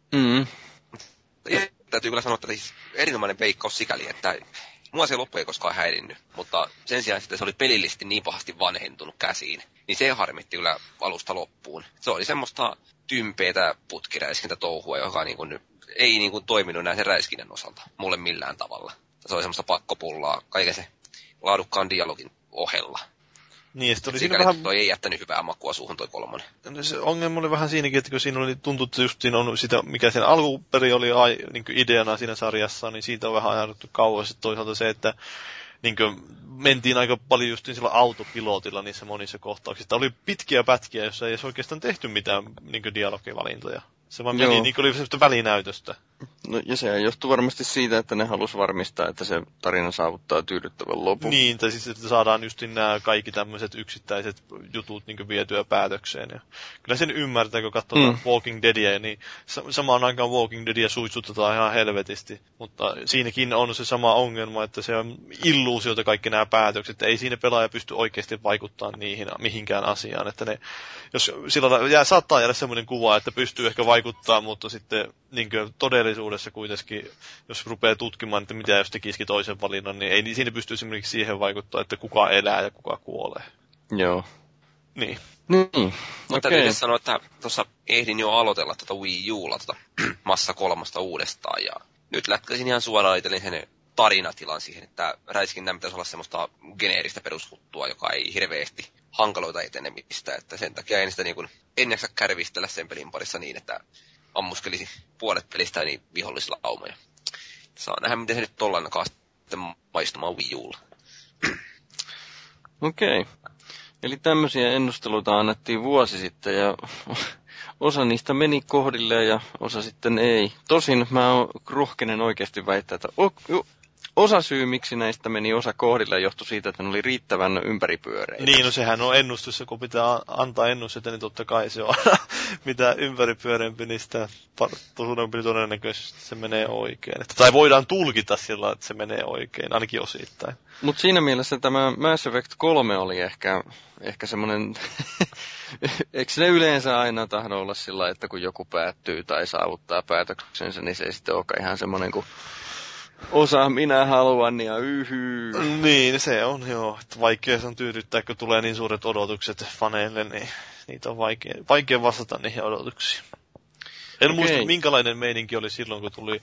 Täytyy kyllä sanoa, että siis erinomainen veikkaus sikäli, että mua se loppu ei koskaan häirinnyt, mutta sen sijaan sitten se oli pelillisesti niin pahasti vanhentunut käsiin, niin se harmitti kyllä alusta loppuun. Se oli semmoista tympeätä putkiräiskintä touhua, joka niin kuin ei niin kuin toiminut näin sen räiskinnän osalta mulle millään tavalla. Se oli semmoista pakkopullaa kaiken se laadukkaan dialogin ohella. Niin, oli siinä vähän... toi ei jättänyt hyvää makua suuhun toi 3. Se ongelma oli vähän siinäkin, että kun siinä oli tuntui, että just siinä on sitä, mikä sen alkuperin oli niin ideana siinä sarjassa, niin siitä on vähän ajauduttu kauas. Sitten toisaalta se, että niin mentiin aika paljon just sillä autopilotilla niissä monissa kohtauksissa. Oli pitkiä pätkiä, joissa ei edes oikeastaan tehty mitään niin dialogivalintoja. Se vaan meni, niin oli semmoista välinäytöstä. No, ja se johtuu varmasti siitä, että ne halusi varmistaa, että se tarina saavuttaa tyydyttävän lopun. Niin, tai siis, että saadaan just nämä kaikki tämmöiset yksittäiset jutut niin vietyä päätökseen. Ja kyllä sen ymmärtää, kun katsotaan Walking Deadia, niin samaan aikaan Walking Deadia suitsutetaan ihan helvetisti. Mutta siinäkin on se sama ongelma, että se on illuusiota kaikki nämä päätökset. Ei siinä pelaaja pysty oikeasti vaikuttamaan niihin mihinkään asiaan. Että ne, jos sillä saattaa jäädä semmoinen kuva, että pystyy ehkä vaikuttaa, mutta sitten niin todellisuudessa kuitenkin, jos rupeaa tutkimaan, että mitä jos tekisikin toisen valinnan, niin ei siinä pysty esimerkiksi siihen vaikuttaa, että kuka elää ja kuka kuolee. Joo. Niin. Mutta täytyy sanoa, että tuossa ehdin jo aloitella tuota Wii Ulla, Massa 3 uudestaan, ja nyt lätkäsin ihan suoraan itselleni sen tarinatilan siihen, että räiskinnän pitäisi olla semmoista geneeristä perushuttua, joka ei hirveästi hankaloita etenemistä, että sen takia en sitä niin kuin, en jaksa kärvistellä sen pelin parissa niin, että ammuskelisi puolet pelistä niin vihollisilla aumoja. Saa nähdä, miten se nyt tollain alkaa sitten maistumaan Wii Ulla. Okei. Eli tämmöisiä ennusteluita annettiin vuosi sitten, ja osa niistä meni kohdilleen ja osa sitten ei. Tosin mä rohkenen oikeasti väittää, että osa syy, miksi näistä meni osa kohdilleen, johtui siitä, että ne oli riittävän ympäripyöreitä. Niin, no sehän on ennustus, kun pitää antaa ennusteita, niin totta kai se on mitä ympäripyöreämpi, niin sitä suurempi todennäköisesti se menee oikein. Tai voidaan tulkita sillä, että se menee oikein, ainakin osittain. Mutta siinä mielessä tämä Mass Effect 3 oli ehkä semmoinen, eikö ne yleensä aina tahdo olla sillä, että kun joku päättyy tai saavuttaa päätöksensä, niin se ei sitten olekaan ihan semmoinen kuin osa minä haluan ja Niin, se on joo. Vaikea se on tyydyttää, kun tulee niin suuret odotukset faneille, niin niitä on vaikea vastata niihin odotuksiin. En muista, minkälainen meininki oli silloin, kun tuli,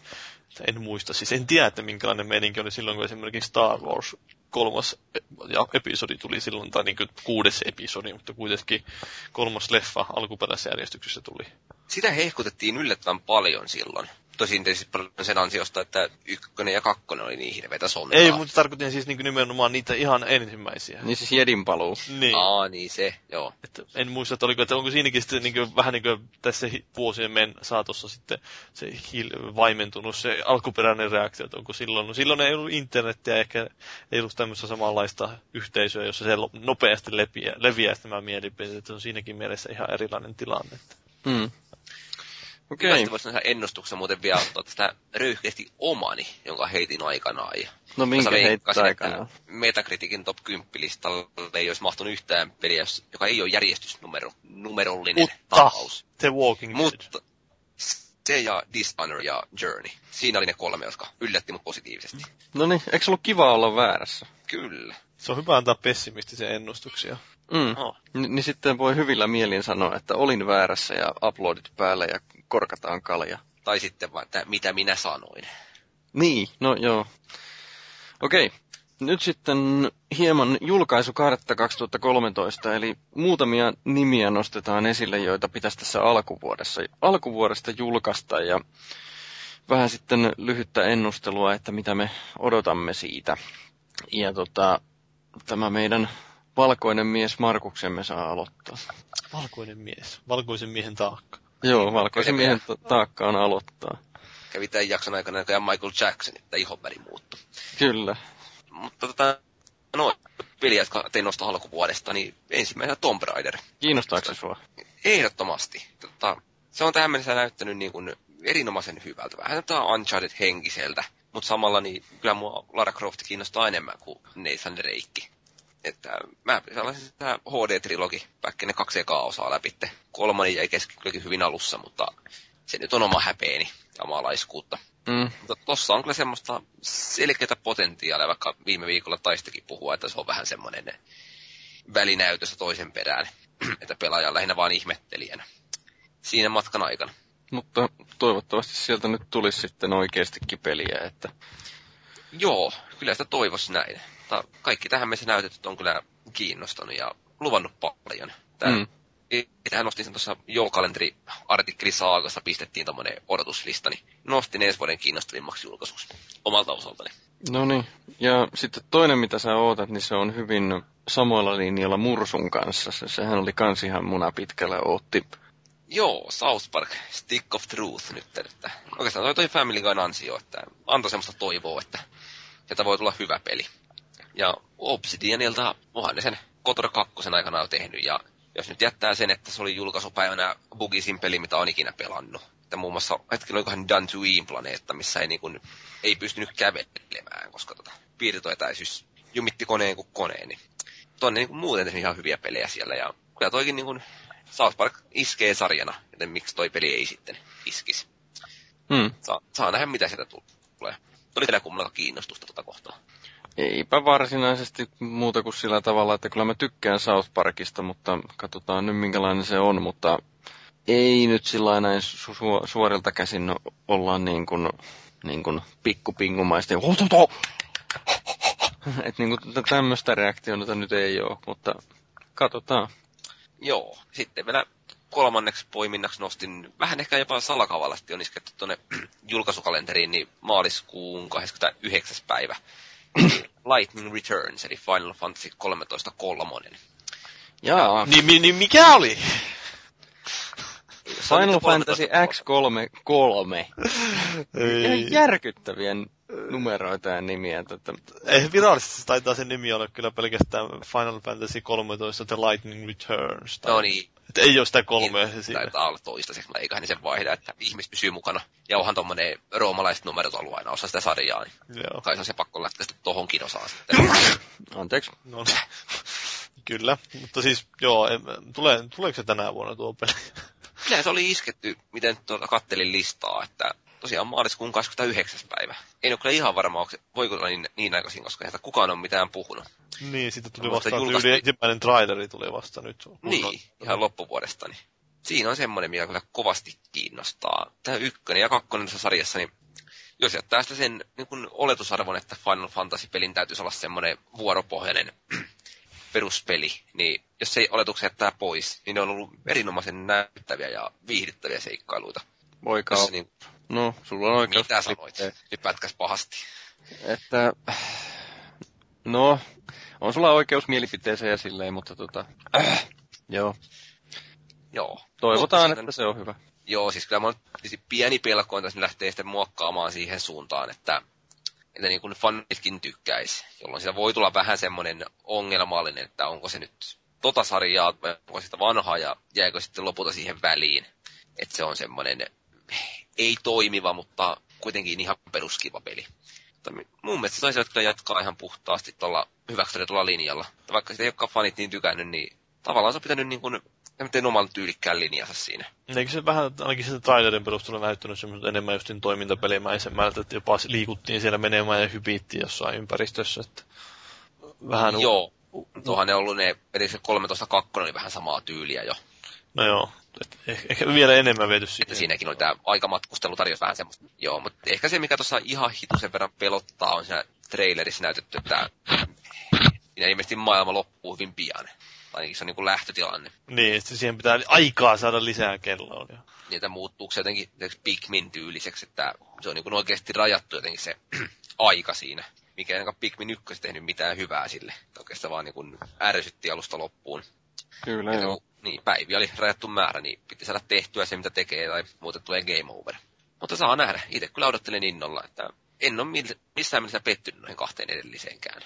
en tiedä, että minkälainen meininki oli silloin, kun esimerkiksi Star Wars 3. episodi tuli silloin, tai niin kuin 6. episodi, mutta kuitenkin 3. leffa alkuperäisjärjestyksessä tuli. Sitä hehkutettiin yllättävän paljon silloin. Tosin tietysti sen ansiosta, että 1 ja 2 oli niin hirveitä sontaa. Ei, mutta tarkoitin siis niin nimenomaan niitä ihan ensimmäisiä. Niin siis Jedin paluu. Niin. Niin se, joo. Että en muista, että onko siinäkin sitten niin kuin, vähän niin kuin tässä vuosien saatossa sitten se vaimentunut se alkuperäinen reaktio, että onko silloin. No silloin ei ollut internetiä, ehkä ei ollut tämmöistä samanlaista yhteisöä, jossa se nopeasti leviää nämä mielipiteet, että on siinäkin mielessä ihan erilainen tilanne. Okei. Tästä voisi nähdä ennustuksen muuten vielä ottaa tästä röyhkeästi omani, jonka heitin aikanaan. Ja no minkä heitit aikanaan? Metacriticin top 10-listalle ei olisi mahtunut yhtään peliä, joka ei ole järjestysnumerollinen tapaus. The Walking Dead. Mutta se ja Dishonor ja Journey. Siinä oli ne 3, jotka yllätti mut positiivisesti. No niin, eikö se ollut kiva olla väärässä? Kyllä. Se on hyvä antaa pessimistisiä ennustuksia. Niin sitten voi hyvillä mielin sanoa, että olin väärässä ja uploadit päälle ja korkataan kalja. Tai sitten vaan, että mitä minä sanoin. Niin, no joo. Okei, nyt sitten hieman julkaisukaaretta 2013, eli muutamia nimiä nostetaan esille, joita pitäisi tässä alkuvuodesta julkaista ja vähän sitten lyhyttä ennustelua, että mitä me odotamme siitä. Ja tämä meidän valkoinen mies Markuksemme saa aloittaa. Valkoinen mies. Valkoisen miehen taakka. Joo, valkoisen miehen taakka on aloittaa. Kävi tämän jakson aikana näköjään Michael Jackson, että ihonväri muuttui. Kyllä. Mutta peliä, jotka tein nostaa alkuvuodesta, niin ensimmäisenä Tomb Raider. Kiinnostaako se sua? Ehdottomasti. Se on tähän mennessä näyttänyt niin kuin erinomaisen hyvältä. Vähän Uncharted-henkiseltä, mutta samalla niin kyllä mua Lara Croft kiinnostaa enemmän kuin Nathan Drake. Että mä sellaisin sitä HD-trilogi, vaikka ne 2 ekaa osaa läpi. 3 jäi kylläkin hyvin alussa, mutta se nyt on oma häpeeni ja omaa laiskuutta. Mutta tossa on kyllä semmoista selkeää potentiaalia, vaikka viime viikolla taistakin puhua, että se on vähän semmoinen välinäytössä toisen perään, että pelaaja on lähinnä vaan ihmettelijänä siinä matkan aikana. Mutta toivottavasti sieltä nyt tulisi sitten oikeastikin peliä, että... Joo, kyllä sitä toivoisi näin. Kaikki tähän meissä näytetyt on kyllä kiinnostanut ja luvannut paljon. Tähän nostin sen tuossa joulukalenteri-artikkelisaakassa, pistettiin tommonen odotuslista, niin nostin ensi vuoden kiinnostavimmaksi julkaisuksi omalta osaltani. No niin, ja sitten toinen mitä sä ootat, niin se on hyvin samoilla linjalla Mursun kanssa. Sehän oli kans ihan munapitkällä ootti. Joo, South Park, Stick of Truth nyt. Että oikeastaan toi Family Guyn ansio, että antoi semmoista toivoa, että sieltä voi tulla hyvä peli. Ja Obsidianilta onhan ne sen Kotor 2 aikana jo tehnyt, ja jos nyt jättää sen, että se oli julkaisupäivänä bugisin peli, mitä on ikinä pelannut. Että muun muassa hetkellä olikohan Dantooine planeetta, missä ei pystynyt kävelemään, koska piirtoetäisyys jumitti koneen kuin koneen. Niin tuonne niin muuten tehnyt ihan hyviä pelejä siellä, ja kyllä toikin niin South Park iskee sarjana, joten miksi toi peli ei sitten iskisi. Saa nähdä, mitä sieltä tulee. Oli teillä kummallakaan kiinnostusta tuota kohtaa? Eipä varsinaisesti muuta kuin sillä tavalla, että kyllä mä tykkään South Parkista, mutta katsotaan nyt minkälainen se on, mutta ei nyt sillä näin suorilta käsin ollaan niin kuin pikkupingumaista. Että niin kuin tämmöistä reaktiota nyt ei ole, mutta katsotaan. Joo, sitten vielä kolmanneksi poiminnaksi nostin vähän ehkä jopa salakavallasti on isketty tuonne julkaisukalenteriin, niin maaliskuun 29. päivä. Lightning Returns, eli Final Fantasy 13 kolmonen. Jaa. Niin mikä oli? Final Fantasy X33. Ihan järkyttäviä numeroita ja nimiä. Ei virallisesti taitaa sen nimi olla kyllä pelkästään Final Fantasy 13 The Lightning Returns. No niin. Että ei ole sitä 3 siinä. Taitaa olla toistaiseksi, mutta eiköhän ne sen vaihda, että ihmis pysyy mukana. Ja onhan tommonen roomalaiset numerot ollut aina osa sitä sarjaa, niin joo. Kai se on se pakko lähteä sitten tohonkin osaan sitten. Anteeksi. No, kyllä, mutta siis joo, tuleeko se tänä vuonna tuo peli? Kyllä se oli isketty, miten kattelin listaa, että tosiaan maaliskuun 29. päivä. En ole kyllä ihan varma, voiko olla niin aikaisin, koska eihän kukaan ole mitään puhunut. Niin, siitä tuli vasta ensimmäinen traileri tuli vasta nyt. Niin, ihan loppuvuodesta. Niin. Siinä on semmoinen, mikä kyllä kovasti kiinnostaa. Tämä 1 ja 2 tässä sarjassa, niin jos jättää sitä sen niin kun oletusarvon, että Final Fantasy-pelin täytyisi olla semmoinen vuoropohjainen peruspeli, niin jos se oletuksen jättää pois, niin ne on ollut erinomaisen näyttäviä ja viihdyttäviä seikkailuita. Voikaa. Niin, no, sulla on oikeus. Mitä sanoit? Nyt pätkäs pahasti. Että, no, on sulla oikeus mielipiteeseen ja silleen, mutta joo. Joo. Toivotaan, että se on hyvä. Joo, siis kyllä mä pieni pelko on tässä lähtee sitten muokkaamaan siihen suuntaan, että niin kuin fanitkin tykkäisi, jolloin siitä voi tulla vähän semmoinen ongelmallinen, että onko se nyt sarjaa, vai onko sitä vanhaa ja jääkö sitten lopulta siihen väliin. Että se on semmoinen ei toimiva, mutta kuitenkin ihan peruskiva peli. Mutta mun mielestä se saisivat kyllä jatkaa ihan puhtaasti tuolla hyväksytyllä linjalla. Että vaikka sitä ei olekaan fanit niin tykännyt, niin tavallaan se on pitänyt niin kuin oman tyylikkään linjansa siinä. Eikö se vähän, ainakin sitä trailerin perusteella näyttänyt semmoista enemmän justin toimintapelimäisemmältä, että jopa liikuttiin siellä menemään ja hypittiin jossain ympäristössä, että vähän... Joo, tuohan ne ollut ne, eli se 13.2 oli vähän samaa tyyliä jo. No joo, ehkä vielä enemmän viety siihen. Että siinäkin oli tämä aikamatkustelu tarjosi vähän semmoista. Joo, mutta ehkä se, mikä tuossa ihan hitusen verran pelottaa, on siinä trailerissa näytetty, että siinä ilmeisesti maailma loppuu hyvin pian. Ainakin se on niin kuin lähtötilanne. Niin, että siihen pitää aikaa saada lisää kelloa. Niitä muuttuuko se jotenkin Pikmin-tyyliseksi, että se on niin kuin oikeasti rajattu jotenkin se aika siinä. Mikä ei ainakaan Pikmin 1 tehnyt mitään hyvää sille. Oikeastaan vaan niin kuin ärsytti alusta loppuun. Kyllä että, joo. Niin, päiviä oli rajattu määrä, niin piti saada tehtyä se, mitä tekee, tai muuten tulee game over. Mutta saa nähdä. Itse kyllä odottelen innolla, että en ole missään mielessä pettynyt noihin 2 edelliseenkään.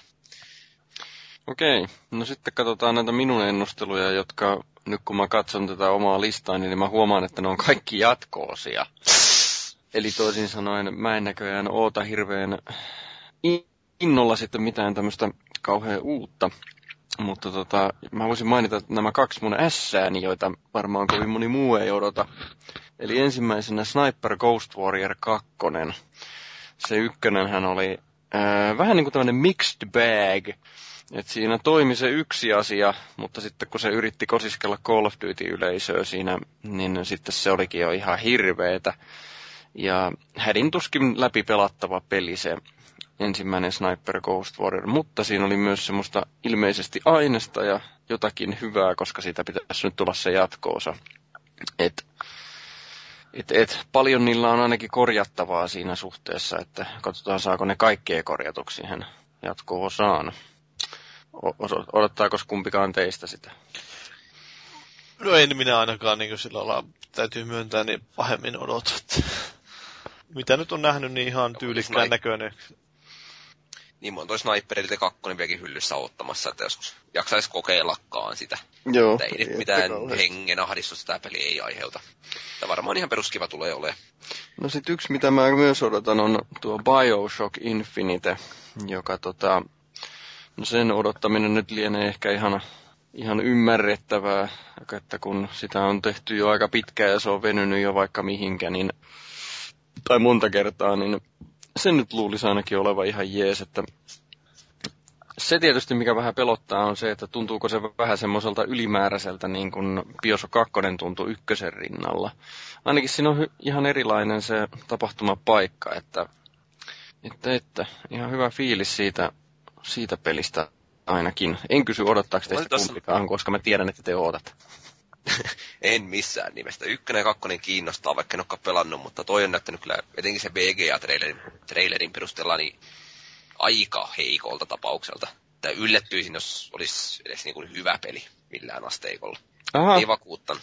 Okei, no sitten katsotaan näitä minun ennusteluja, jotka nyt kun mä katson tätä omaa listaa, niin mä huomaan, että ne on kaikki jatko-osia. Eli toisin sanoen mä en näköjään oota hirveän innolla sitten mitään tämmöistä kauhean uutta. Mutta mä voisin mainita nämä 2 mun ässääni, joita varmaan kovin moni muu ei odota. Eli ensimmäisenä Sniper Ghost Warrior 2. Se ykkönen oli vähän niin kuin tämmöinen mixed bag. Et siinä toimi se yksi asia, mutta sitten kun se yritti kosiskella Call of Duty-yleisöä siinä, niin sitten se olikin jo ihan hirveetä. Ja hädin tuskin läpi pelattava peli se ensimmäinen Sniper Ghost Warrior, mutta siinä oli myös semmoista ilmeisesti aineesta ja jotakin hyvää, koska siitä pitäisi nyt tulla se jatko-osa. Paljon niillä on ainakin korjattavaa siinä suhteessa, että katsotaan saako ne kaikkea korjatuksi siihen jatko-osaan. Odottaako kumpikaan teistä sitä? No en minä ainakaan, niin kuin sillä lailla täytyy myöntää, niin pahemmin odotat. Mitä nyt on nähnyt, niin ihan tyylikkään näköinen. Niin, mun on toi Sniper Elite 2 vieläkin hyllyssä ottamassa, että joskus jaksaisi kokeillakaan sitä. Joo. Että ei nyt mitään hengen ahdistusta tämä peli ei aiheuta. Tämä varmaan ihan peruskiva tulee olemaan. No sit yksi, mitä mä myös odotan, on tuo BioShock Infinite, joka no sen odottaminen nyt lienee ehkä ihan ymmärrettävää, että kun sitä on tehty jo aika pitkään ja se on venynyt jo vaikka mihinkä, niin, tai monta kertaa, niin sen nyt luulisi ainakin olevan ihan jees, että se tietysti mikä vähän pelottaa on se, että tuntuuko se vähän semmoiselta ylimääräiseltä niin kuin BioShock 2 tuntui ykkösen rinnalla. Ainakin siinä on ihan erilainen se tapahtumapaikka, että ihan hyvä fiilis siitä pelistä ainakin. En kysy odottaako teistä kumpikaan, koska mä tiedän, että te ootat. En missään nimestä. 1 ja 2 kiinnostaa, vaikka en olekaan pelannut, mutta toi on näyttänyt kyllä, etenkin se BGA-trailerin perusteella, niin aika heikolta tapaukselta. Tai yllättyisin, jos olisi edes niin kuin hyvä peli millään asteikolla. Aha. Ei vakuuttanut.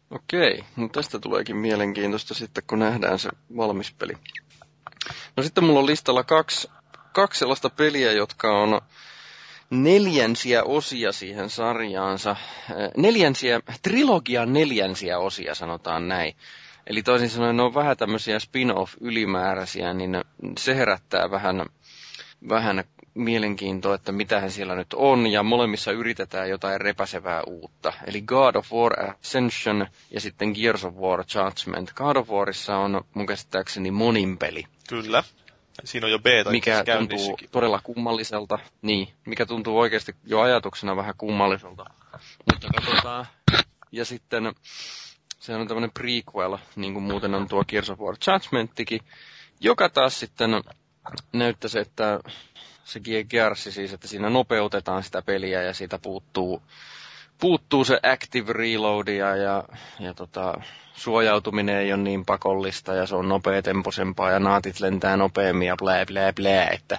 Okei, no tästä tuleekin mielenkiintoista sitten, kun nähdään se valmis peli. No sitten mulla on listalla kaksi sellaista peliä, jotka on neljänsiä osia siihen sarjaansa. Trilogian neljänsiä osia, sanotaan näin. Eli toisin sanoen ne on vähän tämmöisiä spin-off-ylimääräisiä, niin se herättää vähän mielenkiintoa, että mitähän siellä nyt on, ja molemmissa yritetään jotain repäsevää uutta. Eli God of War Ascension ja sitten Gears of War Judgment. God of Warissa on mun käsittääkseni monin peli. Kyllä. Siinä on jo beta mikä tuntuu todella kummalliselta. Niin, mikä tuntuu oikeasti jo ajatuksena vähän kummalliselta. Mutta katsotaan. Ja sitten se on tämmöinen prequel, niin kuin muuten on tuo Gears of War Judgmentikin, joka taas sitten näyttäisi, että se Gears siis, että siinä nopeutetaan sitä peliä ja siitä puuttuu se active reloadia ja suojautuminen ei ole niin pakollista ja se on nopeatempoisempaa ja naatit lentää nopeammin ja blää blää blää, että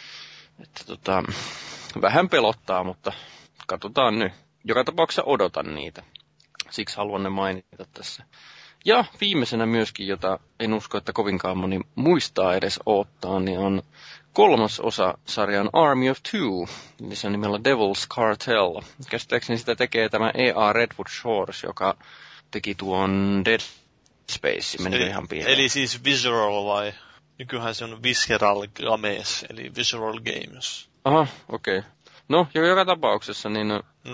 vähän pelottaa, mutta katsotaan nyt. Joka tapauksessa odotan niitä. Siksi haluan ne mainita tässä. Ja viimeisenä myöskin, jota en usko, että kovinkaan moni muistaa edes odottaa, niin on 3. osa sarjan Army of Two, eli se on nimellä Devil's Cartel. Käsittääkseni sitä tekee tämä E.A. Redwood Shores, joka teki tuon Dead Space, meni ihan pieleen. Eli siis Visual vai? Nykyään se on Visceral Games, eli Visual Games. Aha, okei. Okay. No, joka tapauksessa niin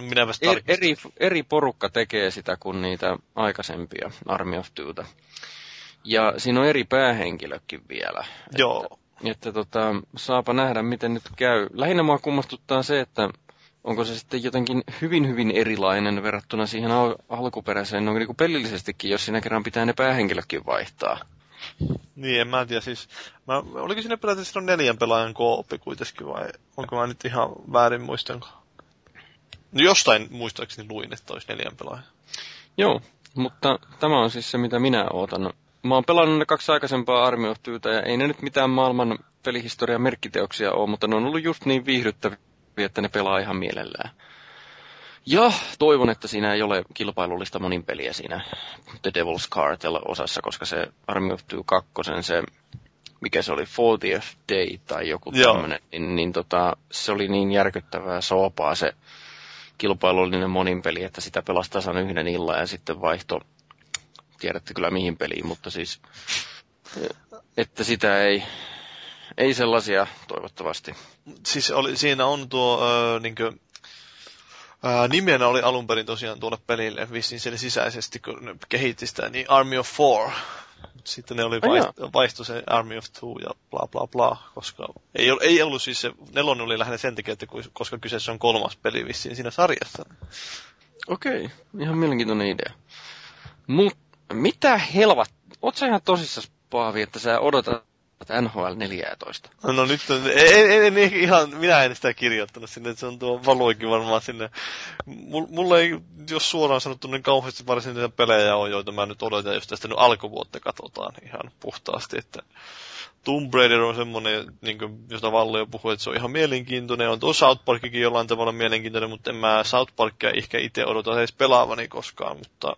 eri porukka tekee sitä kuin niitä aikaisempia Army of Twota. Ja siinä on eri päähenkilökin vielä. Joo. Että saapa nähdä, miten nyt käy. Lähinnä mua kummastuttaa se, että onko se sitten jotenkin hyvin, hyvin erilainen verrattuna siihen alkuperäiseen, no niin kuin pelillisestikin, jos siinä kerran pitää ne päähenkilökin vaihtaa. Niin, en mä tiedä siis. Oliko siinä pelätä 4 pelaajan kooppi kuitenkin vai onko mä nyt ihan väärin muistanko? No jostain muistaakseni luin, että olisi 4 pelaajan. Joo, mutta tämä on siis se, mitä minä ootan. Mä oon pelannut ne 2 aikaisempaa Army of Twota ja ei ne nyt mitään maailman pelihistorian merkkiteoksia ole, mutta ne on ollut just niin viihdyttäviä, että ne pelaa ihan mielellään. Ja toivon, että siinä ei ole kilpailullista monin peliä siinä The Devil's Cartel-osassa, koska se Army of Two 2, se, mikä se oli, 40th Day tai joku tämmöinen, niin se oli niin järkyttävää soopaa se kilpailullinen monin peli, että sitä pelasi tasan yhden illan ja sitten vaihto, tiedätte kyllä mihin peliin, mutta siis, että sitä ei sellaisia toivottavasti. Siis siinä on tuo niinkö nimenä oli alun perin tosiaan tuolle pelille, vissiin siellä sisäisesti, kun ne kehitti sitä, niin Army of Four. Sitten ne oli vaihto se Army of Two ja bla bla bla, koska ei ollut siis se 4 oli lähinnä sen takia, että koska kyseessä on 3. peli vissiin siinä sarjassa. Okei, ihan mielenkiintoinen idea. Mitä oot sä ihan tosissas, Paavi, että sä odotat NHL 14? No nyt minä en sitä kirjoittanut sinne, että se on tuo valuikin varmaan sinne. Mulla ei, jos suoraan sanottu, niin kauheasti varsinaisia pelejä on, joita mä nyt odotan, jos tästä nyt alkuvuotta katsotaan ihan puhtaasti, että Tomb Raider on semmoinen, niin kuin, josta Valle jo puhui, että se on ihan mielenkiintoinen. On tuo South Parkikin jollain tavalla mielenkiintoinen, mutta en mä South Parkia ehkä itse odota edes pelaavani koskaan, mutta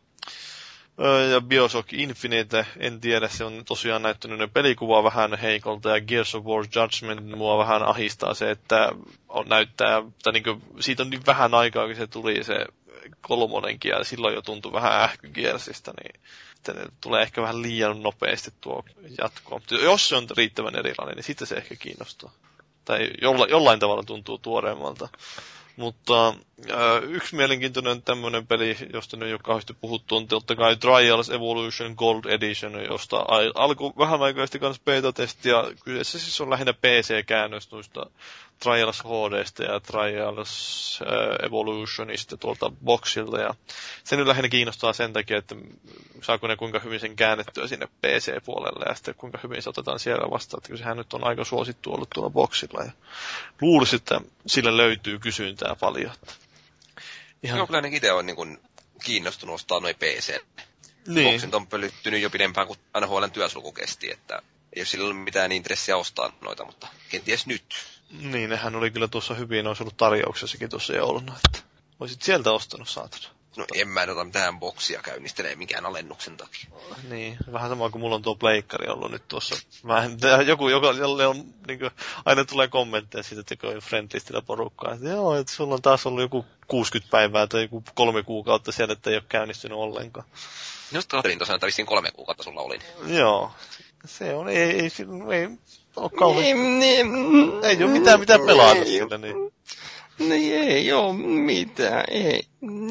ja BioShock Infinite, en tiedä, se on tosiaan näyttänyt pelikuva vähän heikolta, ja Gears of War Judgment mua vähän ahistaa se, että näyttää, tai niin kuin, siitä on niin vähän aikaa, kun se tuli se 3, ja silloin jo tuntui vähän ähky Gearsista, niin tulee ehkä vähän liian nopeasti tuo jatkoa. Mutta jos se on riittävän erilainen, niin sitten se ehkä kiinnostaa. Tai jollain tavalla tuntuu tuoreemmalta. Mutta yksi mielenkiintoinen tämmöinen peli, josta nyt ei ole kauheasti puhuttu, on totta kai Trials Evolution Gold Edition, josta alkoi vähän aikaisesti kanssa beta-testi, ja kyllä se siis on lähinnä PC-käännös noista Trials HD:stä ja Trials Evolutionista tuolta boxilta, ja se nyt lähinnä kiinnostaa sen takia, että saako ne kuinka hyvin sen käännettyä sinne PC-puolelle, ja sitten kuinka hyvin se otetaan siellä vastaan, että sehän nyt on aika suosittu ollut tuolla boxilla, ja luulisin, että sille löytyy kysyntää paljon. Ihan... Joo, kyllä ainakin itse on niin kiinnostunut ostaa noin PC. Niin. Boksit on pölyttynyt jo pidempään kuin NHL:n työsulku kesti, että ei ole sillä ollut mitään intressiä ostaa noita, mutta kenties nyt. Niin, nehän oli kyllä tuossa hyvin, olisi ollut tarjouksessakin tuossa jouluna, että olisit sieltä ostanut, saatana. No en mä mitään boksia käynnistelee mikään alennuksen takia. Niin, vähän sama kuin mulla on tuo pleikkari ollut nyt tuossa. Jolle on, niin kuin, aina tulee kommentteja siitä, että on friendlistillä porukkaa. Että joo, että sulla on taas ollut joku 60 päivää tai joku 3 kuukautta siellä, että ei ole käynnistynyt ollenkaan. Just katselin tosiaan, että vissiin 3 kuukautta sulla oli. Joo, se on, ei ole kauhean. Ei ole mitään pelata sillä, niin. No ei oo mitään, ei.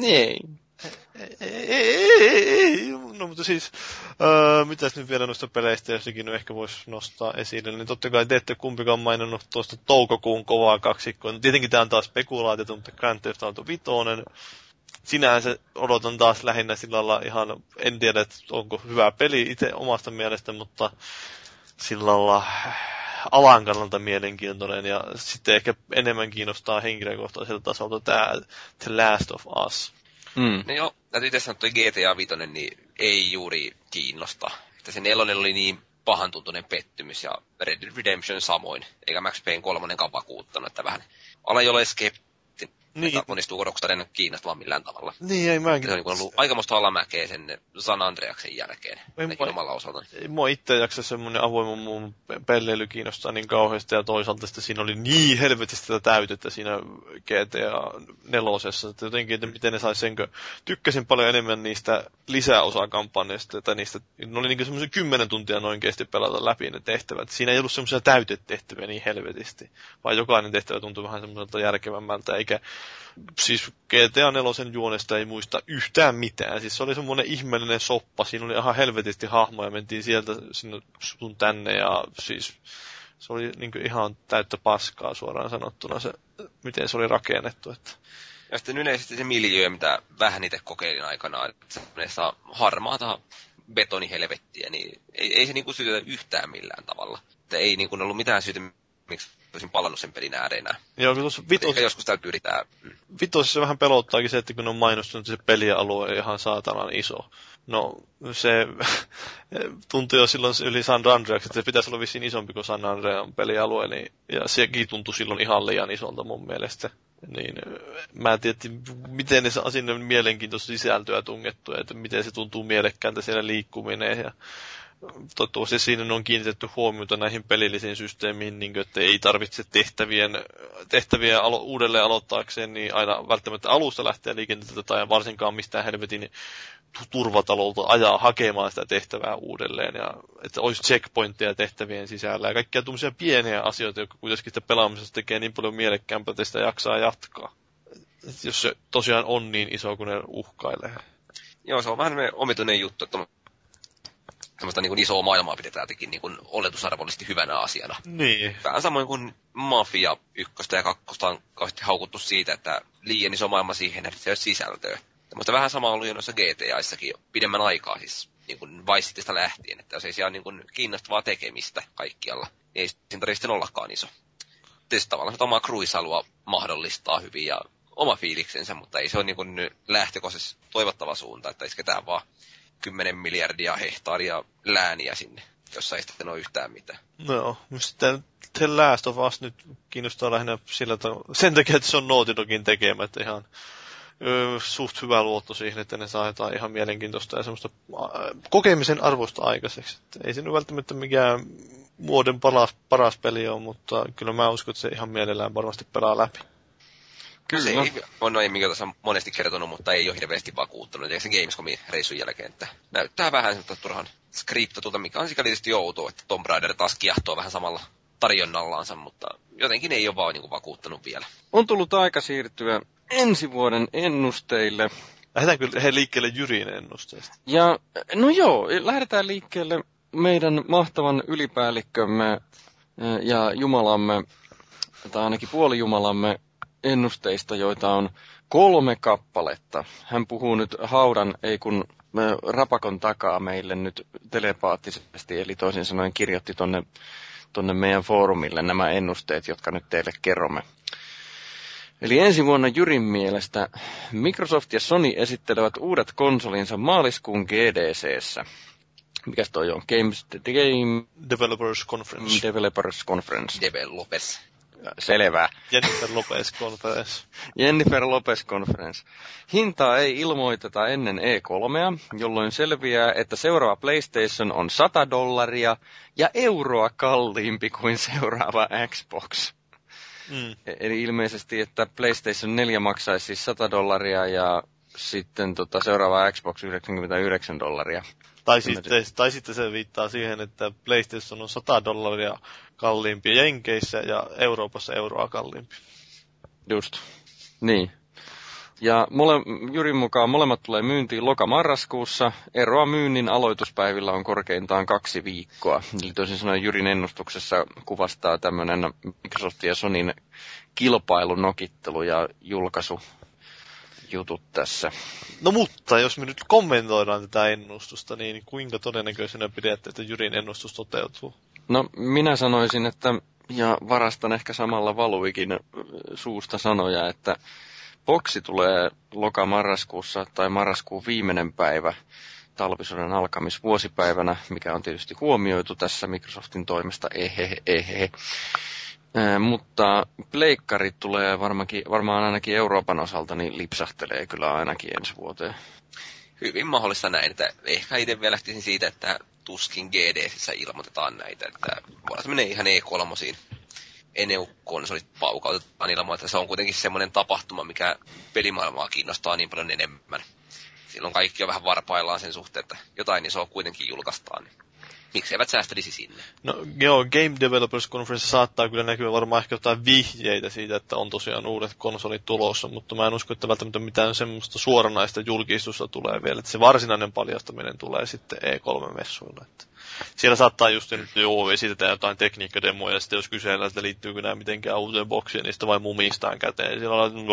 No mutta siis, mitäs nyt vielä noista peleistä, jos ikinä ehkä voisi nostaa esille, niin totta kai te ette kumpikaan maininnut tuosta toukokuun kovaa kaksikkoa. Tietenkin tämä on taas spekulaatiota, mutta Grand Theft Auto 5. Sinänsä odotan taas lähinnä sillä lailla ihan, en tiedä, että onko hyvä peli itse omasta mielestä, mutta sillä lailla alan kannalta mielenkiintoinen ja sitten ehkä enemmän kiinnostaa henkilökohtaiselta tasolta tämä The Last of Us. No joo, täytyy itse sanoa, että GTA 5 niin ei juuri kiinnosta. Että se 4 oli niin pahantuntuinen pettymys ja Red Dead Redemption samoin, eikä Max Payne 3 vakuuttanut, että vähän olen jollain skeptinen, niin. Että onnistuuko Rockstar kiinnostamaan millään tavalla. Niin, ei mäkin. Se on niin ollut aikamoista alamäkeä sen San Andreaksen jälkeen, ainakin omalla osaltani. Mua itse jaksa semmoinen avoimen mun pelleily kiinnostaa niin kauheasti, ja toisaalta sitten siinä oli niin helvetisti tätä täytettä siinä GTA 4, että jotenkin, että miten ne sais senkö. Tykkäsin paljon enemmän niistä lisäosakampanjoista, tai niistä, ne oli niin semmoisen 10 tuntia noin kesti pelata läpi ne tehtävät. Siinä ei ollut semmoisia täytetehtäviä niin helvetisti, vaan jokainen tehtävä tuntui vähän semmoiselta järkevämmältä, eikä siis GTA 4 juonesta ei muista yhtään mitään. Siis se oli semmoinen ihmeellinen soppa. Siinä oli ihan helvetisti hahmoja. Mentiin sieltä sinne sun tänne ja siis se oli niin kuin ihan täyttä paskaa suoraan sanottuna se, miten se oli rakennettu. Että. Ja sitten yleisesti se miljöö, mitä vähän itse kokeilin aikanaan, että se harmaata betonihelvettiä, niin ei se niin kuin sytytä yhtään millään tavalla. Että ei niin kuin ollut mitään syytä, miksi olisin palannut sen pelin ääreenä. Joo, kyllä joskus täytyy yrittää. Vitosessa vähän pelottaakin se, että kun on mainostunut, että se pelialue on ihan saatanan iso. No, se tuntui jo silloin yli San Andreas, että se pitäisi olla vissiin isompi kuin San Andrean pelialue, niin, ja sekin tuntui silloin ihan liian isolta mun mielestä. Niin, mä en tiedä, miten ne saa sinne mielenkiintoista sisältöä tungettua, että miten se tuntuu mielekkäältä siellä liikkuminen ja toivottavasti siinä on kiinnitetty huomiota näihin pelillisiin systeemiin, niin kuin, että ei tarvitse tehtäviä uudelleen aloittaakseen, niin aina välttämättä alusta lähteä liikenteeltä tai varsinkaan mistään helvetin turvatalolta ajaa hakemaan sitä tehtävää uudelleen, ja että olisi checkpointteja tehtävien sisällä ja kaikkia tuommoisia pieniä asioita, jotka kuitenkin sitä pelaamisesta tekee niin paljon mielekkäämpää, että sitä jaksaa jatkaa. Jos se tosiaan on niin iso, kun ne uhkailee. Joo, se on vähän omituinen juttu, että semmoista niin isoa maailmaa pidetään jotenkin niin oletusarvollisesti hyvänä asiana. Niin. Vähän samoin kuin Mafia 1 ja 2 on kauheasti haukuttu siitä, että liian iso maailma siihen, että se ei ole sisältöä. Mutta vähän sama on ollut jo noissa GTAissakin pidemmän aikaa, siis niin kuin Vice Citystä lähtien, että jos ei siellä ole niin kiinnostavaa tekemistä kaikkialla, niin ei siinä tarvitse sitten ollakaan iso. Tietysti tavallaan se omaa cruise-alua mahdollistaa hyvin ja oma fiiliksensä, mutta ei se ole niin kuin lähtökohtaisesti toivottava suunta, että isketään vaan 10 miljardia hehtaaria lääniä sinne, jossa ei sitten ole yhtään mitään. No, sitten The Last of Us nyt kiinnostaa lähinnä sillä sen takia, että se on Naughty Dogin tekemä, että ihan suht hyvä luotto siihen, että ne saa jotain ihan mielenkiintoista ja semmoista kokemisen arvosta aikaiseksi. Että ei se nyt välttämättä mikään vuoden paras peli ole, mutta kyllä mä uskon, että se ihan mielellään varmasti pelaa läpi. Kyllä. Se ei ole minkä tässä monesti kertonut, mutta ei ole hirveästi vakuuttanut. Eikä se Gamescomin reissun jälkeen, että näyttää vähän turhan skriptatulta, mikä on sikäli tietysti outoa, että Tomb Raider taas kiehtoo vähän samalla tarjonnallaansa, mutta jotenkin ei ole vaan niin kuin vakuuttanut vielä. On tullut aika siirtyä ensi vuoden ennusteille. Lähdetään kyllä liikkeelle Jyrin ennusteesta. Ja no joo, lähdetään liikkeelle meidän mahtavan ylipäällikkömme ja jumalamme, tai ainakin puolijumalamme ennusteista, joita on 3 kappaletta. Hän puhuu nyt haudan, ei kun rapakon takaa meille nyt telepaattisesti, eli toisin sanoen kirjoitti tonne meidän foorumille nämä ennusteet, jotka nyt teille kerromme. Eli ensi vuonna Jyrin mielestä Microsoft ja Sony esittelevät uudet konsolinsa maaliskuun GDC:ssä. Mikäs toi on? Game Developers Conference. Developers Conference. Developers. Selvä. Jennifer Lopez Conference. Jennifer Lopez Conference. Hintaa ei ilmoiteta ennen E3, jolloin selviää, että seuraava PlayStation on $100 ja euroa kalliimpi kuin seuraava Xbox. Eli ilmeisesti, että PlayStation 4 maksaisi siis $100 ja sitten seuraava Xbox $99. Tai sitten se viittaa siihen, että PlayStation on $100 kalliimpi Jenkeissä ja Euroopassa euroa kalliimpi. Just. Niin. Ja Jyrin mukaan molemmat tulee myyntiin loka-marraskuussa. Eroa myynnin aloituspäivillä on korkeintaan 2 viikkoa. Eli toisin sanoen Jyrin ennustuksessa kuvastaa tämmöinen Microsoftin ja Sonyn kilpailunokittelu ja julkaisujutut tässä. No mutta, jos me nyt kommentoidaan tätä ennustusta, niin kuinka todennäköisenä pidätte, että Jyrin ennustus toteutuu? No, minä sanoisin, että, ja varastan ehkä samalla Valuikin suusta sanoja, että boksi tulee loka-marraskuussa tai marraskuun viimeinen päivä talvisodan alkamisvuosipäivänä, mikä on tietysti huomioitu tässä Microsoftin toimesta, mutta pleikkarit tulee varmaan ainakin Euroopan osalta, niin lipsahtelee kyllä ainakin ensi vuoteen. Hyvin mahdollista näin, että ehkä itse vielä lähtisin siitä, että tuskin GDCissä ilmoitetaan näitä, että voidaan se menee ihan E3-osiin. Eneu-konsolit paukautetaan ilman, että se on kuitenkin semmoinen tapahtuma, mikä pelimaailmaa kiinnostaa niin paljon enemmän. Silloin kaikki on vähän varpaillaan sen suhteen, että jotain isoa kuitenkin julkaistaan. Miksi eivät säästelisi sinne? No joo, Game Developers Conference saattaa kyllä näkyä varmaan ehkä jotain vihjeitä siitä, että on tosiaan uudet konsolit tulossa, mutta mä en usko, että välttämättä mitään semmoista suoranaista julkistusta tulee vielä, että se varsinainen paljastaminen tulee sitten E3-messuilla. Että siellä saattaa just nyt esitetään jotain tekniikkademoja, ja sitten jos kysellään, että liittyykö nämä mitenkään uuteen boksiin, niin sitten vain mumistaan käteen. Siellä on...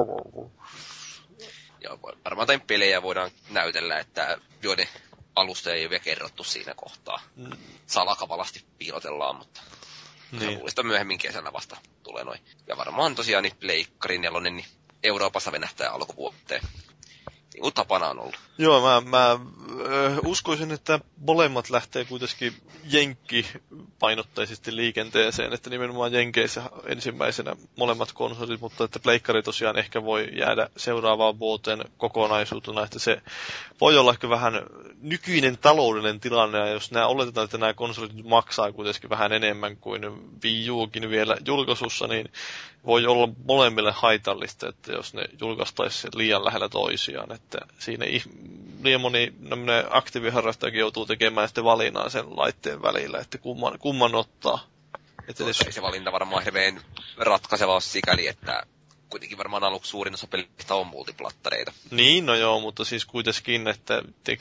Joo, varmaan jotain pelejä voidaan näytellä, että joiden alusta ei ole vielä kerrottu siinä kohtaa. Salakavalasti piilotellaan, mutta niin. Luulista myöhemmin kesällä vasta tulee noin. Ja varmaan tosiaan niin Pleikkari 4 niin Euroopassa venähtää alkuvuoteen. Niin kuin tapana on ollut. Joo, mä uskoisin, että molemmat lähtee kuitenkin jenkkipainotteisesti liikenteeseen, että nimenomaan Jenkeissä ensimmäisenä molemmat konsolit, mutta että pleikkari tosiaan ehkä voi jäädä seuraavaan vuoteen kokonaisuutena, että se voi olla ehkä vähän nykyinen taloudellinen tilanne, ja jos oletetaan, että nämä konsolit maksaa kuitenkin vähän enemmän kuin Wii Ukin vielä julkaisussa, niin voi olla molemmille haitallista, että jos ne julkaistaisiin liian lähellä toisiaan, että siinä liian moni aktiiviharrastajakin joutuu tekemään sitten valinnan sen laitteen välillä, että kumman ottaa. Että ei se valinta varmaan hirveän ratkaiseva ole sikäli, että kuitenkin varmaan aluksi suurin osa pelistä on multiplattareita. Niin, no joo, mutta siis kuitenkin, että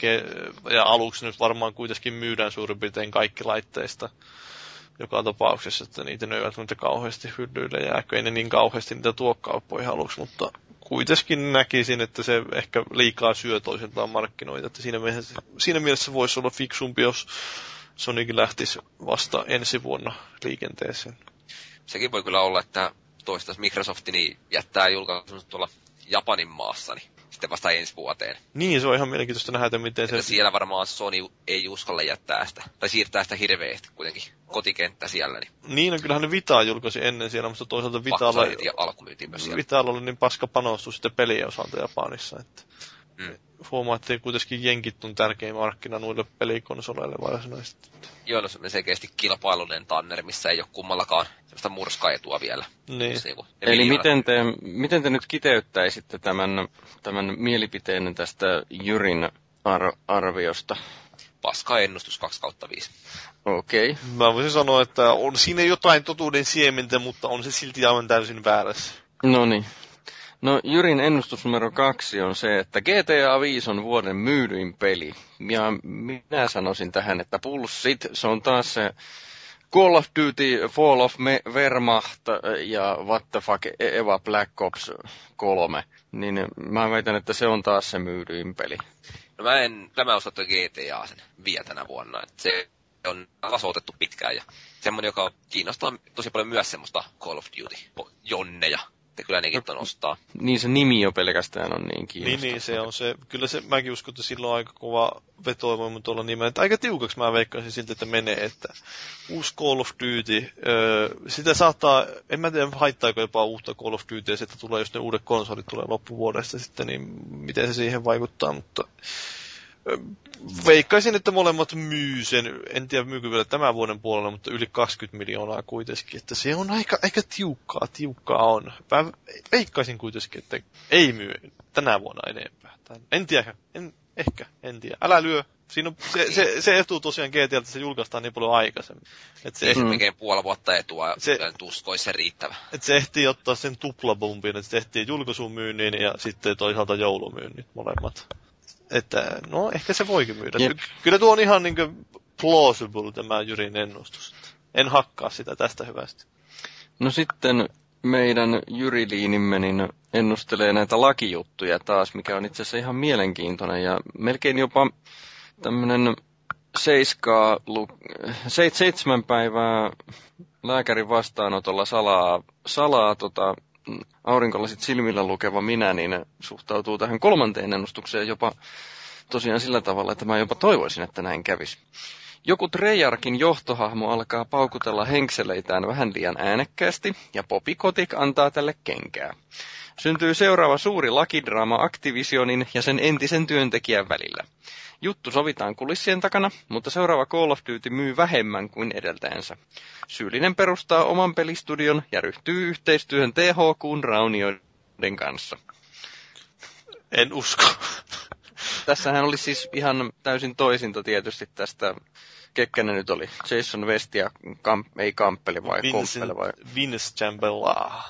ja aluksi nyt varmaan kuitenkin myydään suurin piirtein kaikki laitteista joka tapauksessa, että niitä ne eivät välttämättä kauheasti hyllyille jääkö, ei ne niin kauheasti niitä tuo kauppoihin aluksi, mutta kuitenkin näkisin, että se ehkä liikaa syö toisiltaan markkinoita, että siinä mielessä voisi olla fiksumpi, jos Sonykin lähtisi vasta ensi vuonna liikenteeseen. Sekin voi kyllä olla, että toistaiseksi Microsoft niin jättää julkaisunsa tuolla Japanin maassa, niin sitten vasta ensi vuoteen. Niin, se on ihan mielenkiintoista nähdä, miten että se... Siellä varmaan Sony ei uskalla jättää sitä, tai siirtää sitä hirveästi kuitenkin kotikenttä siellä. Niin, no kyllähän ne Vitaa julkaisi ennen siellä, mutta toisaalta Vitalla oli niin paska panostus sitten pelien osalta Japanissa, että huomaa, että kuitenkin jenkit on tärkein markkina noille pelikonsoleille varsinaisesti. Joo, no se on selkeästi kilpailullinen tanner, missä ei ole kummallakaan sellaista murskaetua vielä. Niin. Eli miten te nyt kiteyttäisitte tämän mielipiteen tästä Jyrin arviosta? Paska ennustus 2/5. Okei. Okay. Mä voisin sanoa, että on siinä jotain totuuden siementä, mutta on se silti aivan täysin väärässä. Noniin. No Jyrin ennustus numero 2 on se, että GTA 5 on vuoden myydyin peli. Ja minä sanoisin tähän, että bullshit, se on taas se Call of Duty, Fall of Wehrmacht ja what the fuck, Eva Black Ops 3. Niin mä väitän, että se on taas se myydyin peli. No mä uskon, että GTA sen vie tänä vuonna. Että se on tasoitettu pitkään ja semmoinen, joka kiinnostaa tosi paljon myös semmoista Call of Duty jonneja. että kyllä nekin on ostaa. Niin se nimi jo pelkästään on niin kiinnostava. Niin, se on se. Kyllä se, mäkin uskon, että silloin on aika kova vetoivoima tuolla nimellä. Että aika tiukaksi mä veikkaisin siltä, että menee, että uusi Call of Duty, sitä saattaa, en mä tiedä haittaako jopa uutta Call of Dutyä, että tulee, jos ne uudet konsolit tulee loppuvuodesta sitten, niin miten se siihen vaikuttaa, mutta veikkaisin, että molemmat myy sen, en tiedä myykö vielä tämän vuoden puolella, mutta yli 20 miljoonaa kuitenkin, että se on aika tiukkaa on. Mä veikkaisin kuitenkin, että ei myy tänä vuonna enempää. En tiedä, en tiedä. Älä lyö. Siinä on se etu tosiaan GT:ltä, että se julkaistaan niin paljon aikaisemmin. Että se melkein puoli vuotta etua ja se uskoisi se riittävä. Että se ehtii ottaa sen tuplabumpin, että se ehtii julkaisuun myynnin ja sitten toisaalta joulumyynnit molemmat. Että no ehkä se voikin myydä. Yep. Kyllä tuo on ihan niin kuin plausible tämä Jyrin ennustus. En hakkaa sitä tästä hyvästi. No sitten meidän Jyri Liinimme niin ennustelee näitä lakijuttuja taas, mikä on itse asiassa ihan mielenkiintoinen ja melkein jopa tämmöinen 7 päivää lääkärin vastaanotolla salaa aurinkolasit silmillä lukeva minä, niin suhtautuu tähän 3. ennustukseen jopa tosiaan sillä tavalla, että mä jopa toivoisin, että näin kävisi. Joku Treyarchin johtohahmo alkaa paukutella henkseleitään vähän liian äänekkäästi, ja Bobby Kotick antaa tälle kenkää. Syntyy seuraava suuri lakidraama Activisionin ja sen entisen työntekijän välillä. Juttu sovitaan kulissien takana, mutta seuraava Call of Duty myy vähemmän kuin edeltäjänsä. Syyllinen perustaa oman pelistudion ja ryhtyy yhteistyöhön THQ:n raunioiden kanssa. En usko. Tässähän oli siis ihan täysin toisinta tietysti tästä, kekkänen nyt oli, Jason West ja ei Campbell vai Campbell vai? Vince Chambella.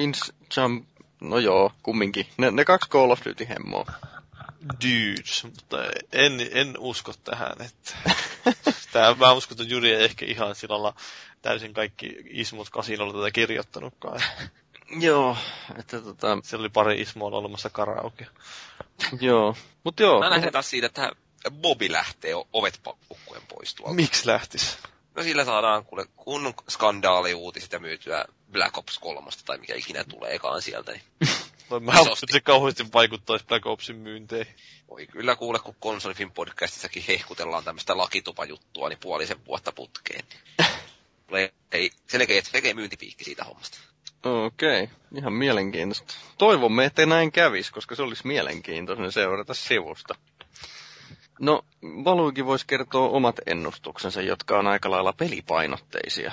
No joo, kumminkin. Ne 2 Call of Duty-hemmoa. Dudes, mutta en usko tähän, että mä uskon, että Juri ei ehkä ihan sillä täysin kaikki ismut kasinolla tätä kirjoittanutkaan. Joo, että siellä oli pari ismoa olemassa karaoke. Joo, mut joo. Mä lähden taas siitä, että Bobby lähtee ovet pukkujen pois tuolta. Miksi lähtis? No sillä saadaan kunnon skandaaliuutiset ja myytyä Black Ops 3 tai mikä ikinä tuleekaan sieltä. Niin. No, mä haluan, että se kauheasti vaikuttaisi Black Opsin myynteihin. Voi kyllä kuule, kun Konsolifin podcastissakin hehkutellaan tämmöistä lakitupajuttua, niin 5 vuotta putkeen. Ei selkeä myyntipiikki siitä hommasta. Okei, ihan mielenkiintoista. Toivomme, ettei näin kävisi, koska se olisi mielenkiintoinen seurata sivusta. No, Valuikin voisi kertoa omat ennustuksensa, jotka on aika lailla pelipainotteisia.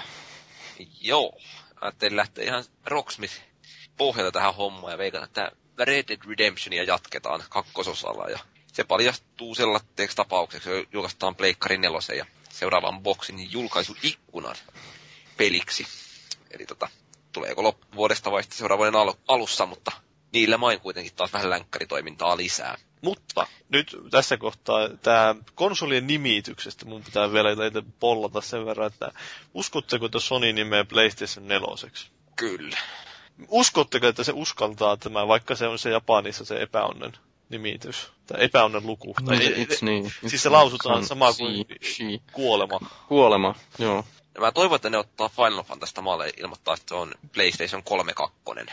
Joo, ajattelin lähteä ihan Rocksmith pohjalta tähän hommaan ja veikata, että Red Dead Redemptionia jatketaan 2. osalla. Ja se paljastuu sellaiseksi tapaukseksi, kun julkaistaan Pleikkari 4 ja seuraavan boksin julkaisuikkunan peliksi. Eli tuleeko loppuvuodesta vai sitten seuraavan vuoden alussa, mutta niillä main kuitenkin taas vähän länkkäritoimintaa lisää. Mutta nyt tässä kohtaa tämä konsolien nimityksestä mun pitää vielä pollata sen verran, että uskotteko, että Sony nimeä PlayStation 4? Kyllä. Uskotteko, että se uskaltaa tämä, vaikka se on se Japanissa se epäonnen nimitys, tai epäonnen luku? No, niin. Siis se lausutaan sama kuin kuolema. Kuolema, joo. Ja mä toivon, että ne ottaa Final Fantasy maalle ilmoittaa, että se on PlayStation 3.2.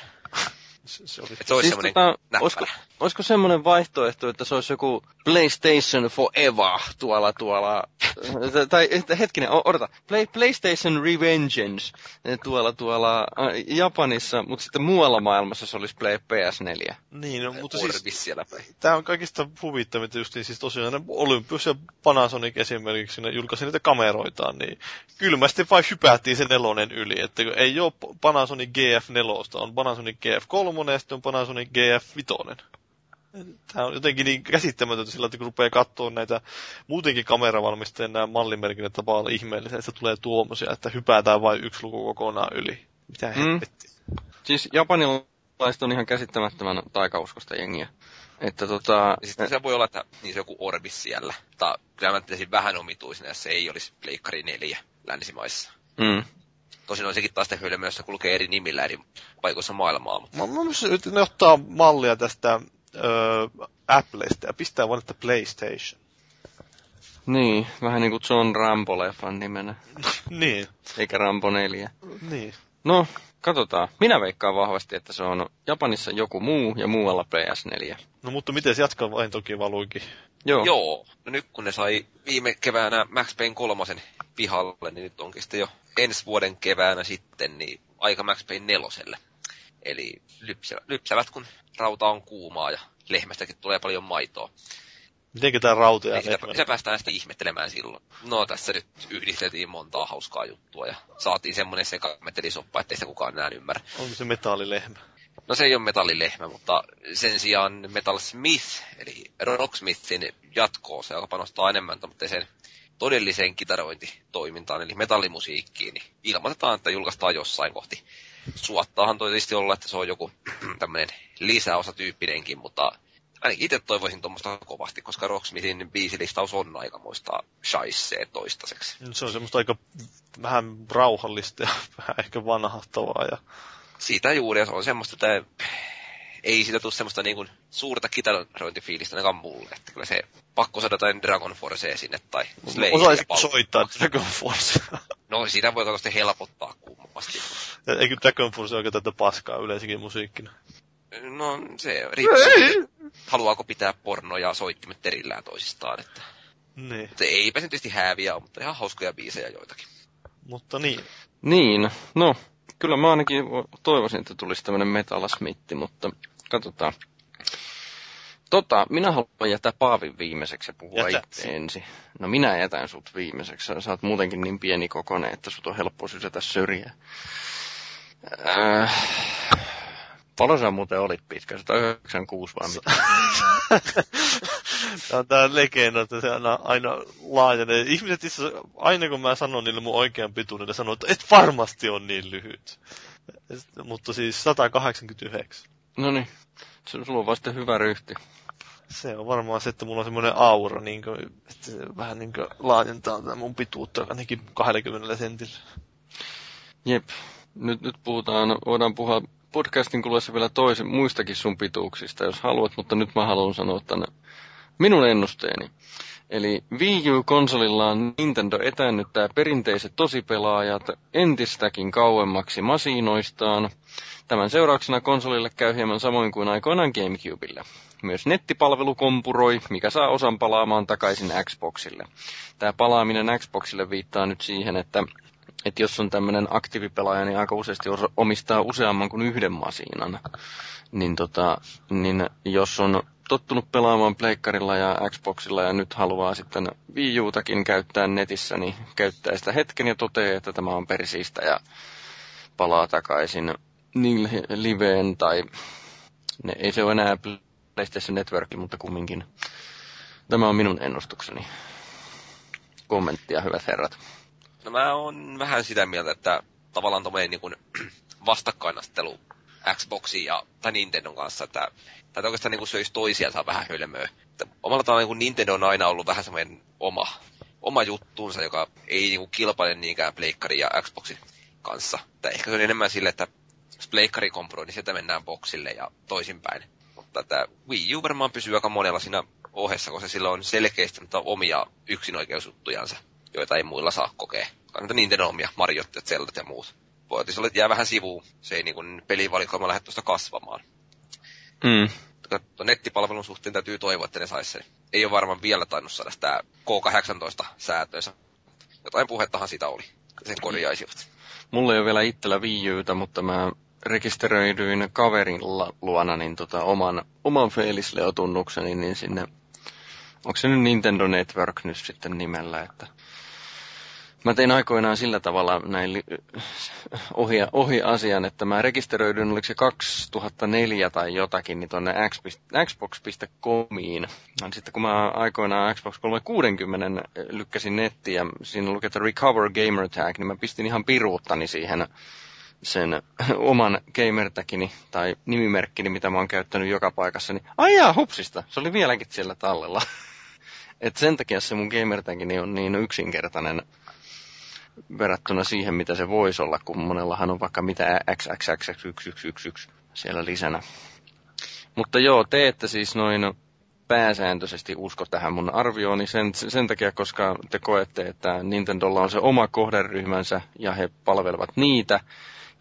Se olisi siis semmoinen olisiko semmoinen vaihtoehto, että se olisi joku PlayStation Forever tuolla tai hetkinen, odota, PlayStation Revengeance tuolla Japanissa, mutta sitten muualla maailmassa se olisi PS4. Niin, no, mutta siis siellä tämä on kaikista huvittavinta justiin, siis tosiaan Olympus ja Panasonic esimerkiksi, ne julkaisi niitä kameroitaan, niin kylmästi vain hypättiin sen 4 yli, että ei ole Panasonic GF4, on Panasonic GF3 ja sitten on Panasonic GF5. Tämä on jotenkin niin käsittämätöntä sillä, että kun rupeaa katsoa näitä muutenkin kameravalmistajien nämä mallimerkinnät tapaa olla ihmeellisiä, että tulee tuommoisia, että hypätään vain 1 luku kokonaan yli. Mitä helvettiä? Siis japanilaiset on ihan käsittämättömän taikauskosta jengiä. Että sitten se voi olla, että niin se joku Orbis siellä. Tai kyllä mä pitäisin vähän omituisena, jos se ei olisi Pleikkari 4 länsimaissa. Tosin on sekin taas hölmöä, jossa kulkee eri nimillä eri paikoissa maailmaa. Mutta mä mielestäni, että ne ottaa mallia tästä Applesta ja pistää vaan, että PlayStation. Niin, vähän niin kuin John Rambo-leffan nimenä. Niin. Eikä Rambo 4. Niin. No, katsotaan. Minä veikkaan vahvasti, että se on Japanissa joku muu ja muualla PS4. No mutta miten jatkaa vain toki valuikin? Joo. No nyt kun ne sai viime keväänä Max Payne 3 pihalle, niin nyt onkin sitten jo ensi vuoden keväänä sitten niin aika Max Payne 4. Eli lypsävät, kun rauta on kuumaa ja lehmästäkin tulee paljon maitoa. Mitenkä tää rauta ja Se päästään sitten ihmettelemään silloin. No tässä nyt yhdisteltiin montaa hauskaa juttua ja saatiin semmonen sekametelisoppa, ettei sitä kukaan enää ymmärrä. Onko se metallilehmä? No se ei ole metallilehmä, mutta sen sijaan Metal Smith, eli Rocksmithin jatko-osa, joka panostaa enemmän sen todelliseen kitarointitoimintaan, eli metallimusiikkiin, niin ilmoitetaan, että julkaistaan jossain kohti. Suottaahan toi tietysti olla, että se on joku tämmönen lisäosatyyppinenkin, mutta ainakin itse toivoisin tuommoista kovasti, koska Rocksmithin biisilistaus on aikamoista shaissee toistaiseksi. Se on semmoista aika vähän rauhallista ja vähän ehkä vanhahtavaa. Ja siitä juuri, ja se on semmoista, että ei siitä tule semmoista niin kuin suurta kitarointifiilistä ainakaan mulle. Että kyllä se pakko saada jotain Dragon Forcea sinne tai Slayer. Osaisitko soittaa Dragon Forcea? No siitä voi katsoa helpottaa kummasti. Eikö Dragon Force oikein tätä paskaa yleensäkin musiikkina? No se riippuu, haluaako pitää porno ja soittimet erillään toisistaan. Että niin. Mutta eipä se tietysti hääviä, mutta ihan hauskoja biisejä joitakin. Mutta niin. Niin, no kyllä mä ainakin toivoisin, että tulisi tämmönen Metal Smith, mutta katsotaan. Minä haluan jättää Paavin viimeiseksi ja puhua itse ensin. No minä jätän sut viimeiseksi. Sä oot muutenkin niin pieni kokoinen, että sut on helppo sysätä syrjään. Paljon sä muuten olit pitkä? 196 vai mitä? Tämä on tää legenda, että se aina laajenee. Ihmiset aina kun mä sanon niille mun oikean pituuden, ne sanoo, että et varmasti on niin lyhyt. Mutta siis 189. Noniin, sulla on vasta hyvä ryhti. Se on varmaan se, että mulla on semmoinen aura, niin kuin, että se vähän niin kuin laajentaa tätä mun pituutta ainakin 20 sentillä. Jep, nyt voidaan puhua podcastin kuluessa vielä muistakin sun pituuksista, jos haluat, mutta nyt mä haluan sanoa tänne minun ennusteeni. Eli Wii U-konsolillaan Nintendo etäännyttää perinteiset tosipelaajat entistäkin kauemmaksi masinoistaan. Tämän seurauksena konsolille käy hieman samoin kuin aikoinaan GameCubelle. Myös nettipalvelu kompuroi, mikä saa osan palaamaan takaisin Xboxille. Tämä palaaminen Xboxille viittaa nyt siihen, että jos on tämmöinen aktiivipelaaja, niin aika useasti omistaa useamman kuin yhden masiinan. Niin jos on tottunut pelaamaan pleikkarilla ja Xboxilla ja nyt haluaa sitten Wii Utakin käyttää netissä, niin käyttää sitä hetken ja toteaa, että tämä on persiistä ja palaa takaisin niin liveen tai ei se ole enää PlayStation Network, mutta kumminkin. Tämä on minun ennustukseni. Kommenttia, hyvät herrat. No mä oon vähän sitä mieltä, että tavallaan tommoinen niin kuin vastakkainastelu Xboxin tai Nintendon kanssa, että oikeastaan niin kuin söisi toisiaan vähän hölmöä. Että omalla tavalla niin kuin Nintendo on aina ollut vähän semmoinen oma juttuunsa, joka ei niin kuin kilpaile niinkään pleikkarin ja Xboxin kanssa. Että ehkä se on enemmän sille, että jos pleikkari komproi, niin sieltä mennään boxille ja toisinpäin. Mutta tämä Wii U varmaan pysyy aika monella siinä ohessa, koska sillä on selkeästi omia yksinoikeusjuttujansa, joita ei muilla saa kokea. Kannattaa Nintendo omia Mariot ja Zeldat ja muut. Voitaisiin olla, että jää vähän sivuun. Se ei niin kuin pelivalikoima lähde tuosta kasvamaan. Nettipalvelun suhteen täytyy toivoa, että ne sais sen. Ei ole varmaan vielä tainnut saada sitä K18-säätöönsä. Jotain puhettahan sitä oli. Sen korjaisivat. Mulla ei ole vielä itsellä Wii Uta, mutta mä rekisteröidyin kaverin luona niin oman Felisleo-tunnukseni, niin sinne, onko se nyt Nintendo Network nyt sitten nimellä, että mä tein aikoinaan sillä tavalla näin ohi asian, että mä rekisteröidyin, oliko se 2004 tai jotakin, niin tuonne xbox.comiin. Sitten kun mä aikoinaan Xbox 360 lykkäsin nettiin ja siinä luki, että Recover Gamer Tag, niin mä pistin ihan piruuttani siihen sen oman gamertagini tai nimimerkkini, mitä mä oon käyttänyt joka paikassa, niin aijaa, hupsista, se oli vieläkin siellä tallella. Et sen takia se mun gamertagini on niin yksinkertainen verrattuna siihen, mitä se voisi olla, kun monellahan on vaikka mitä XXX1111 siellä lisänä. Mutta joo, te ette siis noin pääsääntöisesti usko tähän mun arviooni sen takia, koska te koette, että Nintendolla on se oma kohderyhmänsä ja he palvelevat niitä.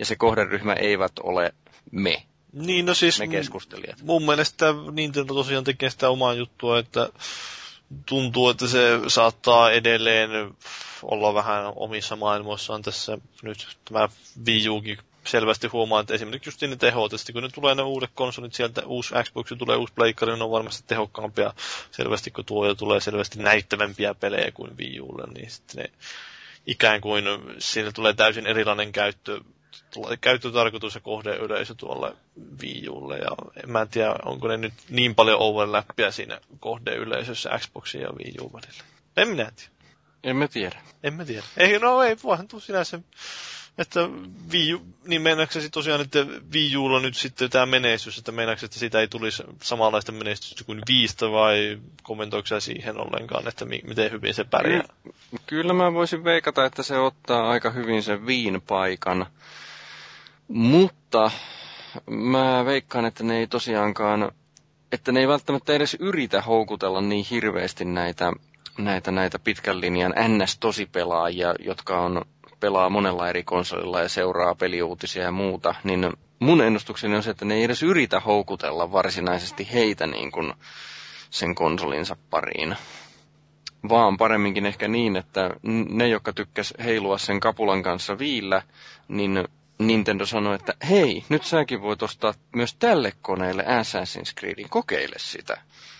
ja se kohderyhmä eivät ole me. Niin, no siis me keskustelijat. Mun mielestä Nintendo tosiaan tekee sitä omaa juttua, että tuntuu, että se saattaa edelleen olla vähän omissa maailmoissaan tässä nyt. Tämä Wii Ukin selvästi huomaa, että esimerkiksi just ne tehot, että kun ne tulee ne uudet konsolit sieltä, uusi Xbox ja tulee uusi pleikkari, niin ne on varmasti tehokkaampia selvästi, kun tuo ja tulee selvästi näyttävämpiä pelejä kuin Wii Ulle, niin sitten ne ikään kuin siinä tulee täysin erilainen käyttötarkoitus ja kohdeyleisö tuolle Wii Ulle, ja en mä tiedä, onko ne nyt niin paljon overlappia siinä kohdeyleisössä Xboxin ja Wii U välillä. En minä tiedä. En mä tiedä. Ei, voihan tuu sinänsä, että Wii U, niin meinaatko se tosiaan, että Wii Ulla nyt sitten tämä menestys, että meinaatko, että sitä ei tulisi samanlaista menestystä kuin Viistä, vai kommentoiko sä siihen ollenkaan, että miten hyvin se pärjää? Kyllä mä voisin veikata, että se ottaa aika hyvin sen Viin paikan, mutta mä veikkaan, että ne ei tosiaankaan, että ne ei välttämättä edes yritä houkutella niin hirveästi näitä pitkän linjan NS-tosipelaajia, jotka pelaa monella eri konsolilla ja seuraa peliuutisia ja muuta, niin mun ennustukseni on se, että ne ei edes yritä houkutella varsinaisesti heitä niin kuin sen konsolinsa pariin. Vaan paremminkin ehkä niin, että ne, jotka tykkäs heilua sen kapulan kanssa Viillä, niin Nintendo sanoi, että hei, nyt säkin voit ostaa myös tälle koneelle Assassin's Creedin, kokeile sitä.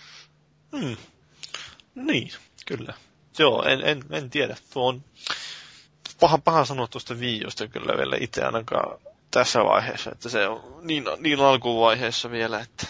Niin, kyllä. Joo, en tiedä. Tuo on paha sanoa tuosta Wii Usta kyllä vielä itse ainakaan tässä vaiheessa, että se on niin alkuvaiheessa vielä, että...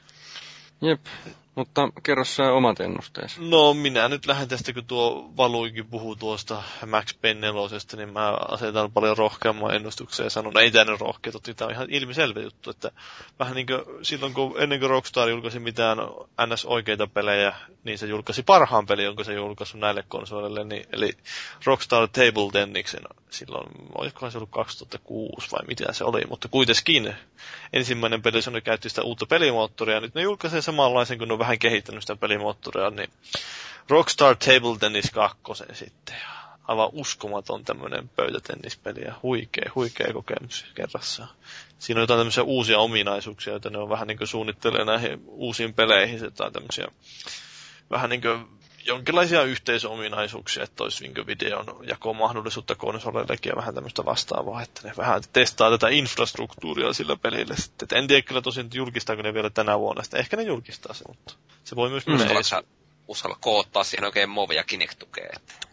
Jep, mutta kerro sä omat ennusteesi. No minä nyt lähden tästä, kun tuo Valuikin puhuu tuosta Max Payne 4:stä, niin mä asetan paljon rohkeamman ennustuksen ja sanon, ei tämä nyt rohkea, tämä on ihan ilmiselvä juttu, että vähän niin kuin silloin, ennen kuin Rockstar julkaisi mitään NS-oikeita pelejä, niin se julkaisi parhaan pelin, jonka se julkaisi näille konsoleille, niin, eli Rockstar Table Tenniksen silloin, olisikohan se ollut 2006 vai mitä se oli, mutta kuitenkin ensimmäinen peli, se käytti sitä uutta pelimoottoria, ja nyt ne julkaisee samanlaisen, kun ne on vähän kehittänyt sitä pelimoottoria, niin Rockstar Table Tennis 2 sitten. Aivan uskomaton tämmöinen pöytätennispeli ja huikea kokemus kerrassaan. Siinä on jotain tämmöisiä uusia ominaisuuksia, joita ne on vähän niin kuin suunnittelee näihin uusiin peleihin, tai tämmöisiä vähän niin kuin jonkinlaisia yhteisominaisuuksia, että olisi niin videon jakomahdollisuutta konsoleillekin ja vähän tämmöistä vastaavaa, että ne vähän testaa tätä infrastruktuuria sillä pelille sitten. Et en tiedä kyllä tosin, että julkistaako ne vielä tänä vuonna, sitten ehkä ne julkistaa se, mutta se voi myös uskalla koottaa siihen oikein Move ja Kinect tukea.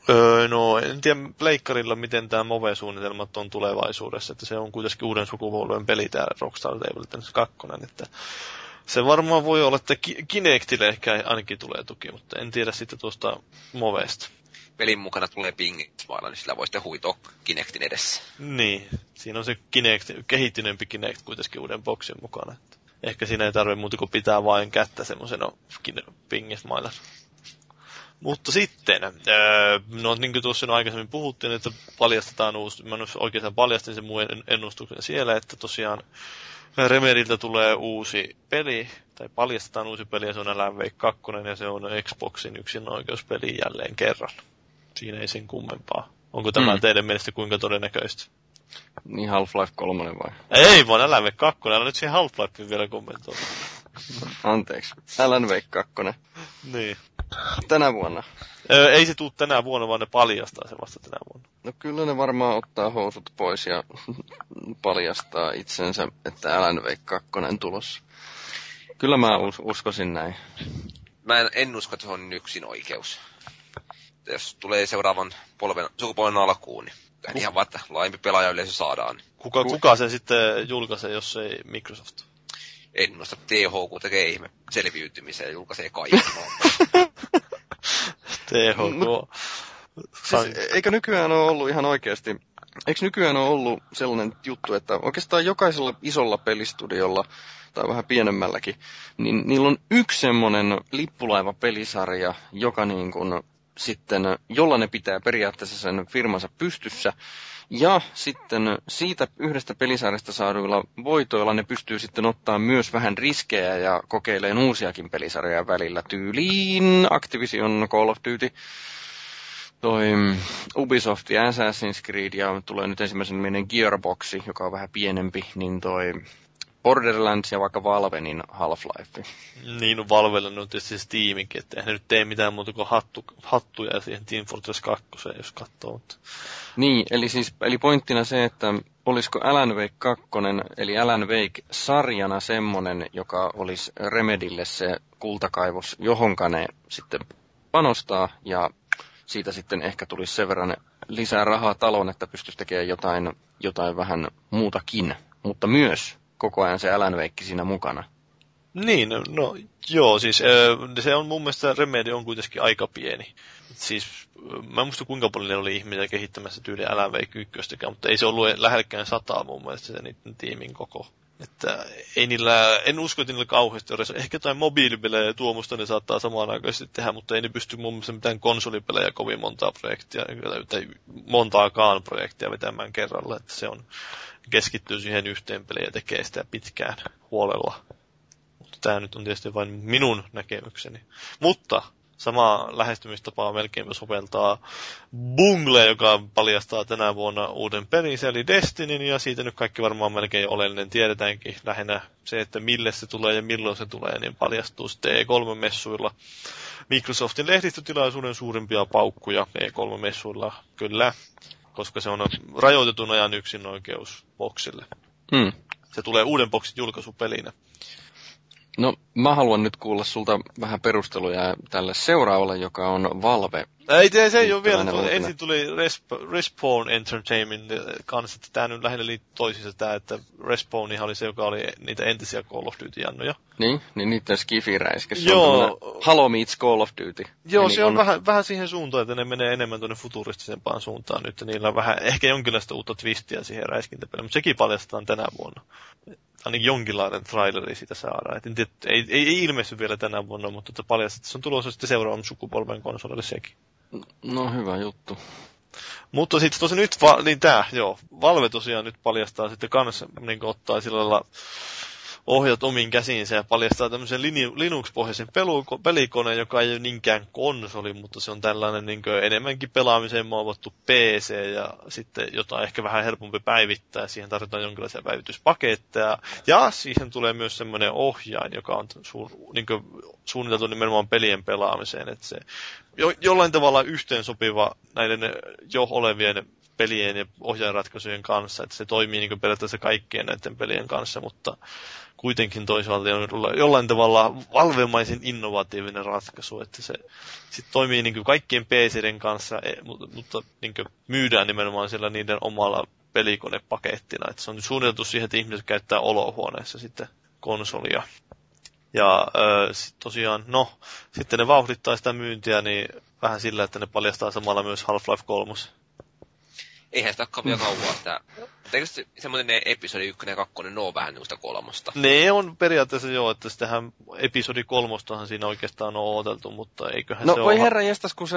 No en tiedä pleikkarilla, miten tämä Move-suunnitelmat on tulevaisuudessa, että se on kuitenkin uuden sukupolven peli tämä Rockstar Table Tennis 2, että se varmaan voi olla, että Kinectille ehkä ainakin tulee tuki, mutta en tiedä sitten tuosta Movesta. Pelin mukana tulee pingismailla, niin sillä voi sitten huitoa Kinectin edessä. Niin, siinä on se Kinect, kehittyneempi Kinect kuitenkin uuden boksin mukana. Että ehkä siinä ei tarvitse muuta kuin pitää vain kättä semmoisena pingismailla. Mutta sitten, no niin kuin tuossa aikaisemmin puhuttiin, että paljastetaan uusi, mä oikeastaan paljastin sen muun ennustuksen siellä, että tosiaan Remediltä tulee uusi peli, tai paljastetaan uusi peli, ja se on Alan Wake 2, ja se on Xboxin yksinoikeuspeli jälleen kerran. Siinä ei sen kummempaa. Onko tämä teidän mielestä kuinka todennäköistä? Niin Half-Life 3 vai? Ei vaan Alan Wake 2, älä nyt siihen Half-Lifeen vielä kommentoida. Anteeksi, Alan Wake 2. Niin. Tänä vuonna. Ei se tule tänä vuonna, vaan ne paljastaa se vasta tänä vuonna. No kyllä ne varmaan ottaa housut pois ja paljastaa itsensä, että Alan Wake 2 tulossa. Kyllä mä uskoisin näin. Mä en usko, että se on yksin oikeus. Jos tulee seuraavan sukupolven alkuun, niin ihan vaan, että laajempi pelaajayleisö saadaan. Kuka sen sitten julkaisee, jos ei Microsoft? Ennusta THQ tekee ihme selviytymisen ja julkaisee kaiken. THQ. Siis, eikö nykyään ole ollut ihan oikeasti, eikö nykyään ole ollut sellainen juttu, että oikeastaan jokaisella isolla pelistudiolla, tai vähän pienemmälläkin, niin niillä on yksi semmoinen lippulaiva-pelisarja, joka niin kuin sitten, jolla ne pitää periaatteessa sen firmansa pystyssä, ja sitten siitä yhdestä pelisarjasta saaduilla voitoilla ne pystyy sitten ottaa myös vähän riskejä ja kokeilemaan uusiakin pelisarjoja välillä tyyliin Activision Call of Duty toi Ubisoft ja Assassin's Creed ja tulee nyt ensimmäisen niminen Gearboxi, joka on vähän pienempi, niin toi Borderlands ja vaikka Valve, niin Half-Life. Niin, on Valvella nyt tietysti Steamikin, että eihän nyt tee mitään muuta kuin hattuja siihen Team Fortress 2, jos katsoo. Mutta... Niin, eli pointtina se, että olisiko Alan Wake 2, eli Alan Wake-sarjana semmonen, joka olisi Remedylle se kultakaivos, johonka ne sitten panostaa, ja siitä sitten ehkä tulisi sen verran lisää rahaa taloon, että pystyisi tekemään jotain vähän muutakin, mutta myös koko ajan se Alan Wake siinä mukana. Niin, no joo, siis se on mun mielestä Remedy on kuitenkin aika pieni. Siis mä en muista kuinka paljon oli ihmisiä kehittämässä tyyliä Alan Wake 1, mutta ei se ollut lähellekään 100 mun mielestä se niiden tiimin koko. Että ei niillä, en usko, että niillä kauheasti olisi. Ehkä jotain mobiilipelejä ja tuomusta ne saattaa samaan aikaan tehdä, mutta ei ne pysty mun mielestä mitään konsolipelejä kovin montaa projektia, tai montaakaan projektia vetämään kerralla. Että se on, keskittyy siihen yhteen peliin ja tekee sitä pitkään huolella. Mutta tämä nyt on tietysti vain minun näkemykseni. Mutta sama lähestymistapaa melkein soveltaa Bungle, joka paljastaa tänä vuonna uuden pelin, eli Destinyn, ja siitä nyt kaikki varmaan melkein oleellinen tiedetäänkin. Lähinnä se, että mille se tulee ja milloin se tulee, niin paljastuu sitten E3-messuilla. Microsoftin lehdistötilaisuuden suurimpia paukkuja E3-messuilla, kyllä, koska se on rajoitetun ajan yksinoikeus boksille. Se tulee uuden boksin julkaisupelinä. No, mä haluan nyt kuulla sulta vähän perusteluja tälle seuraavalle, joka on Valve. Ei, se ei ole vielä. Ensin tuli Respawn Entertainment kanssa, että tämä nyt lähinnä liittyy toisiinsa tämä, että Respawnihan oli se, joka oli niitä entisiä Call of Duty-jannoja. Niin niiden skifiräiskä. Se on Halo meets Call of Duty. Joo, se on vähän siihen suuntaan, että ne menee enemmän tuonne futuristisempaan suuntaan nyt. Niillä on vähän, ehkä jonkinlaista uutta twistiä siihen räiskintäpeliin, mutta sekin paljastetaan tänä vuonna. Ainakin jonkinlainen traileri siitä saadaan. Ei ilmesty vielä tänä vuonna, mutta paljastetaan, että se on tulossa sitten seuraavan sukupolven konsolille sekin. No hyvä juttu. Mutta sitten tosiaan nyt, Valve tosiaan nyt paljastaa sitten kanssa, niin ottaa sillä lailla ohjat omiin käsiinsä ja paljastaa tämmöisen Linux-pohjaisen pelikoneen, joka ei ole niinkään konsoli, mutta se on tällainen niin enemmänkin pelaamiseen muovattu PC ja sitten jotain ehkä vähän helpompi päivittää. Siihen tarvitaan jonkinlaisia päivityspaketteja ja siihen tulee myös semmoinen ohjain, joka on suunniteltu nimenomaan pelien pelaamiseen, että se jollain tavalla yhteensopiva näiden jo olevien pelien ja ohjainratkaisujen kanssa, että se toimii niin periaatteessa kaikkien näiden pelien kanssa, mutta kuitenkin toisaalta on jollain tavalla valvemaisen innovatiivinen ratkaisu, että se sitten toimii niin kaikkien PC:den kanssa, mutta niin myydään nimenomaan siellä niiden omalla pelikonepakettina, että se on suunniteltu siihen, että ihmiset käyttää olohuoneessa sitten konsolia. Ja tosiaan, sitten ne vauhdittaa sitä myyntiä niin vähän sillä, että ne paljastaa samalla myös Half-Life 3. Eihän sitä ole vielä kauan sitä. Eikö semmoinen ne episodi 1 ja 2, ne on vähän niistä 3? Ne on periaatteessa joo, että sitähän episodi 3 siinä oikeastaan on odoteltu, mutta eiköhän se ole... No voi herra jestas, kun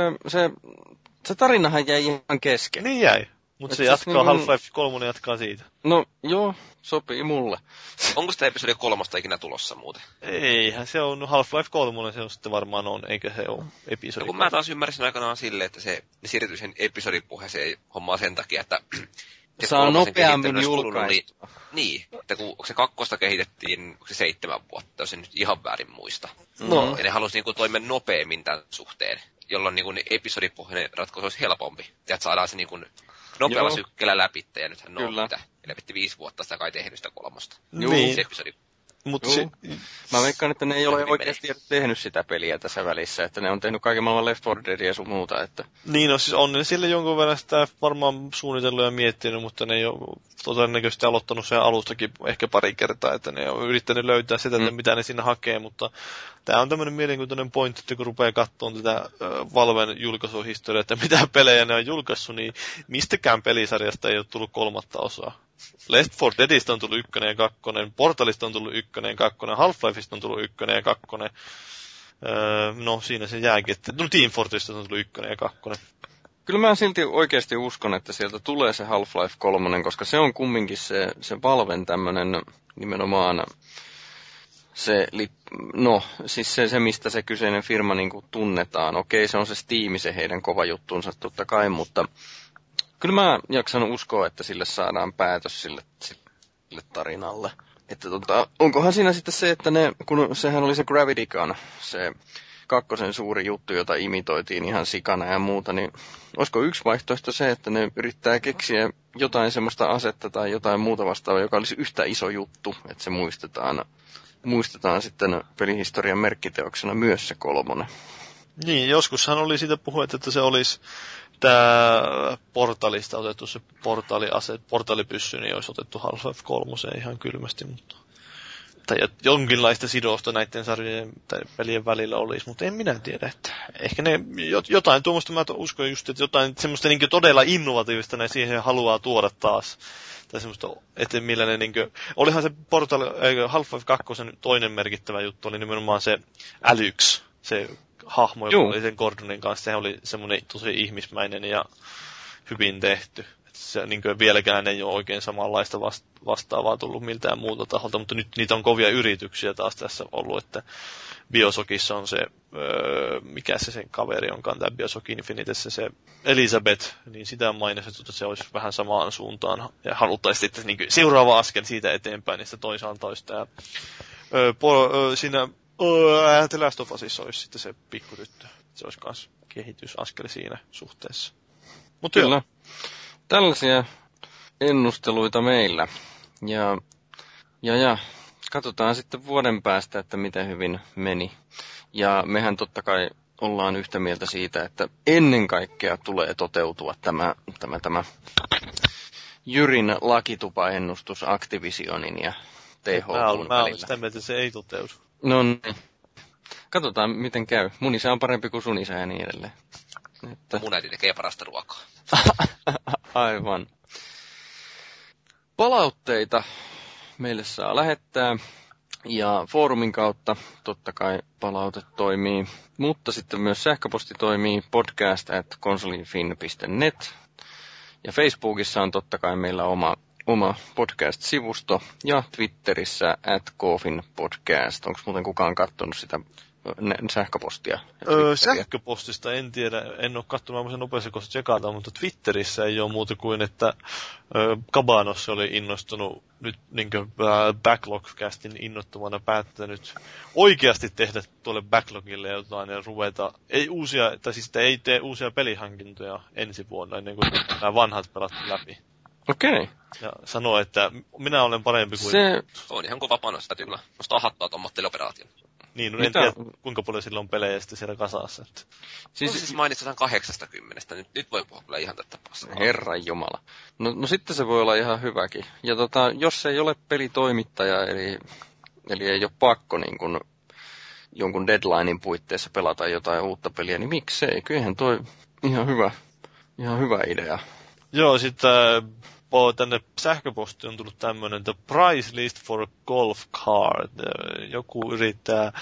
se tarinahan jäi ihan kesken. Niin jäi, mutta se jatkaa, Half-Life 3 jatkaa siitä. No joo, sopii mulle. Onko sitä episodi 3 ikinä tulossa muuten? Eihän se on, Half-Life 3 se on sitten varmaan on, eikä se ole episodi. No kun mä taas ymmärsin aikanaan silleen, että ne siirtyi sen episodipohjaiseen hommaan sen takia, että saa nopeammin julkaistua. Niin, että kun se 2 kehitettiin 7 vuotta, jos en nyt ihan väärin muista. No. Ja ne halusi niinku toimia nopeammin tämän suhteen, jolloin niinku episodipohjainen ratkaisu olisi helpompi. Ja että saadaan se niinku nopealla sykkeellä läpi, ja nythän ne on mitä. Läpitti 5 vuotta sitä kai tehnyt sitä 3. Niin. Se episodi. Mä veikkaan, että ne ei ole oikeasti tehnyt sitä peliä tässä välissä, että ne on tehnyt kaiken maailman Left 4 Deadia ja sun muuta. Että... Niin, no siis on ne sille jonkun verran sitä varmaan suunnitellut ja miettinyt, mutta ne ei ole todennäköisesti aloittanut sen alustakin ehkä pari kertaa, että ne on yrittänyt löytää sitä, mitä ne siinä hakee, mutta tämä on tämmöinen mielenkiintoinen pointti, että kun rupeaa katsomaan tätä Valven julkaisuhistoriaa, että mitä pelejä ne on julkaissut, niin mistäkään pelisarjasta ei ole tullut 3. osaa. Left 4 Deadistä on tullut 1 ja 2, Portalista on tullut 1 ja 2, Half-Lifeista on tullut 1 ja 2. No siinä se jääkin, että Team Fortressista on tullut 1 ja 2. Kyllä mä silti oikeasti uskon, että sieltä tulee se Half-Life 3, koska se on kumminkin se Valven tämmönen nimenomaan siis se mistä se kyseinen firma niin kuin tunnetaan. Okei, se on se Steam, se heidän kova juttunsa totta kai, mutta kyllä mä jaksan uskoa, että sille saadaan päätös sille tarinalle. Että onkohan siinä sitten se, että kun sehän oli se Gravity Gun, se 2 suuri juttu, jota imitoitiin ihan sikana ja muuta, niin olisiko yksi vaihtoehto se, että ne yrittää keksiä jotain semmoista asetta tai jotain muuta vastaavaa, joka olisi yhtä iso juttu, että se muistetaan sitten pelihistorian merkkiteoksena myös se 3. Niin, joskushan oli siitä puhetta, että se olisi tämä Portalista otettu se portaalipyssy, niin olisi otettu Half-Life 3 ihan kylmästi, mutta tai jonkinlaista sidosta näiden sarjojen tai pelien välillä olisi, mutta en minä tiedä, että ehkä ne jotain tuommoista mä uskon just, että jotain semmoista niin todella innovatiivista ne siihen haluaa tuoda taas. Tai semmoista, että millä ne niinkö olihan se Half-Life 2 toinen merkittävä juttu, oli nimenomaan se Alyx, se hahmo, joka oli sen Gordonin kanssa, se oli semmoinen tosi ihmismäinen ja hyvin tehty. Se niin vieläkään ei ole oikein samanlaista vastaavaa tullut miltään muuta taholta, mutta nyt niitä on kovia yrityksiä taas tässä ollut, että Bioshockissa on se, mikä se sen kaveri onkaan, tämä Bioshock Infinitessä, se Elizabeth, niin sitä on mainittu, että se olisi vähän samaan suuntaan, ja haluttaisiin sitten niin seuraava askel siitä eteenpäin, niin sitä toisaalta olisi tämä, siinä The Last of Usissa olisi sitten se pikkutyttö, se olisi myös kehitysaskel siinä suhteessa. Mut kyllä. Joo. Tällaisia ennusteluita meillä. Ja katsotaan sitten vuoden päästä, että miten hyvin meni. Ja mehän totta kai ollaan yhtä mieltä siitä, että ennen kaikkea tulee toteutua tämä Jyrin lakitupa-ennustus Activisionin ja THQ:n välillä. Mä olen sitä mieltä, että se ei toteudu. No niin. Katsotaan miten käy. Mun isä on parempi kuin sun isä ja niin edelleen. Että mun äiti tekee parasta ruokaa. Aivan. Palautteita meille saa lähettää ja foorumin kautta totta kai palaute toimii, mutta sitten myös sähköposti toimii podcast@konsolifin.net ja Facebookissa on totta kai meillä oma podcast-sivusto ja Twitterissä @kofinpodcast. Onko muuten kukaan katsonut sitä sähköpostia? Sähköpostista en tiedä, en ole katsonut, mä sen nopeasti kohta tsekata, mutta Twitterissä ei ole muuta kuin, että Cabanos oli innostunut nyt niinkö Backlog-castin innoittumana päättänyt oikeasti tehdä tuolle Backlogille jotain ja ruveta, ei tee uusia pelihankintoja ensi vuonna ennen kuin nämä vanhat pelattu läpi. Okei. Ja sanoo, että minä olen parempi kuin... Se on ihan kova panos, täytyy kyllä nostaa hattua tuon mottelioperaation. Niin, no en tiedä kuinka paljon sillä on pelejä sitten siellä kasassa. Että. Siis mainitsin 80, nyt voi puhua kyllä ihan tätä passaa. Herran jumala. No sitten se voi olla ihan hyväkin. Ja jos ei ole pelitoimittaja, eli ei ole pakko niin kun jonkun deadlinein puitteissa pelata jotain uutta peliä, niin miksei? Kyllähän toi ihan hyvä idea. Joo, sitten tänne sähköpostiin on tullut tämmönen The Price List for a Golf Cart. Joku yrittää,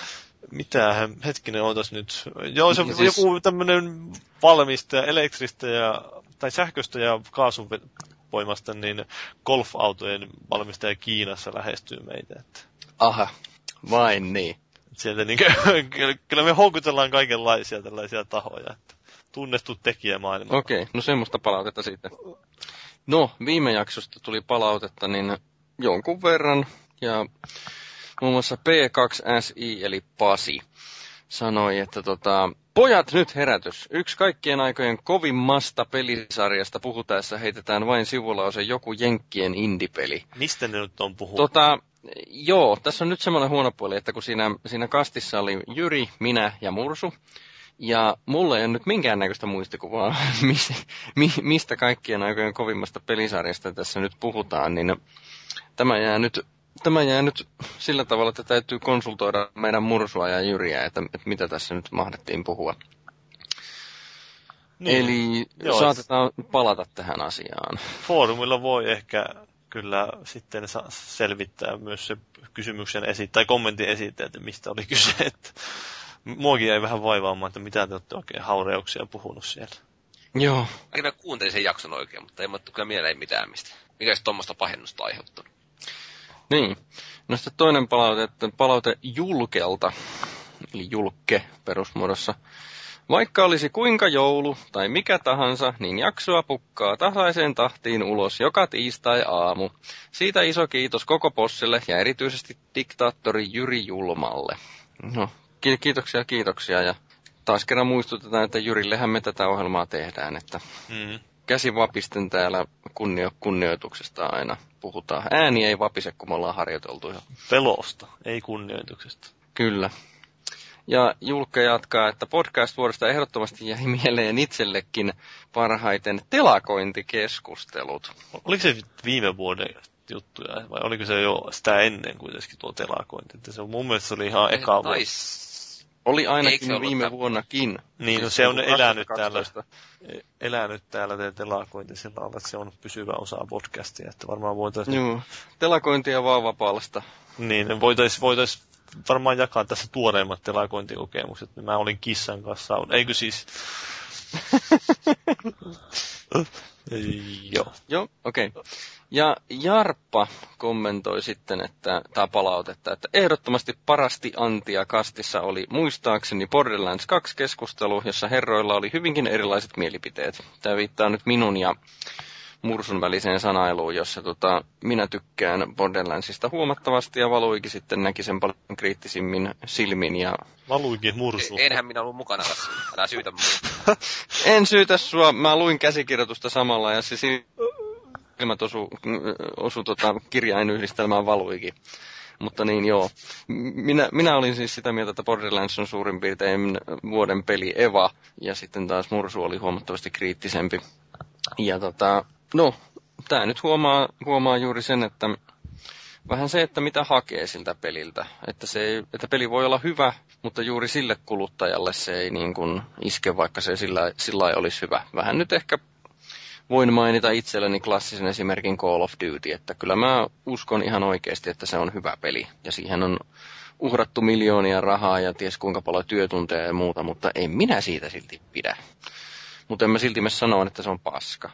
hetkinen ootas nyt. Joo, se siis joku tämmönen valmistaja elektristä tai sähköstä ja kaasuvoimasta, niin golfautojen valmistaja Kiinassa lähestyy meitä. Että. Aha, vain niin. Sieltä kyllä me houkutellaan kaikenlaisia tällaisia tahoja, että tunnettu tekijä maailmalla. Okei, no semmoista palautetta sitten. No, viime jaksosta tuli palautetta niin jonkun verran, ja muun muassa P2SI eli Pasi sanoi, että pojat nyt herätys. Yksi kaikkien aikojen kovimmasta pelisarjasta puhutaessa heitetään vain sivulause joku jenkkien indie-peli. Mistä ne nyt on puhunut? Joo, tässä on nyt semmoinen huono puoli, että kun siinä kastissa oli Jyri, minä ja Mursu, ja mulla ei ole nyt minkäännäköistä muistikuvaa, mistä kaikkien aikojen kovimmasta pelisarjasta tässä nyt puhutaan, niin tämä jää nyt sillä tavalla, että täytyy konsultoida meidän Mursua ja Jyriä, että mitä tässä nyt mahdettiin puhua. Niin. Eli saatetaan palata tähän asiaan. Foorumilla voi ehkä kyllä sitten selvittää myös se kysymyksen tai kommentin esittäjä, että mistä oli kyse, että muakin jäi vähän vaivaamaan, että mitä te olette oikein haureuksia puhunut siellä. Joo. Mä kuuntelin sen jakson oikein, mutta ei mä kyllä mieleen mitään mistä. Mikä olisi tuommoista pahennusta aiheuttanut? Niin. No sitten toinen palaute Julkelta, eli Julkke perusmuodossa. Vaikka olisi kuinka joulu tai mikä tahansa, niin jaksoa pukkaa tasaiseen tahtiin ulos joka tiistai-aamu. Siitä iso kiitos koko possille ja erityisesti diktaattori Jyri Julmalle. No, kiitoksia ja taas kerran muistutetaan, että Jyrillehän me tätä ohjelmaa tehdään, että käsi vapisten täällä kunnioituksesta aina puhutaan. Ääni ei vapise, kun me ollaan harjoiteltu. Pelosta, ei kunnioituksesta. Kyllä. Ja Julkka jatkaa, että podcast-vuodesta ehdottomasti jäi mieleen itsellekin parhaiten telakointikeskustelut. Oliko se viime vuoden juttuja, vai oliko se jo sitä ennen kuitenkin tuo telakointi? Että se, mun mielestä se oli ihan eka vuosi. Oli ainakin viime vuonnakin. Niin, no se on elänyt täällä telakointi sillä lailla, että se on pysyvä osa podcastia, että varmaan voitaisiin... Joo, telakointia vaan vapaalasta. Niin, voitaisiin varmaan jakaa tässä tuoreimmat telakointikokemukset. Mä olin kissan kanssa eikö siis... Joo, okei. Okay. Ja Jarppa kommentoi sitten, tämä palautetta, että ehdottomasti parasti antia kastissa oli muistaakseni Borderlands 2-keskustelu, jossa herroilla oli hyvinkin erilaiset mielipiteet. Tämä viittaa nyt minun ja Mursun väliseen sanailuun, jossa minä tykkään Borderlandsista huomattavasti ja Valuikin sitten näki sen paljon kriittisimmin silmin. Ja... Valuikin Mursu. Enhän minä ollut mukana tässä. Älä syytä mua. En syytä sua. Mä luin käsikirjoitusta samalla ja se silmät osu kirjainyhdistelmään Valuikin. Mutta niin joo. Minä olin siis sitä mieltä, että Borderlands on suurin piirtein vuoden peli Eva ja sitten taas Mursu oli huomattavasti kriittisempi. Ja no, tää nyt huomaa juuri sen, että vähän se, että mitä hakee siltä peliltä. Että peli voi olla hyvä, mutta juuri sille kuluttajalle se ei niin kuin iske, vaikka se sillä ei olisi hyvä. Vähän nyt ehkä voin mainita itselleni klassisen esimerkin Call of Duty, että kyllä mä uskon ihan oikeasti, että se on hyvä peli. Ja siihen on uhrattu miljoonia rahaa ja ties kuinka paljon työtunteja ja muuta, mutta en minä siitä silti pidä. Mutta en mä silti myös sanoa, että se on paska.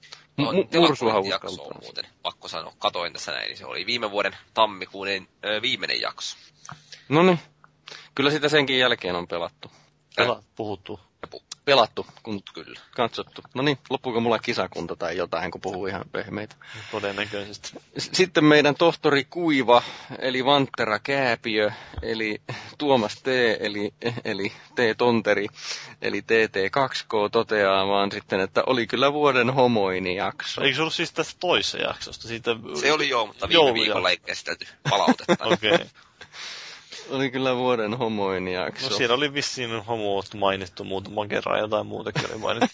Mursuhan uskaltaa. Muuten, pakko sanoa. Katoin tässä näin, niin se oli viime vuoden tammikuun viimeinen jakso. Noniin. Kyllä sitä senkin jälkeen on pelattu. Puhuttu. Pelattu, kyllä. Katsottu. No niin, loppuuko mulla kisakunta tai jotain, kun puhuu ihan pehmeitä. Todennäköisesti. Sitten meidän tohtori Kuiva, eli Vanttera Kääpiö, eli Tuomas T, eli T-tonteri, eli TT2K toteaa vaan sitten, että oli kyllä vuoden homoini jakso. Eikö se ollut siis tästä toisessa jaksosta? Se oli joo, mutta viime viikolla ei käsitelty palautetta. Okei. Okay. Oli kyllä vuoden homoin jakso. No siellä oli vissiin homoot mainittu muutaman kerran, jotain muutakin oli mainittu.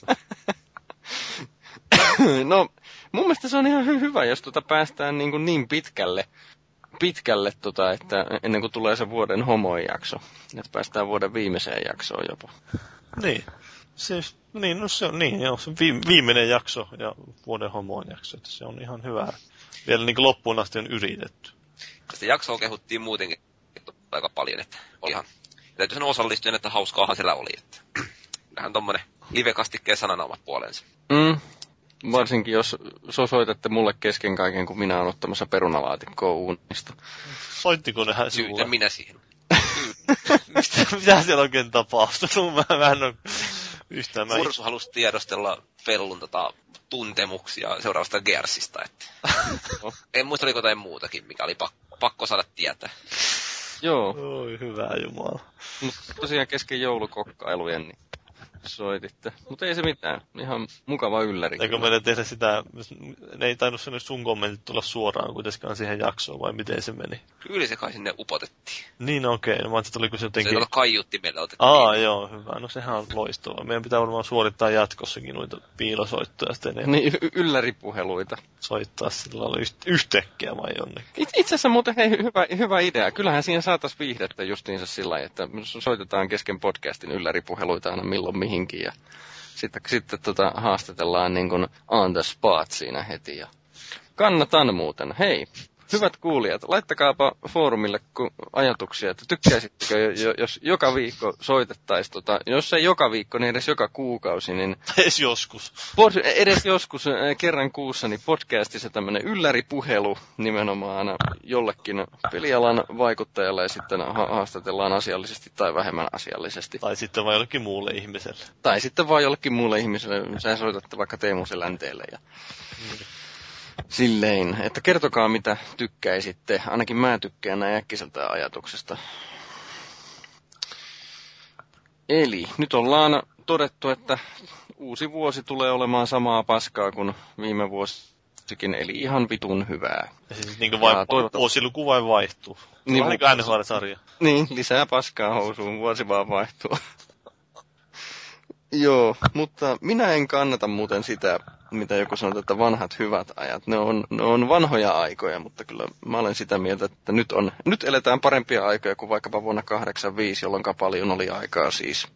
No, mun mielestä se on ihan hyvä, jos päästään niin pitkälle että ennen kuin tulee se vuoden homoin jakso. Että päästään vuoden viimeiseen jaksoon jopa. Niin. Siis, niin, no se on niin, joo, se viimeinen jakso ja vuoden homoin jakso, että se on ihan hyvä. Vielä niin kuin loppuun asti on yritetty. Sitä jaksoa kehuttiin muutenkin aika paljon, että oli ihan, täytyy sanoa osallistujien, että hauskaahan siellä oli, että kyllähän tommonen live-kastikkeen sanana omat puolensa. Varsinkin jos sosoitatte mulle kesken kaiken, kun minä olen ottamassa perunalaatikkoa uunista. Soittiko nehän sulle? Syytän minä siihen. Mitä siellä oikein tapahtunut? Mä en ole yhtään... Mursu halusi tiedostella Fellun tuntemuksia seuraavasta Gearsista, että en muista oliko jotain muutakin, mikä oli pakko saada tietää. Joo. Oi, hyvä jumala. Mutta tosiaan kesken joulukokkailujen niin soititte. Mutta ei se mitään. Ihan mukava ylläri. Eikö meille tehdä sitä, ne ei tainnut sun kommentit tulla suoraan kuitenkaan siihen jaksoon, vai miten se meni? Kyllä se kai sinne upotettiin. Niin okei. No, mä ajattelin, että oliko se jotenkin... Se kaiuttimella otettiin. Joo, hyvä. No sehän on loistavaa. Meidän pitää varmaan suorittaa jatkossakin noita piilosoittoja sitten. Niin, ylläripuheluita. Soittaa sillä lailla yhtäkkiä vai jonnekin. Itse asiassa muuten hyvä idea. Kyllähän siinä saataisiin viihdettä justiinsa sillä lailla, että soitetaan kesken podcastin ylläripuheluita aina milloin mihinkin ja sitten haastatellaan niin kuin on the spot siinä heti. Ja kannatan muuten. Hei, Hyvät kuulijat, laittakaapa foorumille ajatuksia, että tykkäisittekö, jos joka viikko soitettaisiin, jos ei joka viikko, niin edes joka kuukausi, niin... Edes joskus. Edes joskus kerran kuussa, niin podcastissa tämmöinen ylläripuhelu nimenomaan jollekin pelialan vaikuttajalle ja sitten haastatellaan asiallisesti tai vähemmän asiallisesti. Tai sitten vaan jollekin muulle ihmiselle. Tai sitten vaan jollekin muulle ihmiselle, sä soitatte vaikka Teemu Selänteelle ja... Silleen, että kertokaa mitä tykkäisitte. Ainakin mä tykkään näin äkkiseltä ajatuksesta. Eli nyt ollaan todettu, että uusi vuosi tulee olemaan samaa paskaa kuin viime vuosikin, eli ihan vitun hyvää. Ja siis niin kuin vain vuosiluku vain vaihtuu. Niin, vähän niin kuin NHL-sarja. Niin, lisää paskaa housuun, vuosi vaan vaihtuu. Joo, mutta minä en kannata muuten sitä, mitä joku sanoo, että vanhat hyvät ajat. Ne on vanhoja aikoja, mutta kyllä mä olen sitä mieltä, että nyt eletään parempia aikoja kuin vaikkapa vuonna 1985, jolloin paljon oli aikaa siis.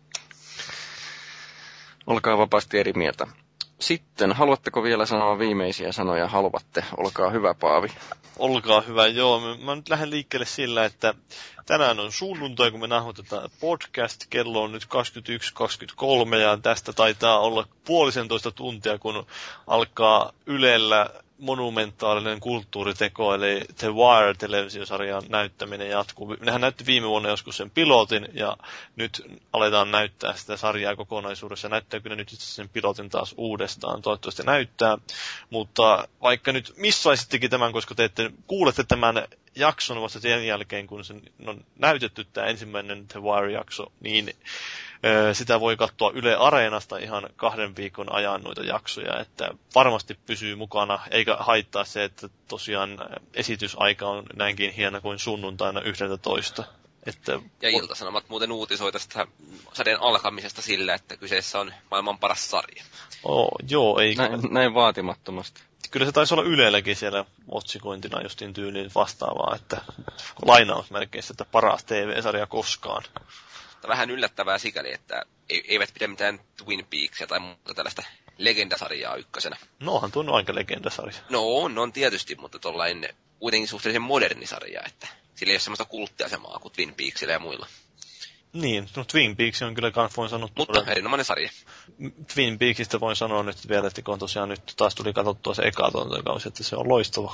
Olkaa vapaasti eri mieltä. Sitten, haluatteko vielä sanoa viimeisiä sanoja? Haluatte. Olkaa hyvä, Paavi. Olkaa hyvä, joo. Mä nyt lähden liikkeelle sillä, että tänään on sunnuntai, kun me nauhoitetaan podcast. Kello on nyt 21.23 ja tästä taitaa olla 1,5 tuntia, kun alkaa Ylellä monumentaalinen kulttuuriteko, eli The Wire-televisiosarjan näyttäminen jatkuu. Nehän näytti viime vuonna joskus sen pilotin, ja nyt aletaan näyttää sitä sarjaa kokonaisuudessa. Näyttääkö ne nyt itse sen pilotin taas uudestaan? Toivottavasti näyttää. Mutta vaikka nyt missaisittekin tämän, koska te kuulette tämän jakson vasta sen jälkeen, kun se on näytetty tämä ensimmäinen The Wire-jakso, niin sitä voi katsoa Yle Areenasta ihan 2 viikon ajan noita jaksoja, että varmasti pysyy mukana, eikä haittaa se, että tosiaan esitysaika on näinkin hieno kuin sunnuntaina 11. Ja Ilta-Sanomat muuten uutisoi tästä sarjan alkamisesta sillä, että kyseessä on maailman paras sarja. Joo, ei. Näin vaatimattomasti. Kyllä se taisi olla Ylelläkin siellä otsikointina justiin tyyliin vastaavaa, että lainausmerkeissä, että paras TV-sarja koskaan. Vähän yllättävää sikäli, että eivät pidä mitään Twin Peaksia tai muuta tällaista legendasarjaa ykkösenä. No onhan tuo aika legendasarja. No on tietysti, mutta tollain kuitenkin suhteellisen moderni sarja, että sillä ei ole semmoista kulttiasemaa kuin Twin Peaksilla ja muilla. Niin, no Twin Peaks on kyllä kans voin sanoa... Mutta erinomainen sarja. Twin Peaksista voin sanoa nyt vielä, että kun tosiaan nyt taas tuli katsottua se eka tuotantokausi, että se on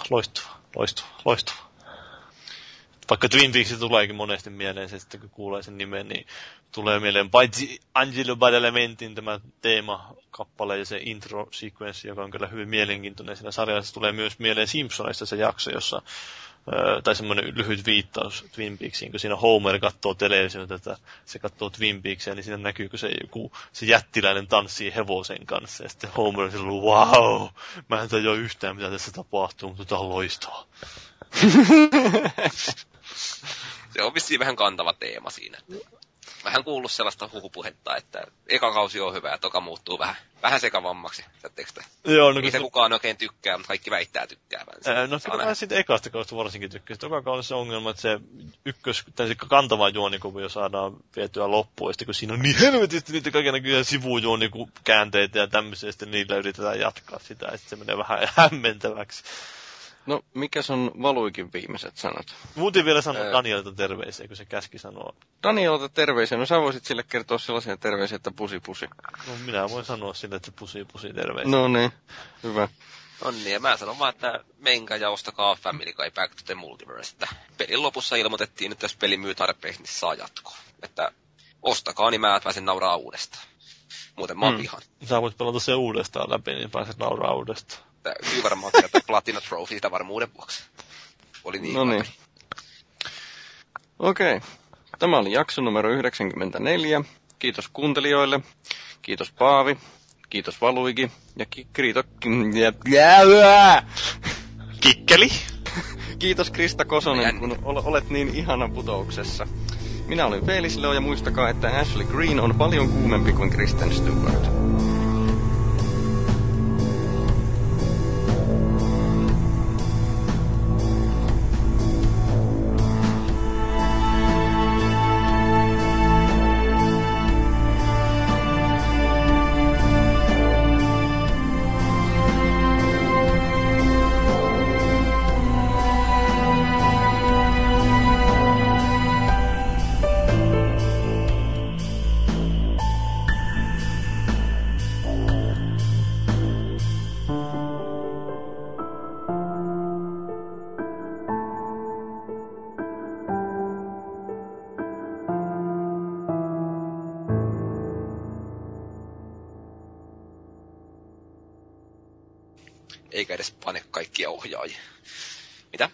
loistava. Vaikka Twin Peaks tuleekin monesti mieleen, se sitten kun kuulee sen nimen, niin tulee mieleen paitsi Angelo Badalamentiin tämä teemakappale ja se intro-sequence, joka on kyllä hyvin mielenkiintoinen siinä sarjassa. Tulee myös mieleen Simpsonista se jakso, jossa, tai semmoinen lyhyt viittaus Twin Peaksiin, kun siinä Homer katsoo televisiota, että se katsoo Twin Peaksia, niin siinä näkyy, kun se jättiläinen tanssii hevosen kanssa. Ja sitten Homer sanoo, wow, mä en tajua yhtään, mitä tässä tapahtuu, mutta tämä on loistavaa. Se on vissiin vähän kantava teema siinä. Vähän kuullut sellaista huhupuhetta, että eka kausi on hyvä ja toka muuttuu vähän sekavammaksi. Joo, no, Niitä kukaan oikein tykkää, mutta kaikki väittää tykkäävänsä. No kyllä sitten ekasta kaudesta varsinkin tykkää. Toka kaudessa on ongelma, että se kantava juonikuva saadaan vietyä loppuun. Ja sitten kun siinä on niin helvetisti niitä kaikenlaisia sivujuonikäänteitä ja tämmöisiä, sitten niillä yritetään jatkaa sitä. Ja sitten se menee vähän hämmentäväksi. No, mikäs on Valuikin viimeiset sanat? Muuten vielä sanoa Danielta terveisiä, kun se käski sanoa. Danielta terveisiä? No sä voisit sille kertoa sellaisia terveisiä, että pusi. No minä voin sanoa sille, että pusi terveisiä. No niin, hyvä. No niin, ja mä sanon vaan, että menkää ja ostakaa Family Guy Back to the Multiverse. Että pelin lopussa ilmoitettiin, että jos peli myy tarpeeksi, niin saa jatkoa. Että ostakaa, niin mä pääsen nauraa uudestaan. Muuten mä oon vihan. Sä voit pelata se uudestaan läpi, niin pääset nauraa uudestaan. Kyllä varmaan sieltä Platina Trophy sitä varmuuden vuoksi. Oli niin. No niin. Okei. Tämä oli jakso numero 94. Kiitos kuuntelijoille. Kiitos Paavi. Kiitos Valuigi. Ja Kikkeli. Kiitos Krista Kosonen, kun olet niin ihana putouksessa. Minä olin Felis Leo ja muistakaa, että Ashley Green on paljon kuumempi kuin Kristen Stewart. eikä edes pane kaikkia ohjaajia. Mitä?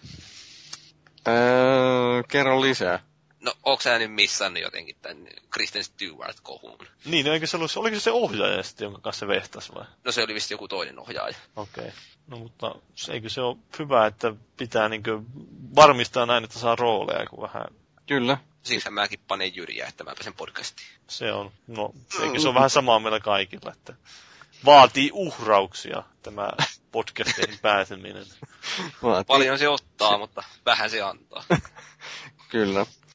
Kerro lisää. No, onko sä nyt missannut jotenkin tämän Kristen Stewart-kohun? Niin, eikö se ollut, oliko se ohjaaja sitten, jonka kanssa se vehtas vai? No se oli vist joku toinen ohjaaja. Okei. No mutta eikö se ole hyvä, että pitää niinkö varmistaa näin, että saa rooleja, kun vähän... Kyllä. Siksi mäkin panen Jyriä, että mä pääsen podcastiin. Se on, no, eikö se ole vähän samaa meillä kaikilla, että vaatii uhrauksia tämä podcastiin pääseminen. Paljon se ottaa, mutta vähän se antaa. Kyllä.